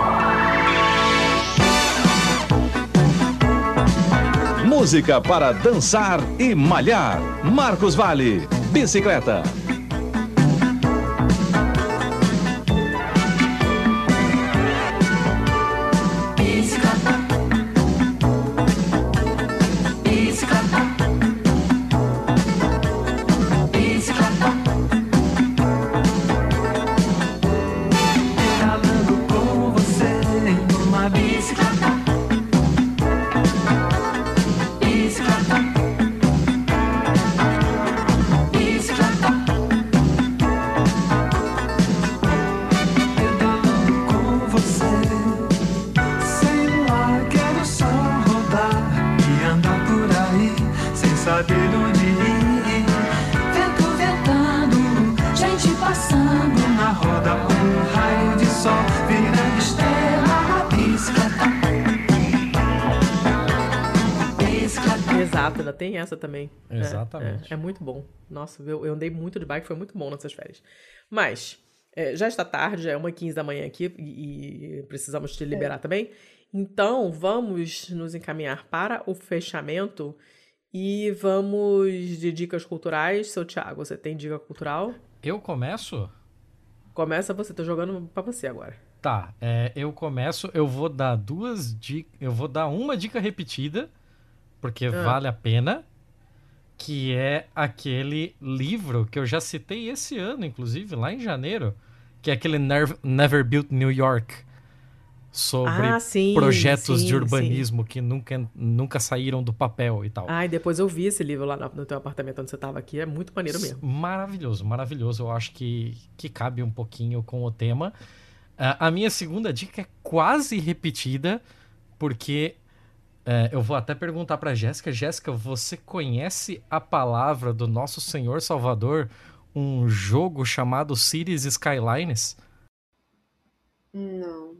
Música para dançar e malhar. Marcos Valle, bicicleta. barato, ainda tem essa também. É, Exatamente. É, é muito bom. Nossa, eu, eu andei muito de bike, foi muito bom nessas férias. Mas, é, já está tarde, é uma e quinze da manhã aqui e, e precisamos te liberar também. Então, vamos nos encaminhar para o fechamento e vamos de dicas culturais. Seu Thiago, você tem dica cultural? Eu começo? Começa você, tô jogando pra você agora. Tá, é, eu começo, eu vou dar duas dicas, eu vou dar uma dica repetida, porque Ah. vale a pena, que é aquele livro que eu já citei esse ano, inclusive, lá em janeiro, que é aquele Never, Never Built New York, sobre Ah, sim, projetos sim, de urbanismo que nunca, nunca saíram do papel e tal. Ai, depois eu vi esse livro lá no, no teu apartamento onde você tava aqui, é muito maneiro mesmo. Maravilhoso, maravilhoso. Eu acho que, que cabe um pouquinho com o tema. Ah, a minha segunda dica é quase repetida, porque eh, eu vou até perguntar pra Jéssica. Jéssica, você conhece a palavra do nosso Senhor Salvador, um jogo chamado Cities Skylines? Não.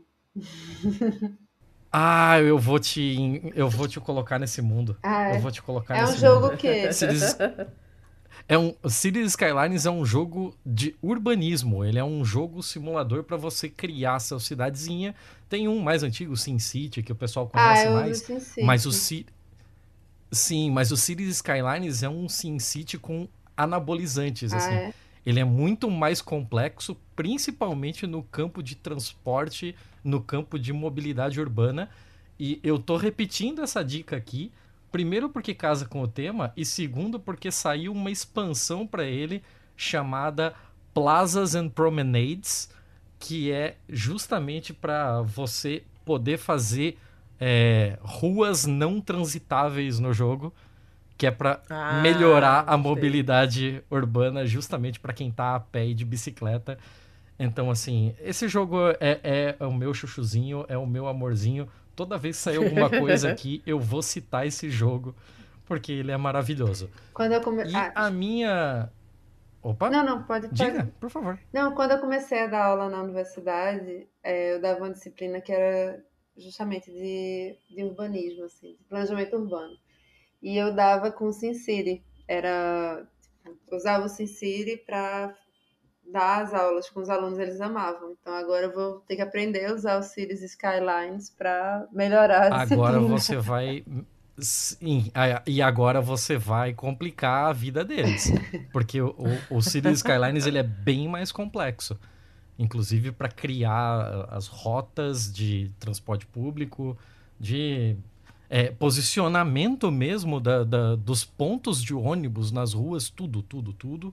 Ah, eu vou te, eu vou te colocar nesse mundo. Ah, é? Eu vou te colocar É um nesse jogo mundo. o quê? Cities, é um, Cities Skylines é um jogo de urbanismo. Ele é um jogo simulador para você criar sua cidadezinha. Tem um mais antigo, SimCity, que o pessoal Ah, conhece eu uso mais. SimCity. Mas o Ci- Sim, mas o Cities Skylines é um SimCity com anabolizantes, Ah, assim. é? Ele é muito mais complexo, principalmente no campo de transporte, no campo de mobilidade urbana. E eu tô repetindo essa dica aqui, primeiro porque casa com o tema, e segundo porque saiu uma expansão para ele chamada Plazas and Promenades, que é justamente para você poder fazer é, ruas não transitáveis no jogo, que é para Ah, melhorar a gostei. mobilidade urbana justamente para quem tá a pé e de bicicleta. Então, assim, esse jogo é, é, é o meu chuchuzinho, é o meu amorzinho. Toda vez que sair alguma coisa aqui, eu vou citar esse jogo, porque ele é maravilhoso. Quando eu come... E ah, a minha... Opa, Não, não, pode, pode. diga, por favor. Não, quando eu comecei a dar aula na universidade, é, eu dava uma disciplina que era justamente de, de urbanismo, assim, de planejamento urbano. E eu dava com o SimCity. Era, tipo, eu usava o SimCity para dar as aulas com os alunos, eles amavam. Então agora eu vou ter que aprender a usar o Cities Skylines para melhorar a Agora disciplina. você vai... Sim, a- e agora você vai complicar a vida deles. Porque o, o, o Cities Skylines ele é bem mais complexo. Inclusive para criar as rotas de transporte público, de é, posicionamento mesmo da, da- dos pontos de ônibus nas ruas, tudo, tudo, tudo.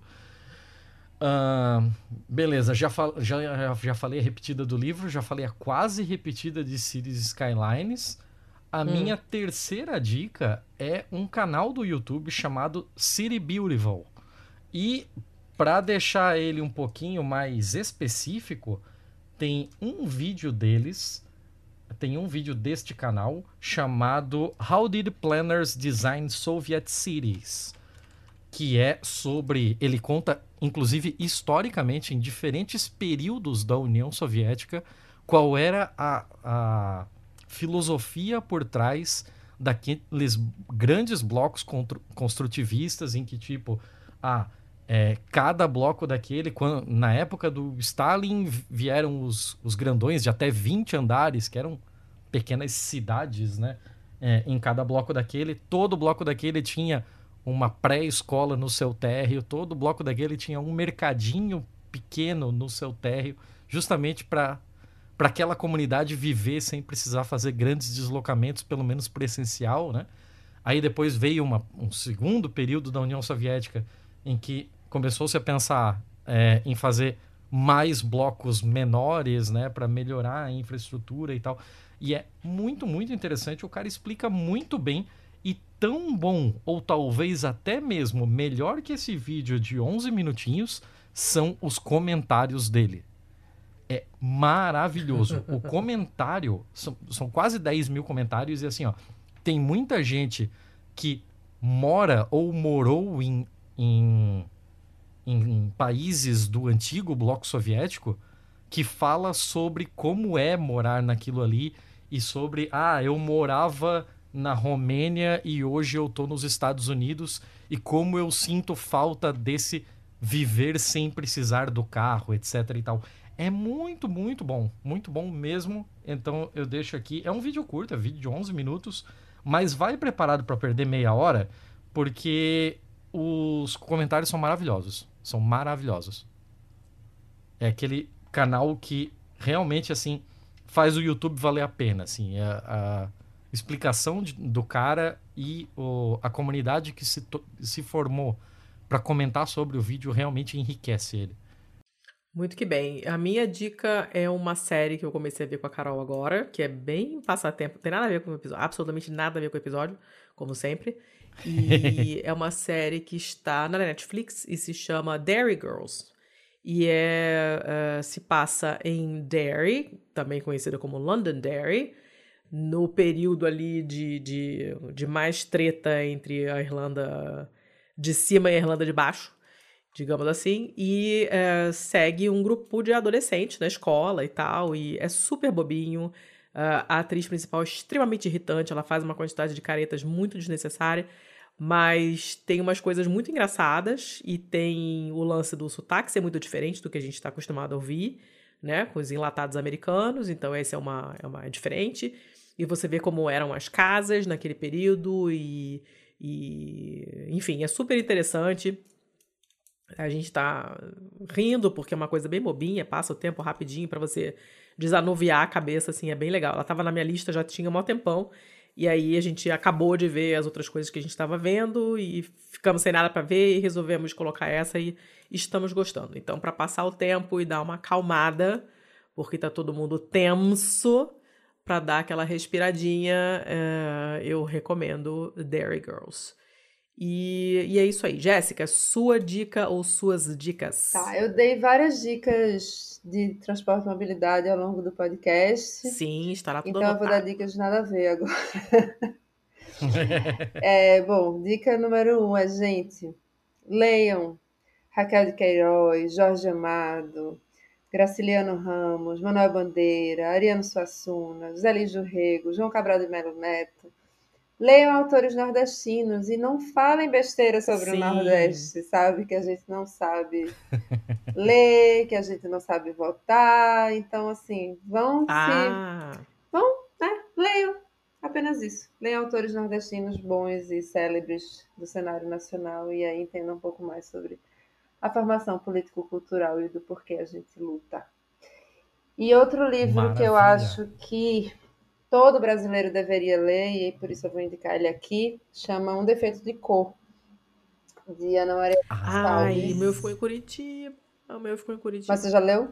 Ah, beleza, já, fal- já, já, já falei a repetida do livro, já falei a quase repetida de Cities Skylines. A Hum. minha terceira dica é um canal do YouTube chamado City Beautiful. E para deixar ele um pouquinho mais específico, tem um vídeo deles, tem um vídeo deste canal chamado How Did Planners Design Soviet Cities? Que é sobre, ele conta inclusive historicamente em diferentes períodos da União Soviética qual era a, a filosofia por trás daqueles grandes blocos contru- construtivistas em que tipo, ah, é, cada bloco daquele, quando, na época do Stalin vieram os, os grandões de até vinte andares, que eram pequenas cidades, né? É, em cada bloco daquele, todo bloco daquele tinha uma pré-escola no seu térreo, todo bloco daquele tinha um mercadinho pequeno no seu térreo, justamente para para aquela comunidade viver sem precisar fazer grandes deslocamentos, pelo menos presencial, né? Aí depois veio uma, um segundo período da União Soviética em que começou-se a pensar é, em fazer mais blocos menores, né, para melhorar a infraestrutura e tal. E é muito, muito interessante. O cara explica muito bem e tão bom, ou talvez até mesmo melhor que esse vídeo de onze minutinhos, são os comentários dele. É maravilhoso. O comentário, são, são quase dez mil comentários e assim, ó, tem muita gente que mora ou morou em, em, em países do antigo bloco soviético que fala sobre como é morar naquilo ali e sobre, ah, eu morava na Romênia e hoje eu tô nos Estados Unidos e como eu sinto falta desse viver sem precisar do carro, etc e tal. É muito, muito bom. Muito bom mesmo. Então eu deixo aqui. É um vídeo curto, é um vídeo de onze minutos, mas vai preparado para perder meia hora, porque os comentários são maravilhosos. São maravilhosos. É aquele canal que realmente, assim, faz o YouTube valer a pena, assim. A, a explicação de, do cara e o, a comunidade que se, to, se formou para comentar sobre o vídeo realmente enriquece ele. Muito que bem. A minha dica é uma série que eu comecei a ver com a Carol agora, que é bem passatempo, não tem nada a ver com o episódio, absolutamente nada a ver com o episódio, como sempre. E é uma série que está na Netflix e se chama Derry Girls. E é, uh, se passa em Derry, também conhecida como Londonderry, no período ali de, de, de mais treta entre a Irlanda de cima e a Irlanda de baixo, digamos assim, e uh, segue um grupo de adolescentes na escola e tal, e é super bobinho. Uh, a atriz principal é extremamente irritante, ela faz uma quantidade de caretas muito desnecessária, mas tem umas coisas muito engraçadas e tem o lance do sotaque ser muito diferente do que a gente está acostumado a ouvir, né, com os enlatados americanos, então esse é uma, é uma é diferente, e você vê como eram as casas naquele período e, e enfim, é super interessante. A gente tá rindo porque é uma coisa bem bobinha, passa o tempo rapidinho pra você desanuviar a cabeça, assim, é bem legal. Ela tava na minha lista, já tinha um maior tempão, e aí a gente acabou de ver as outras coisas que a gente tava vendo e ficamos sem nada pra ver e resolvemos colocar essa e estamos gostando. Então, pra passar o tempo e dar uma acalmada, porque tá todo mundo tenso, pra dar aquela respiradinha, é, eu recomendo Derry Girls. E, e é isso aí. Jéssica, sua dica ou suas dicas? Tá, eu dei várias dicas de transporte e mobilidade ao longo do podcast. Sim, estará tudo Então eu vou dar anotado. dicas de nada a ver agora. É, bom, dica número um é, gente, leiam Raquel de Queiroz, Jorge Amado, Graciliano Ramos, Manuel Bandeira, Ariano Suassuna, José Lins do Rego, João Cabral de Melo Neto. Leiam autores nordestinos e não falem besteira sobre Sim. o Nordeste, sabe? Que a gente não sabe ler, que a gente não sabe votar. Então, assim, vão Ah, se... Vão, né? Leiam. Apenas isso. Leiam autores nordestinos bons e célebres do cenário nacional e aí entendam um pouco mais sobre a formação político-cultural e do porquê a gente luta. E outro livro que eu Maravilha. acho que todo brasileiro deveria ler, e por isso eu vou indicar ele aqui, chama Um Defeito de Cor, de Ana Maria ai, Gonçalves. o meu ficou em Curitiba. O meu ficou em Curitiba. Mas você já leu?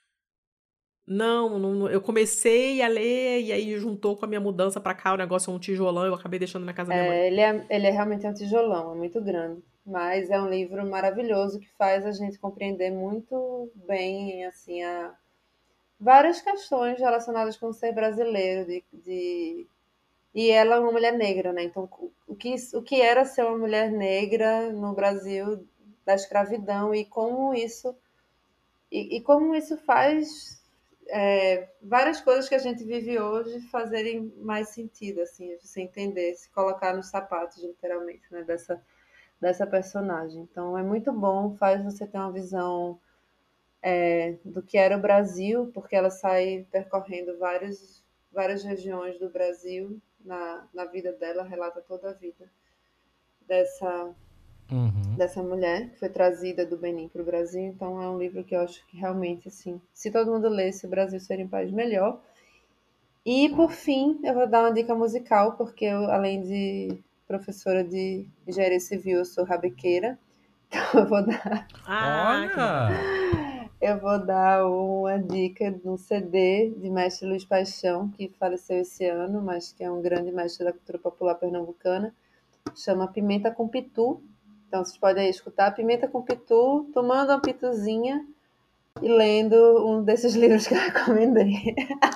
Não, não, eu comecei a ler e aí juntou com a minha mudança pra cá, o negócio é um tijolão, eu acabei deixando na casa da minha mãe. É, ele, é, ele é realmente um tijolão, é muito grande. Mas é um livro maravilhoso que faz a gente compreender muito bem, assim, a várias questões relacionadas com o ser brasileiro, de, de... e ela é uma mulher negra, né? Então, o que, o que era ser uma mulher negra no Brasil da escravidão e como isso e, e como isso faz é, várias coisas que a gente vive hoje fazerem mais sentido, assim, você entender, se colocar nos sapatos, literalmente, né? Dessa, dessa personagem. Então, é muito bom, faz você ter uma visão É, do que era o Brasil, porque ela sai percorrendo várias, várias regiões do Brasil na, na vida dela, relata toda a vida dessa, Uhum. dessa mulher que foi trazida do Benin para o Brasil. Então é um livro que eu acho que realmente, assim, se todo mundo lesse, o Brasil seria um país melhor. E por fim, eu vou dar uma dica musical, porque eu, além de professora de engenharia civil, eu sou rabequeira. Então eu vou dar Ah, que bom. Olha! Eu vou dar uma dica de um C D de mestre Luiz Paixão, que faleceu esse ano, mas que é um grande mestre da cultura popular pernambucana. Chama Pimenta com Pitu. Então vocês podem aí escutar Pimenta com Pitu, tomando uma pituzinha e lendo um desses livros que eu recomendei.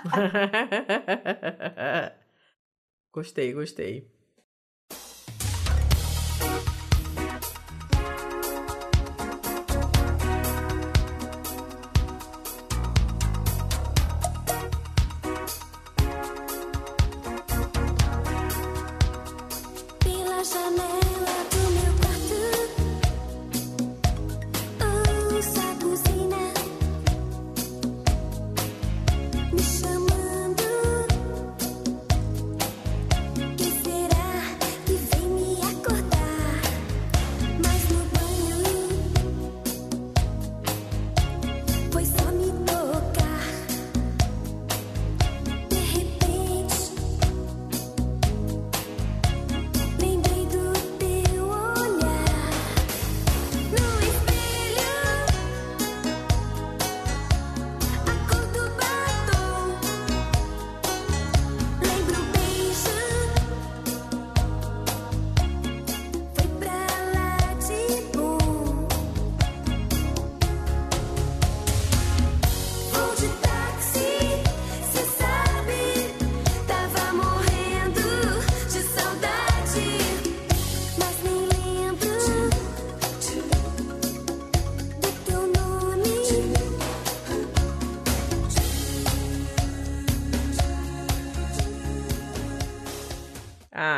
Gostei, gostei.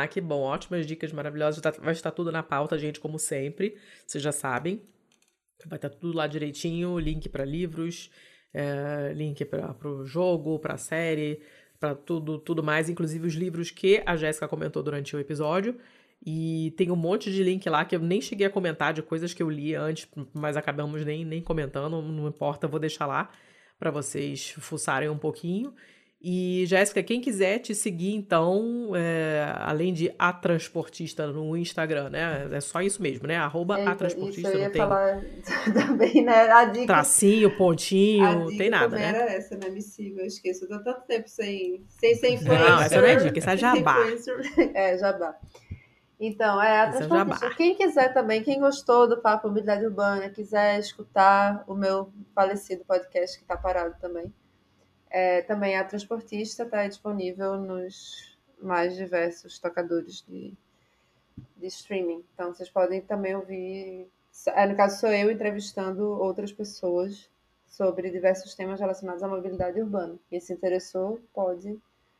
Ah, que bom. Ótimas dicas maravilhosas. Tá- Vai estar tudo na pauta, gente, como sempre. Vocês já sabem. Vai estar tudo lá direitinho. Link para livros, é, link para o jogo, para a série, para tudo, tudo mais. Inclusive os livros que a Jéssica comentou durante o episódio. E tem um monte de link lá que eu nem cheguei a comentar de coisas que eu li antes, mas acabamos nem, nem comentando. Não importa, eu vou deixar lá para vocês fuçarem um pouquinho. E, Jéssica, quem quiser te seguir, então, é, além de A Transportista no Instagram, né? É só isso mesmo, né? Arroba Eita, A Transportista, isso eu ia não tem falar também, né? A dica, tracinho, pontinho, a não dica tem nada, também né? era essa, né? Me siga, eu esqueço. Eu tô tanto tempo sem, sem ser influencer. Não, essa não é dica, isso é sem jabá. influencer. É, jabá. Então, é, a Isso é transportista. jabá. Quem quiser também, quem gostou do Papo Mobilidade Urbana, quiser escutar o meu falecido podcast que tá parado também, é, também a Transportista está disponível nos mais diversos tocadores de, de streaming. Então, vocês podem também ouvir. é, No caso, sou eu entrevistando outras pessoas sobre diversos temas relacionados à mobilidade urbana. Quem se interessou pode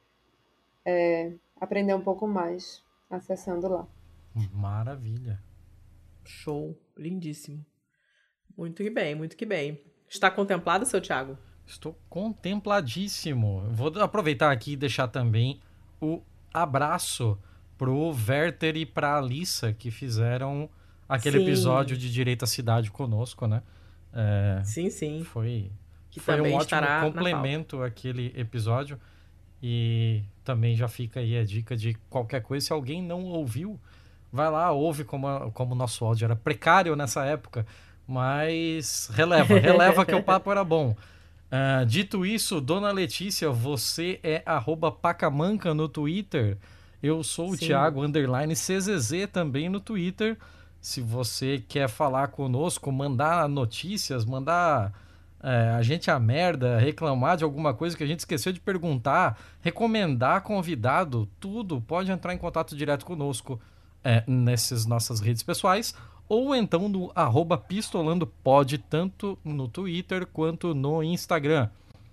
é, aprender um pouco mais acessando lá. Maravilha. Show, lindíssimo. Muito que bem, muito que bem. Está contemplado, seu Thiago? Estou contempladíssimo. Vou aproveitar aqui e deixar também o abraço pro Werther e pra Alissa, que fizeram aquele Sim. episódio de Direito à Cidade conosco, né? É, Sim, sim. Foi, Que foi um também ótimo estará na complemento aquele episódio. E também já fica aí a dica de qualquer coisa. Se alguém não ouviu, vai lá, ouve, como o como nosso áudio era precário nessa época. Mas releva, releva que o papo era bom. Uh, dito isso, Dona Letícia, você é arroba Pacamanca no Twitter. Eu sou o Sim. Thiago underline C Z Z também no Twitter. Se você quer falar conosco, mandar notícias, mandar é, a gente a merda, reclamar de alguma coisa que a gente esqueceu de perguntar, recomendar convidado, tudo, pode entrar em contato direto conosco é, nessas nossas redes pessoais. Ou então no arroba pistolandopod, tanto no Twitter quanto no Instagram.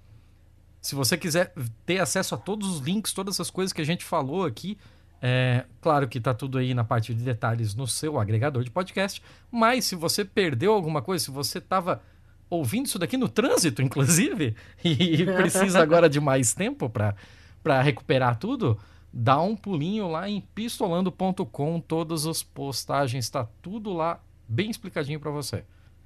Se você quiser ter acesso a todos os links, todas as coisas que a gente falou aqui, é claro que tá tudo aí na parte de detalhes no seu agregador de podcast, mas se você perdeu alguma coisa, se você estava ouvindo isso daqui no trânsito, inclusive, e precisa agora de mais tempo para recuperar tudo, dá um pulinho lá em pistolando ponto com, todas as postagens, tá tudo lá bem explicadinho para você.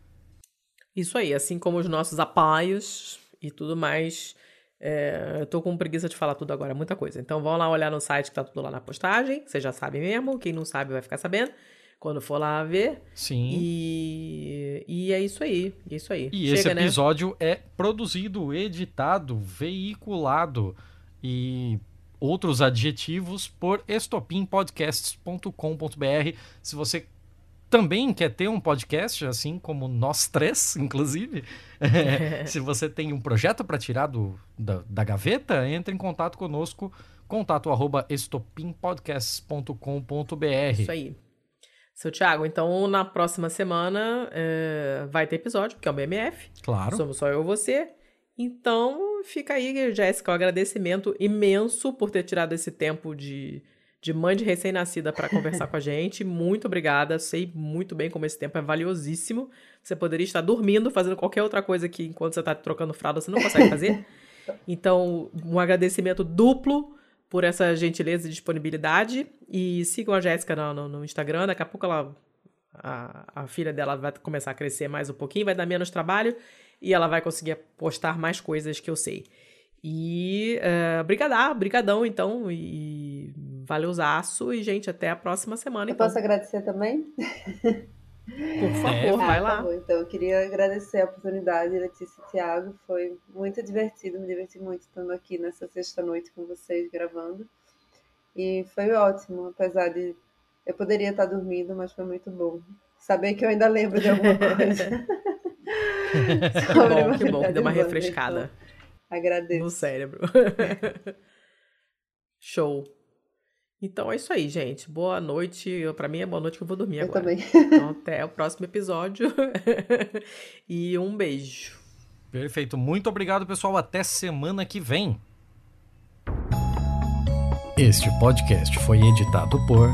Isso aí, assim como os nossos apoios e tudo mais. É, eu tô com preguiça de falar tudo agora, muita coisa. Então vão lá olhar no site que tá tudo lá na postagem. Vocês já sabem mesmo. Quem não sabe vai ficar sabendo quando for lá ver. Sim. E, e é isso aí. É isso aí. E Chega, esse né? episódio é produzido, editado, veiculado e outros adjetivos por estopim podcasts ponto com ponto b r. Se você também quer ter um podcast, assim como nós três, inclusive, é, se você tem um projeto para tirar do, da, da gaveta, entre em contato conosco, contato arroba estopim podcasts ponto com ponto b r. Isso aí. Seu Thiago, então na próxima semana é, vai ter episódio, porque é o B M F. Claro. Somos só eu e você. Então fica aí, Jéssica, um agradecimento imenso por ter tirado esse tempo de, de mãe de recém-nascida para conversar com a gente. Muito obrigada. Sei muito bem como esse tempo é valiosíssimo. Você poderia estar dormindo, fazendo qualquer outra coisa que enquanto você está trocando fralda você não consegue fazer. Então, um agradecimento duplo por essa gentileza e disponibilidade. E sigam a Jéssica no, no, no Instagram. Daqui a pouco ela, a, a filha dela vai começar a crescer mais um pouquinho, vai dar menos trabalho e ela vai conseguir postar mais coisas que eu sei. E uh, brigadão, brigadão, então. E valeuzaço. E, gente, até a próxima semana. Eu então. posso agradecer também? Por favor, Ah, vai tá lá. bom. Então, eu queria agradecer a oportunidade, Letícia e Thiago. Foi muito divertido, me diverti muito estando aqui nessa sexta-noite com vocês, gravando. E foi ótimo, apesar de... Eu poderia estar dormindo, mas foi muito bom. Saber que eu ainda lembro de alguma coisa. Que bom, que bom, que deu uma refrescada. Então, agradeço. No cérebro. Show. Então é isso aí, gente. Boa noite. Eu, pra mim é boa noite que eu vou dormir Eu agora. também. Então até o próximo episódio. E um beijo. Perfeito. Muito obrigado, pessoal. Até semana que vem. Este podcast foi editado por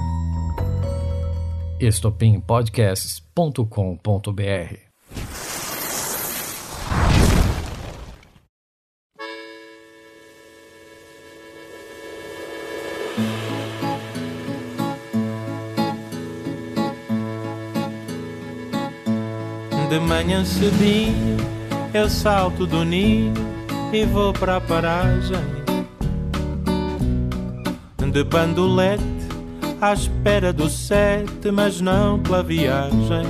estopim podcasts ponto com ponto b r. De manhã cedinho eu salto do ninho e vou para a paragem de bandolete à espera do sete, mas não pela viagem.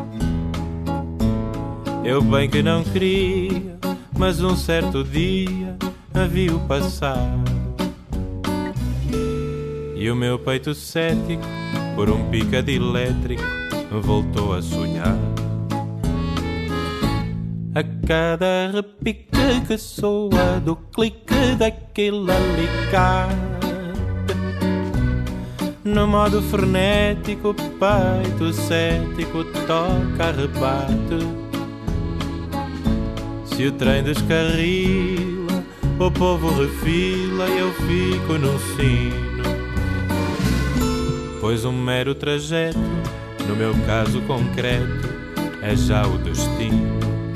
Eu bem que não queria, mas um certo dia a vi-o passar. E o meu peito cético, por um picado elétrico, voltou a sonhar. A cada repique que soa do clique daquele alicate, no modo frenético, o peito cético toca, rebate. Se o trem descarrila, o povo refila e eu fico num sino. Pois um mero trajeto, no meu caso concreto, é já o destino.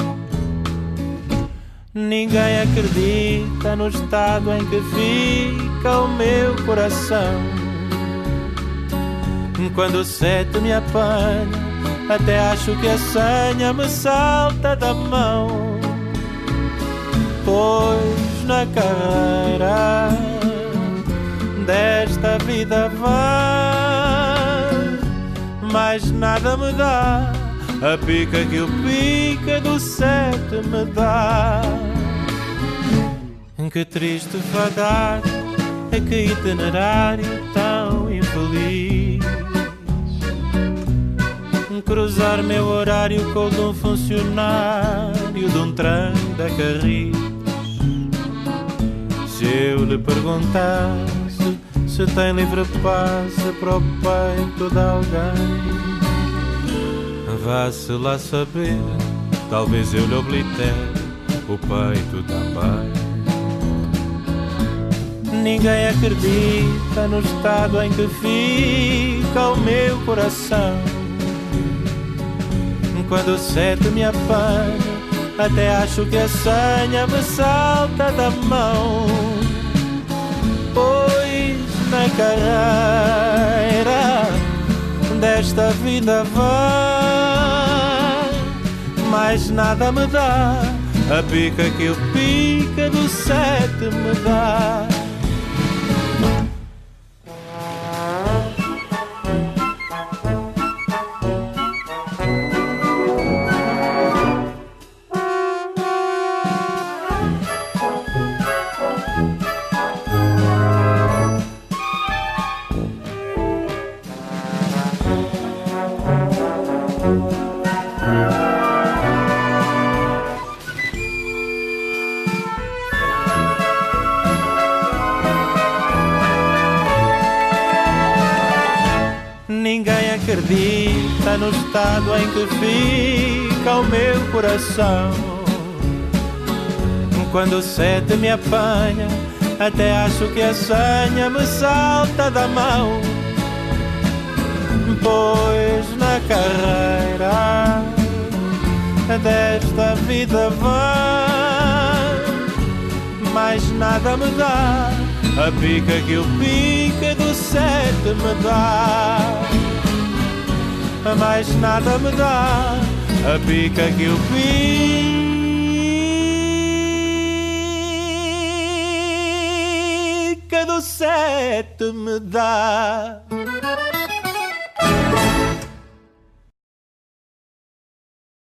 Ninguém acredita no estado em que fica o meu coração. Quando o sete me apanha, até acho que a senha me salta da mão. Pois na carreira desta vida vai, mais nada me dá a pica que o pica do sete me dá. Que triste vagar, que itinerário tão infeliz. Cruzar meu horário com o de um funcionário de um trem da Carris. Se eu lhe perguntasse se tem livre passe para o peito de alguém, vá-se lá saber, talvez eu lhe oblitere o peito também. Ninguém acredita no estado em que fica o meu coração. Quando o sete me apanha, até acho que a senha me salta da mão. Pois na carreira desta vida vai, mais nada me dá a pica que o pica do sete me dá. Acredita no estado em que fica o meu coração. Quando o sete me apanha, até acho que a senha me salta da mão. Pois na carreira desta vida vai, mais nada me dá a pica que o pica do sete me dá. Mais nada me dá a pica que o pica do sete me dá.